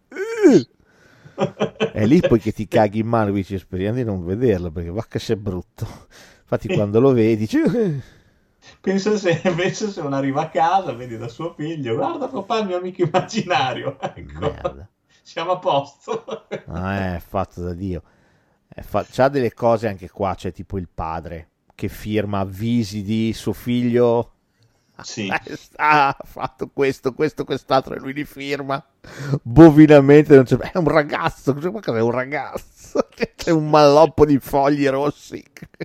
È lì poi che ti caghi in mano, dici speriamo di non vederlo perché va che c'è brutto. Infatti quando lo vedi dici, Pensa se invece se uno arriva a casa, vedi da suo figlio, guarda papà il mio amico immaginario. Ecco, merda. siamo a posto. Ah, è fatto da Dio. È fa... C'ha delle cose anche qua, c'è tipo il padre che firma avvisi di suo figlio. Sì. Ha fatto questo, questo, quest'altro e lui li firma bovinamente. Non c'è... È un ragazzo, cos'è è un ragazzo? C'è un malloppo di fogli rossi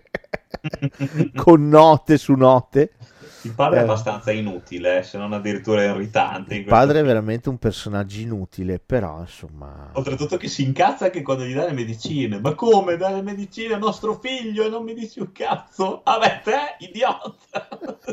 con note su note. Il padre è Eh. abbastanza inutile, eh, se non addirittura irritante. in Il questo padre è film. veramente un personaggio inutile, però insomma Oltretutto che si incazza anche quando gli dà le medicine. Ma come dare le medicine a nostro figlio e non mi dici un cazzo? Vabbè, te, idiota!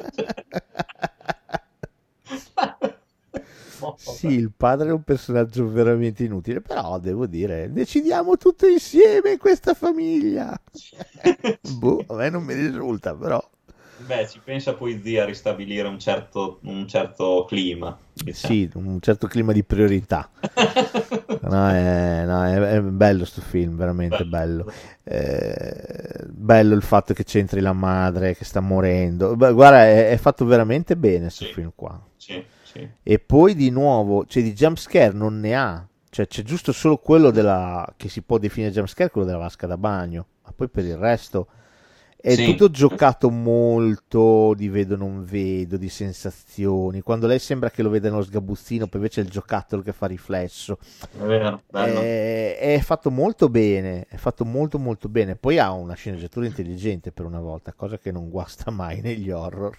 sì, il padre è un personaggio veramente inutile, però devo dire, decidiamo tutto insieme in questa famiglia. Boh, a me non mi risulta, però. Beh, ci pensa poi zia a ristabilire un certo, un certo clima. diciamo. Sì, un certo clima di priorità. No, è, no, è, è bello sto film, veramente bello. Eh, bello il fatto che c'entri la madre che sta morendo. Beh, guarda, è, è fatto veramente bene sto Sì. film qua. Sì, sì. E poi di nuovo, cioè di jumpscare non ne ha. Cioè c'è giusto solo quello della che si può definire jumpscare, quello della vasca da bagno. Ma poi per il resto è Sì. tutto giocato molto di vedo non vedo, di sensazioni. Quando lei sembra che lo veda nello sgabuzzino, poi invece è il giocattolo che fa riflesso. È vero, bello. È, è fatto molto bene, è fatto molto molto bene. Poi ha una sceneggiatura intelligente per una volta, cosa che non guasta mai negli horror.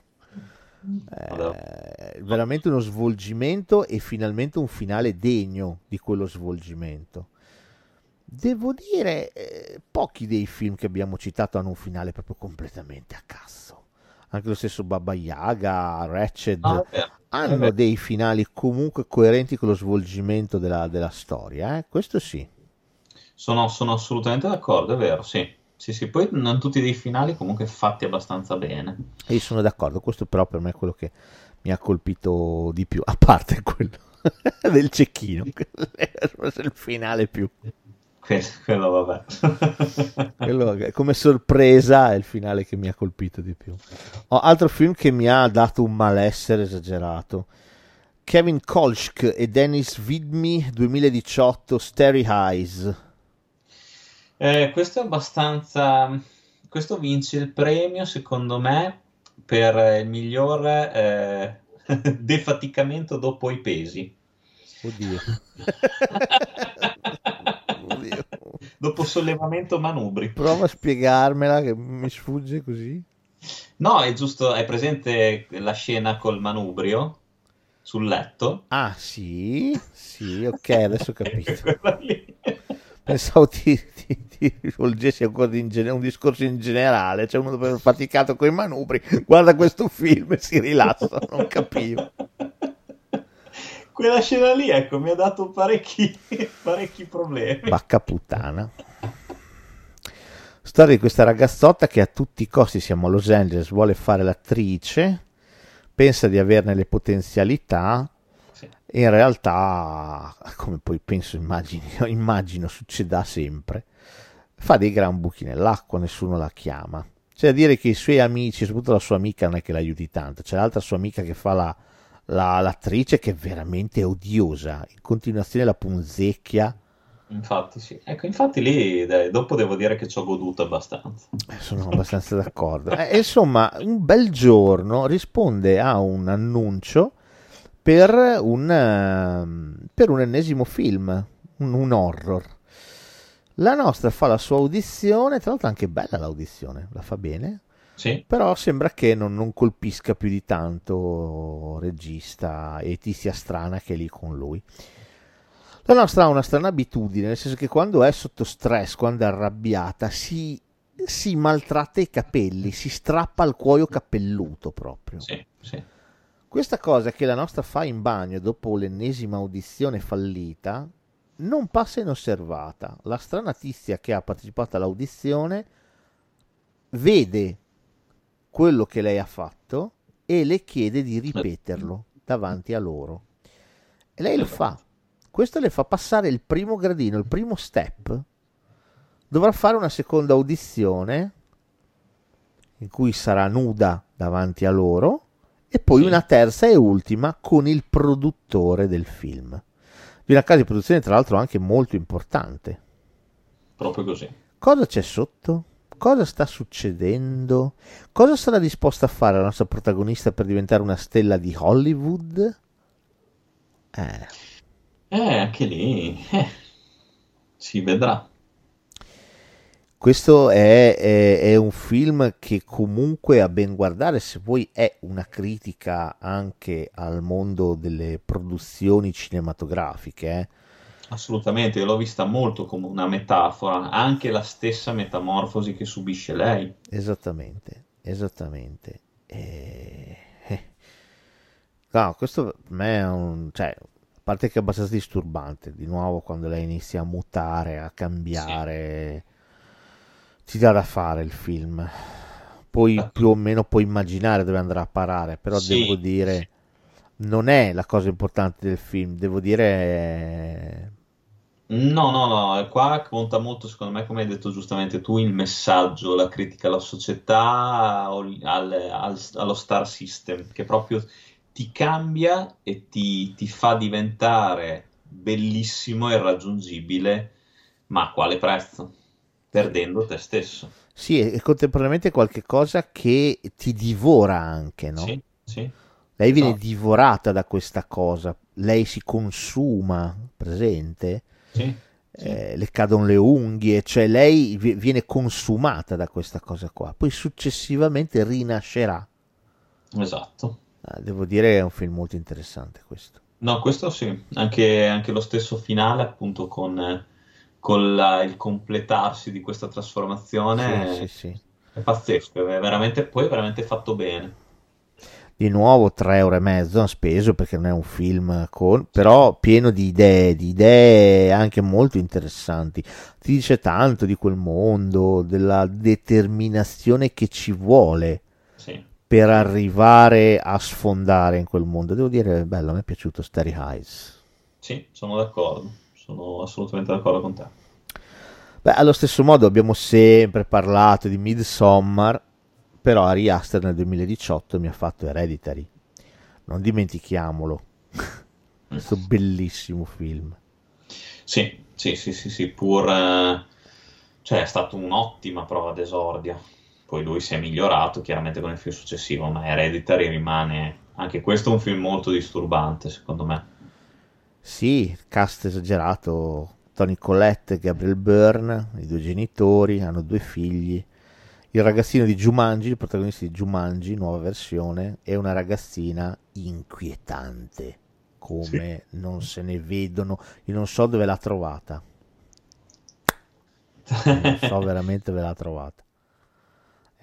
È veramente uno svolgimento e finalmente un finale degno di quello svolgimento. Devo dire, eh, pochi dei film che abbiamo citato hanno un finale proprio completamente a cazzo. Anche lo stesso Baba Yaga, Ratched, Ah, è vero, è hanno vero. dei finali comunque coerenti con lo svolgimento della, della storia, eh? Questo sì. Sono, sono assolutamente d'accordo, è vero, sì. Sì, sì, poi non tutti dei finali comunque fatti abbastanza bene. E io sono d'accordo, questo però per me è quello che mi ha colpito di più, a parte quello del cecchino, è il finale più. Quello, quello vabbè. Quello, come sorpresa è il finale che mi ha colpito di più. Ho altro film che mi ha dato un malessere esagerato. Kevin Kolschk e Dennis Vidmi, duemiladiciotto, Starry Eyes. Eh, questo è abbastanza... Questo vince il premio, secondo me, per il miglior eh, defaticamento dopo i pesi. Oddio. Oddio. Dopo sollevamento manubri. Prova a spiegarmela che mi sfugge così. No, è giusto, hai presente la scena col manubrio sul letto? Ah sì, sì, ok, adesso ho capito. Quella lì. Pensavo ti, ti, ti rivolgessi ancora in gene- un discorso in generale, cioè uno dopo aver faticato con i manubri, guarda questo film e si rilassa, non capivo. quella scena lì, ecco, mi ha dato parecchi, parecchi problemi. Bacca puttana. Storia di questa ragazzotta che a tutti i costi, siamo a Los Angeles, vuole fare l'attrice, pensa di averne le potenzialità, Sì. e in realtà, come poi penso, immagino, immagino succeda sempre, fa dei gran buchi nell'acqua, nessuno la chiama. C'è da dire che i suoi amici, soprattutto la sua amica, non è che l'aiuti tanto. C'è l'altra sua amica che fa la, la- l'attrice, che è veramente odiosa, in continuazione la punzecchia. Infatti sì, ecco, infatti lì dai, dopo devo dire che ci ho goduto abbastanza. Eh, Sono abbastanza d'accordo. Eh, insomma, un bel giorno risponde a un annuncio per un, ehm, per un ennesimo film, un, un horror. La nostra fa la sua audizione, tra l'altro anche bella l'audizione, la fa bene, Sì, però sembra che non, non colpisca più di tanto regista e ti sia strana che è lì con lui. La nostra ha una strana abitudine, nel senso che quando è sotto stress, quando è arrabbiata, si, si maltratta i capelli, si strappa il cuoio capelluto proprio. sì, sì. Questa cosa che la nostra fa in bagno dopo l'ennesima audizione fallita non passa inosservata. La strana tizia che ha partecipato all'audizione vede quello che lei ha fatto e le chiede di ripeterlo davanti a loro. E lei lo fa. Questo le fa passare il primo gradino, il primo step. Dovrà fare una seconda audizione in cui sarà nuda davanti a loro e poi Sì. una terza e ultima con il produttore del film. Di una casa di produzione tra l'altro anche molto importante. Proprio così. Cosa c'è sotto? Cosa sta succedendo? Cosa sarà disposta a fare la nostra protagonista per diventare una stella di Hollywood? Eh, Eh, anche lì eh, si vedrà. questo è, è- è un film che comunque a ben guardare, se vuoi, è una critica anche al mondo delle produzioni cinematografiche. eh. Assolutamente, io l'ho vista molto come una metafora, anche la stessa metamorfosi che subisce lei. Esattamente, esattamente. E- eh. No, questo per me è un... cioè, a parte che è abbastanza disturbante, di nuovo quando lei inizia a mutare, a cambiare, ti dà da fare il film. Poi più o meno puoi immaginare dove andrà a parare, però Sì, devo dire, non è la cosa importante del film, devo dire... eh, no, no, no, qua conta molto, secondo me, come hai detto giustamente tu, il messaggio, la critica alla società, o al- al- allo star system, che proprio ti cambia e ti, ti fa diventare bellissimo e raggiungibile, ma a quale prezzo? Perdendo te stesso. Sì, e contemporaneamente qualche cosa che ti divora anche, no? Sì, sì, Lei viene esatto. divorata da questa cosa, lei si consuma, presente? Sì, sì, Eh, le cadono le unghie, cioè lei vi- viene consumata da questa cosa qua, poi successivamente rinascerà. esatto. Ah, devo dire che è un film molto interessante questo. No, questo sì, anche, anche lo stesso finale, appunto, con, eh, con la- il completarsi di questa Sì, trasformazione sì, è, sì. è pazzesco, è veramente, poi è veramente fatto bene. Di nuovo tre euro e mezzo hanno speso perché non è un film con, Sì, però pieno di idee, di idee anche molto interessanti. Ti dice tanto di quel mondo, della determinazione che ci vuole sì, per sì, arrivare a sfondare in quel mondo. Devo dire, è bello, a me è piaciuto Starry Eyes. sì, sono d'accordo, sono assolutamente d'accordo con te. Beh, allo stesso modo abbiamo sempre parlato di Midsommar, però Ari Aster nel duemiladiciotto mi ha fatto Hereditary. Non dimentichiamolo, questo bellissimo film. Sì, sì, sì, sì, sì, pur, eh, cioè è stata un'ottima prova d'esordio. Poi lui si è migliorato chiaramente con il film successivo, ma Hereditary rimane anche questo un film molto disturbante, secondo me. Sì, cast esagerato, Toni Collette e Gabriel Byrne, i due genitori, hanno due figli. Il ragazzino di Jumanji, il protagonista di Jumanji, nuova versione, è una ragazzina inquietante, Sì. come non se ne vedono. Io non so dove l'ha trovata, non so veramente dove l'ha trovata.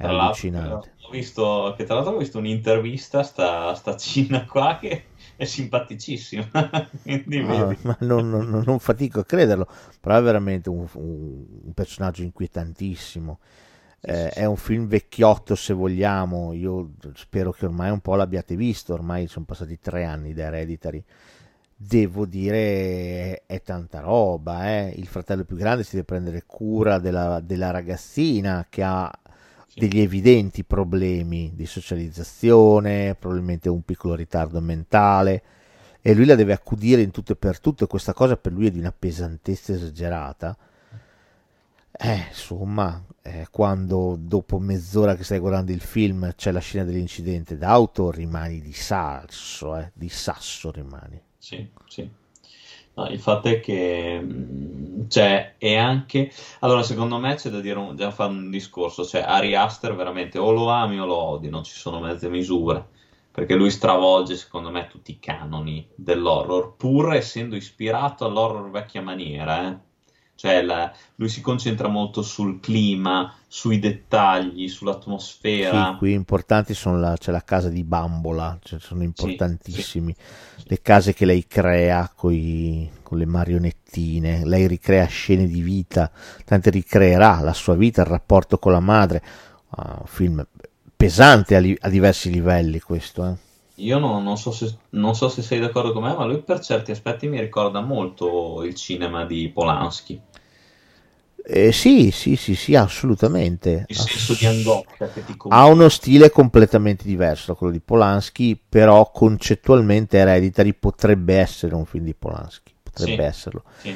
è Tra l'altro, allucinante. ho visto, che tra l'altro ho visto un'intervista, sta, sta Cina qua che è simpaticissima. Quindi No, vedi. ma non, non- non fatico a crederlo, però è veramente un, un- un personaggio inquietantissimo. Sì, sì, Eh, è sì. un film vecchiotto se vogliamo, io spero che ormai un po' l'abbiate visto, ormai sono passati tre anni da Hereditary. Devo dire, è, è tanta roba, eh. Il fratello più grande si deve prendere cura della, della ragazzina che ha Sì. degli evidenti problemi di socializzazione, probabilmente un piccolo ritardo mentale, e lui la deve accudire in tutto e per tutto, e questa cosa per lui è di una pesantezza esagerata. Eh, insomma, eh, quando dopo mezz'ora che stai guardando il film c'è la scena dell'incidente d'auto, rimani di sasso, eh, di sasso rimani. Sì, sì. No, il fatto è che mh, cioè, è anche allora, secondo me c'è da dire un, da fare un discorso, cioè Ari Aster veramente o lo ami o lo odi, non ci sono mezze misure, perché lui stravolge secondo me tutti i canoni dell'horror, pur essendo ispirato all'horror vecchia maniera, eh. Cioè la- lui si concentra molto sul clima, sui dettagli, Sì, sull'atmosfera. qui importanti sono la, c'è la casa di Bambola, cioè sono Sì, sì, importantissimi. sì, Le case che lei crea coi- con le marionettine, lei ricrea scene di vita, tanto ricreerà la sua vita, il rapporto con la madre. Ah, un film pesante a, li- a diversi livelli questo, eh. io no- non so se, non so se sei d'accordo con me, ma lui per certi aspetti mi ricorda molto il cinema di Polanski, Eh, sì, sì, sì, sì, assolutamente. il senso di Ass- angoscia che ti ha confonde. uno stile completamente diverso da quello di Polanski, però concettualmente Hereditary potrebbe essere un film di Polanski, potrebbe Sì, esserlo. sì,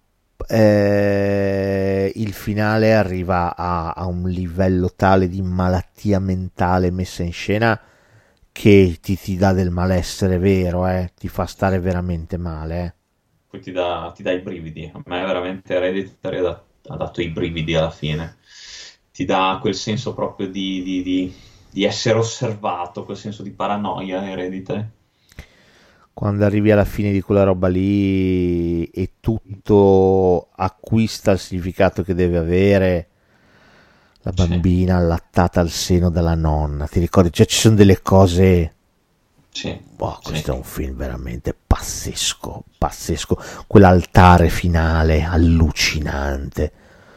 Eh, il finale arriva a, a un livello tale di malattia mentale messa in scena che ti, ti dà del malessere vero, eh, ti fa stare veramente male, eh. poi ti dà, ti dà i brividi. A me veramente Hereditary ha, dat- ha dato i brividi alla fine. Ti dà quel senso proprio di, di- di- di essere osservato, quel senso di paranoia Hereditary. Quando arrivi alla fine di quella roba lì e tutto acquista il significato che deve avere, la Sì, bambina allattata al seno dalla nonna, ti ricordi? Cioè ci sono delle cose. sì, Boh, sì, questo è un film veramente pazzesco, pazzesco. Quell'altare finale allucinante,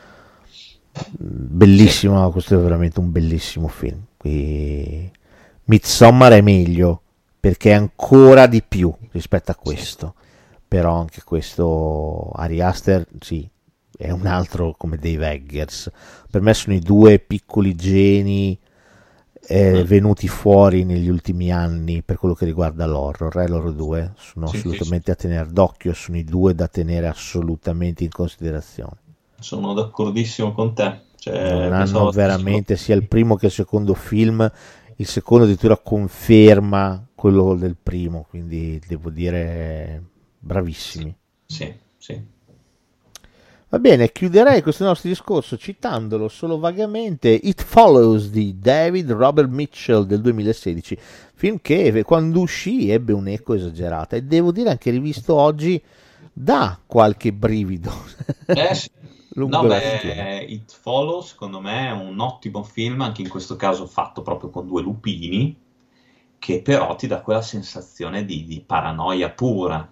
sì, bellissimo. Questo è veramente un bellissimo film. Qui Midsommar è meglio perché è ancora di più rispetto a sì. questo, però anche questo Ari Aster sì, è un altro come Dave Eggers. Per me sono i due piccoli geni eh, Mm. venuti fuori negli ultimi anni per quello che riguarda l'horror. Eh, loro due sono Sì, sì, sì. assolutamente a tenere d'occhio, sono i due da tenere assolutamente in considerazione. Sono d'accordissimo con te. Non Cioè, pensavo hanno la stessa cosa. veramente sia il primo che il secondo film, il secondo addirittura conferma quello del primo, quindi devo dire Sì, bravissimi. sì, sì. Va bene, chiuderei questo nostro discorso citandolo solo vagamente. It Follows di David Robert Mitchell del duemilasedici, film che quando uscì ebbe un'eco esagerata e devo dire anche rivisto oggi dà qualche brivido Eh, sì. No, lungo la schiena. beh, It Follows secondo me è un ottimo film, anche in questo caso fatto proprio con due lupini, che però ti dà quella sensazione di, di paranoia pura.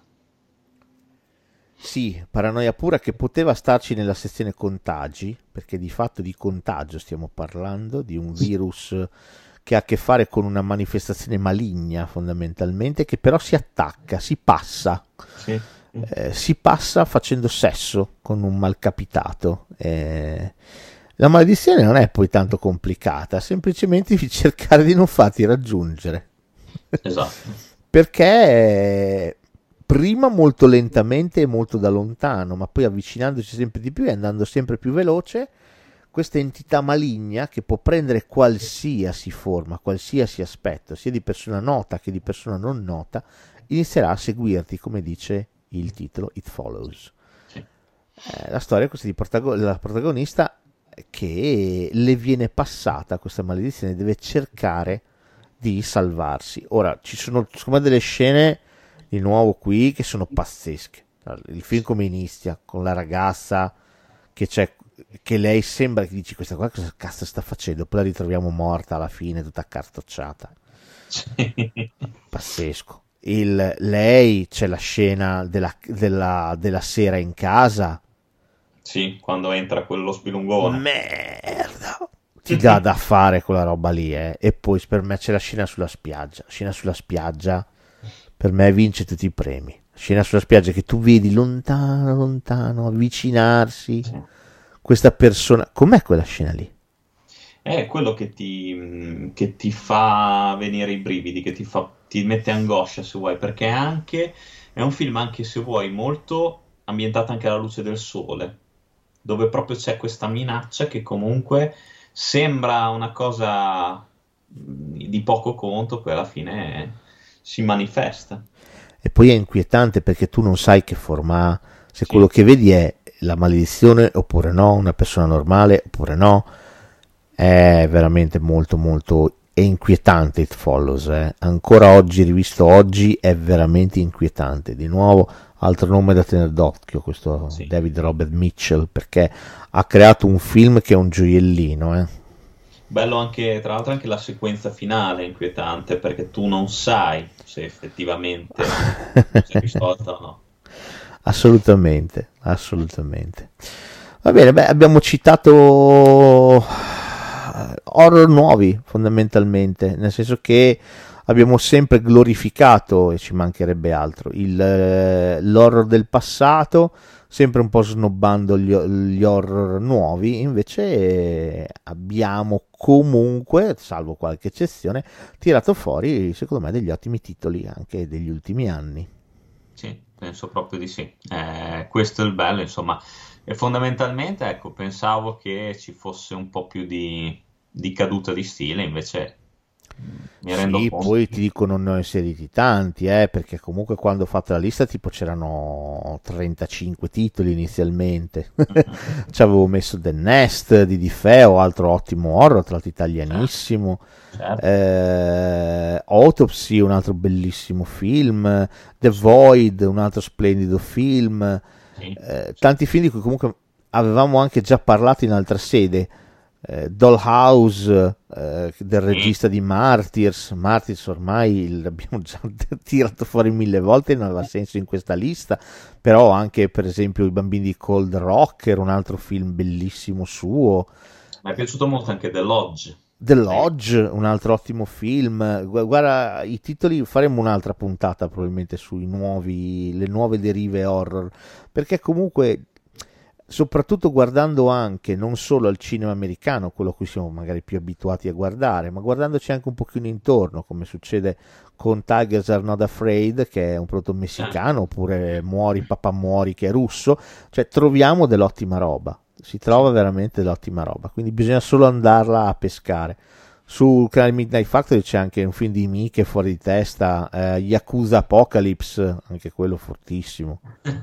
Sì, paranoia pura che poteva starci nella sezione contagi, perché di fatto di contagio stiamo parlando, di un virus che ha a che fare con una manifestazione maligna fondamentalmente, che però si attacca, si passa, Sì, eh, si passa facendo sesso con un malcapitato. Eh, la maledizione non è poi tanto complicata, semplicemente di cercare di non farti raggiungere. esatto. Perché prima molto lentamente e molto da lontano, ma poi avvicinandoci sempre di più e andando sempre più veloce, questa entità maligna che può prendere qualsiasi forma, qualsiasi aspetto, sia di persona nota che di persona non nota, inizierà a seguirti, come dice il titolo It Follows. Sì, Eh, la storia è questa di protago- la protagonista che le viene passata questa maledizione, deve cercare di salvarsi. Ora ci sono secondo me delle scene di nuovo qui che sono pazzesche. Il film come inizia con la ragazza che c'è che lei sembra che dici questa qua cosa cazzo sta facendo, poi la ritroviamo morta alla fine tutta cartocciata. Pazzesco. Il, lei c'è la scena della, della, della sera in casa. Sì, quando entra quello spilungone. Merda, ti dà da fare quella roba lì, eh. E poi per me c'è la scena sulla spiaggia. Scena sulla spiaggia per me vince tutti i premi. Scena sulla spiaggia che tu vedi lontano, lontano, avvicinarsi. Sì. Questa persona, com'è quella scena lì? È quello che ti, che ti fa venire i brividi, che ti, fa, ti mette angoscia se vuoi, perché anche è un film, anche se vuoi, molto ambientato anche alla luce del sole, dove proprio c'è questa minaccia che comunque sembra una cosa di poco conto, poi alla fine si manifesta. E poi è inquietante perché tu non sai che forma ha, se Sì. quello che vedi è la maledizione oppure no, una persona normale oppure no. È veramente molto molto è inquietante It Follows, eh. Ancora oggi, rivisto oggi, è veramente inquietante. Di nuovo altro nome da tenere d'occhio, questo Sì. David Robert Mitchell, perché ha creato un film che è un gioiellino, eh. Bello anche, tra l'altro, anche la sequenza finale è inquietante, perché tu non sai se effettivamente si è risolta o no. Assolutamente, assolutamente. Va bene, beh, abbiamo citato horror nuovi fondamentalmente, nel senso che abbiamo sempre glorificato, e ci mancherebbe altro, il, l'horror del passato, sempre un po' snobbando gli, gli horror nuovi. Invece abbiamo comunque, salvo qualche eccezione, tirato fuori secondo me degli ottimi titoli anche degli ultimi anni. Sì, penso proprio di sì. Eh, questo è il bello, insomma. E fondamentalmente, ecco, pensavo che ci fosse un po' più di, di caduta di stile, invece mi rendo Sì, conto. poi ti dico non ne ho inseriti tanti, eh, perché comunque quando ho fatto la lista tipo c'erano trentacinque titoli inizialmente. Ci avevo messo The Nest di Di Feo, altro ottimo horror, tra l'altro italianissimo. Certo. Eh, Autopsy, un altro bellissimo film. The Void, un altro splendido film. Sì. Eh, tanti film di cui comunque avevamo anche già parlato in altra sede. Eh, Dollhouse, eh, del regista di Martyrs. Martyrs ormai l'abbiamo già tirato fuori mille volte, non aveva senso in questa lista, però anche per esempio I bambini di Cold Rock era un altro film bellissimo suo. Mi è piaciuto molto anche The Lodge. The Lodge, un altro ottimo film. Guarda, i titoli, faremo un'altra puntata probabilmente sui nuovi, le nuove derive horror, perché comunque, soprattutto guardando anche non solo al cinema americano, quello a cui siamo magari più abituati a guardare, ma guardandoci anche un pochino intorno, come succede con Tigers Are Not Afraid, che è un prodotto messicano, oppure Muori Papà Muori, che è russo, cioè troviamo dell'ottima roba. Si trova veramente dell'ottima roba, quindi bisogna solo andarla a pescare. Sul canale Midnight Factory c'è anche un film di Miche fuori di testa, eh, Yakuza Apocalypse, anche quello fortissimo.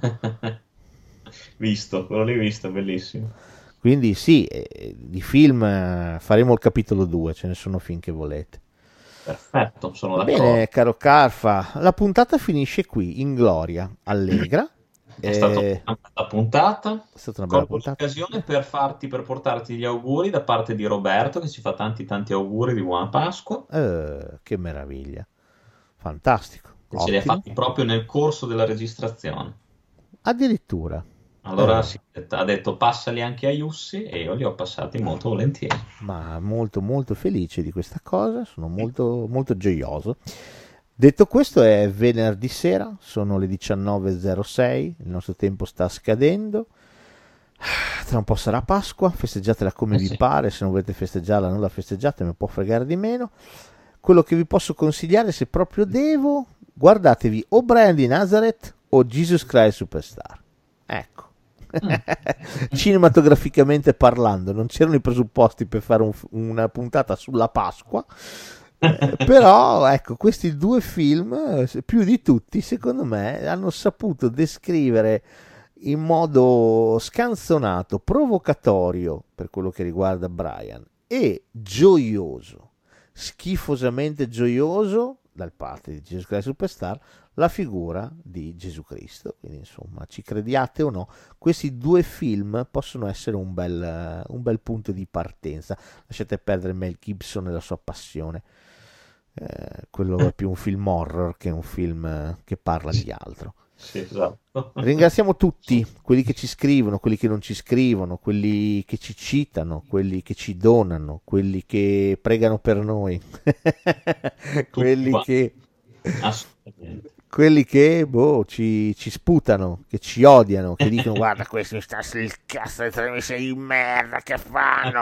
Visto, quello lì visto, bellissimo. Quindi sì, eh, di film eh, faremo il capitolo due, ce ne sono finché volete. Perfetto, sono Va d'accordo. bene, caro Carfa, la puntata finisce qui, in gloria, allegra. È stata Eh, una bella puntata. è stata una bella Colgo puntata. l'occasione per farti, per portarti gli auguri da parte di Roberto, che ci fa tanti tanti auguri di buona Pasqua. Eh, che meraviglia, fantastico, E ce li ha ottimo. fatti proprio nel corso della registrazione. Addirittura. Allora Eh. sì, ha detto passali anche a Jussi e io li ho passati molto volentieri. Ma molto molto felice di questa cosa, sono molto molto gioioso. Detto questo, è venerdì sera, sono le diciannove e zero sei, il nostro tempo sta scadendo, tra un po' sarà Pasqua, festeggiatela come Eh vi sì. pare, se non volete festeggiarla non la festeggiate, mi può fregare di meno. Quello che vi posso consigliare, se proprio devo, guardatevi o Brian di Nazareth o Jesus Christ Superstar. Ecco. Cinematograficamente parlando non c'erano i presupposti per fare un, una puntata sulla Pasqua, eh, però ecco, questi due film, eh, più di tutti secondo me, hanno saputo descrivere in modo scanzonato, provocatorio per quello che riguarda Brian, e gioioso, schifosamente gioioso, dal parte di Jesus Christ Superstar la figura di Gesù Cristo. Quindi insomma, ci crediate o no, questi due film possono essere un bel, un bel punto di partenza. Lasciate perdere Mel Gibson e la sua passione, eh, quello è più un film horror che un film che parla di altro. Sì, esatto. Ringraziamo tutti quelli che ci scrivono, quelli che non ci scrivono, quelli che ci citano, quelli che ci donano, quelli che pregano per noi, quelli Tutti, che, assolutamente. quelli che boh, ci, ci sputano, che ci odiano, che dicono guarda questi sta sul cazzo di trasmissioni di merda che fanno.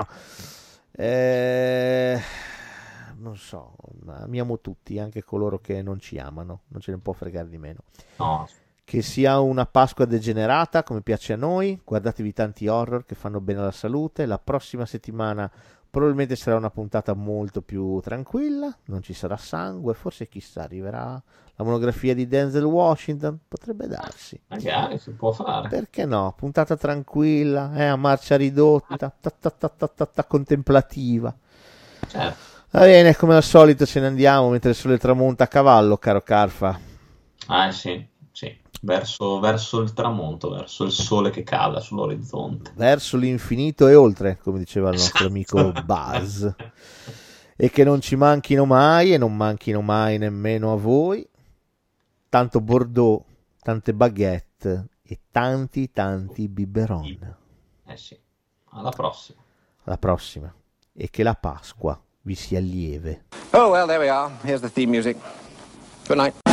Eh, non so, ma amiamo tutti, anche coloro che non ci amano, non ce ne può fregare di meno. No. Che sia una Pasqua degenerata come piace a noi, guardatevi tanti horror che fanno bene alla salute. La prossima settimana probabilmente sarà una puntata molto più tranquilla, non ci sarà sangue, forse chissà arriverà la monografia di Denzel Washington, potrebbe darsi. Magari si può fare. Perché no? Puntata tranquilla, eh, a marcia ridotta, ta, ta, ta, ta, ta, ta, contemplativa. Certo. Va bene, come al solito ce ne andiamo mentre il sole tramonta a cavallo, caro Carfa. Ah sì, sì. Verso, verso il tramonto, verso il sole che cala sull'orizzonte. Verso l'infinito e oltre, come diceva il nostro Esatto. amico Buzz. E che non ci manchino mai e non manchino mai nemmeno a voi. Tanto Bordeaux, tante baguette e tanti tanti biberon. Eh sì, alla prossima. Alla prossima. E che la Pasqua vi sia lieve. Oh, well, there we are. Here's the theme music. Good night.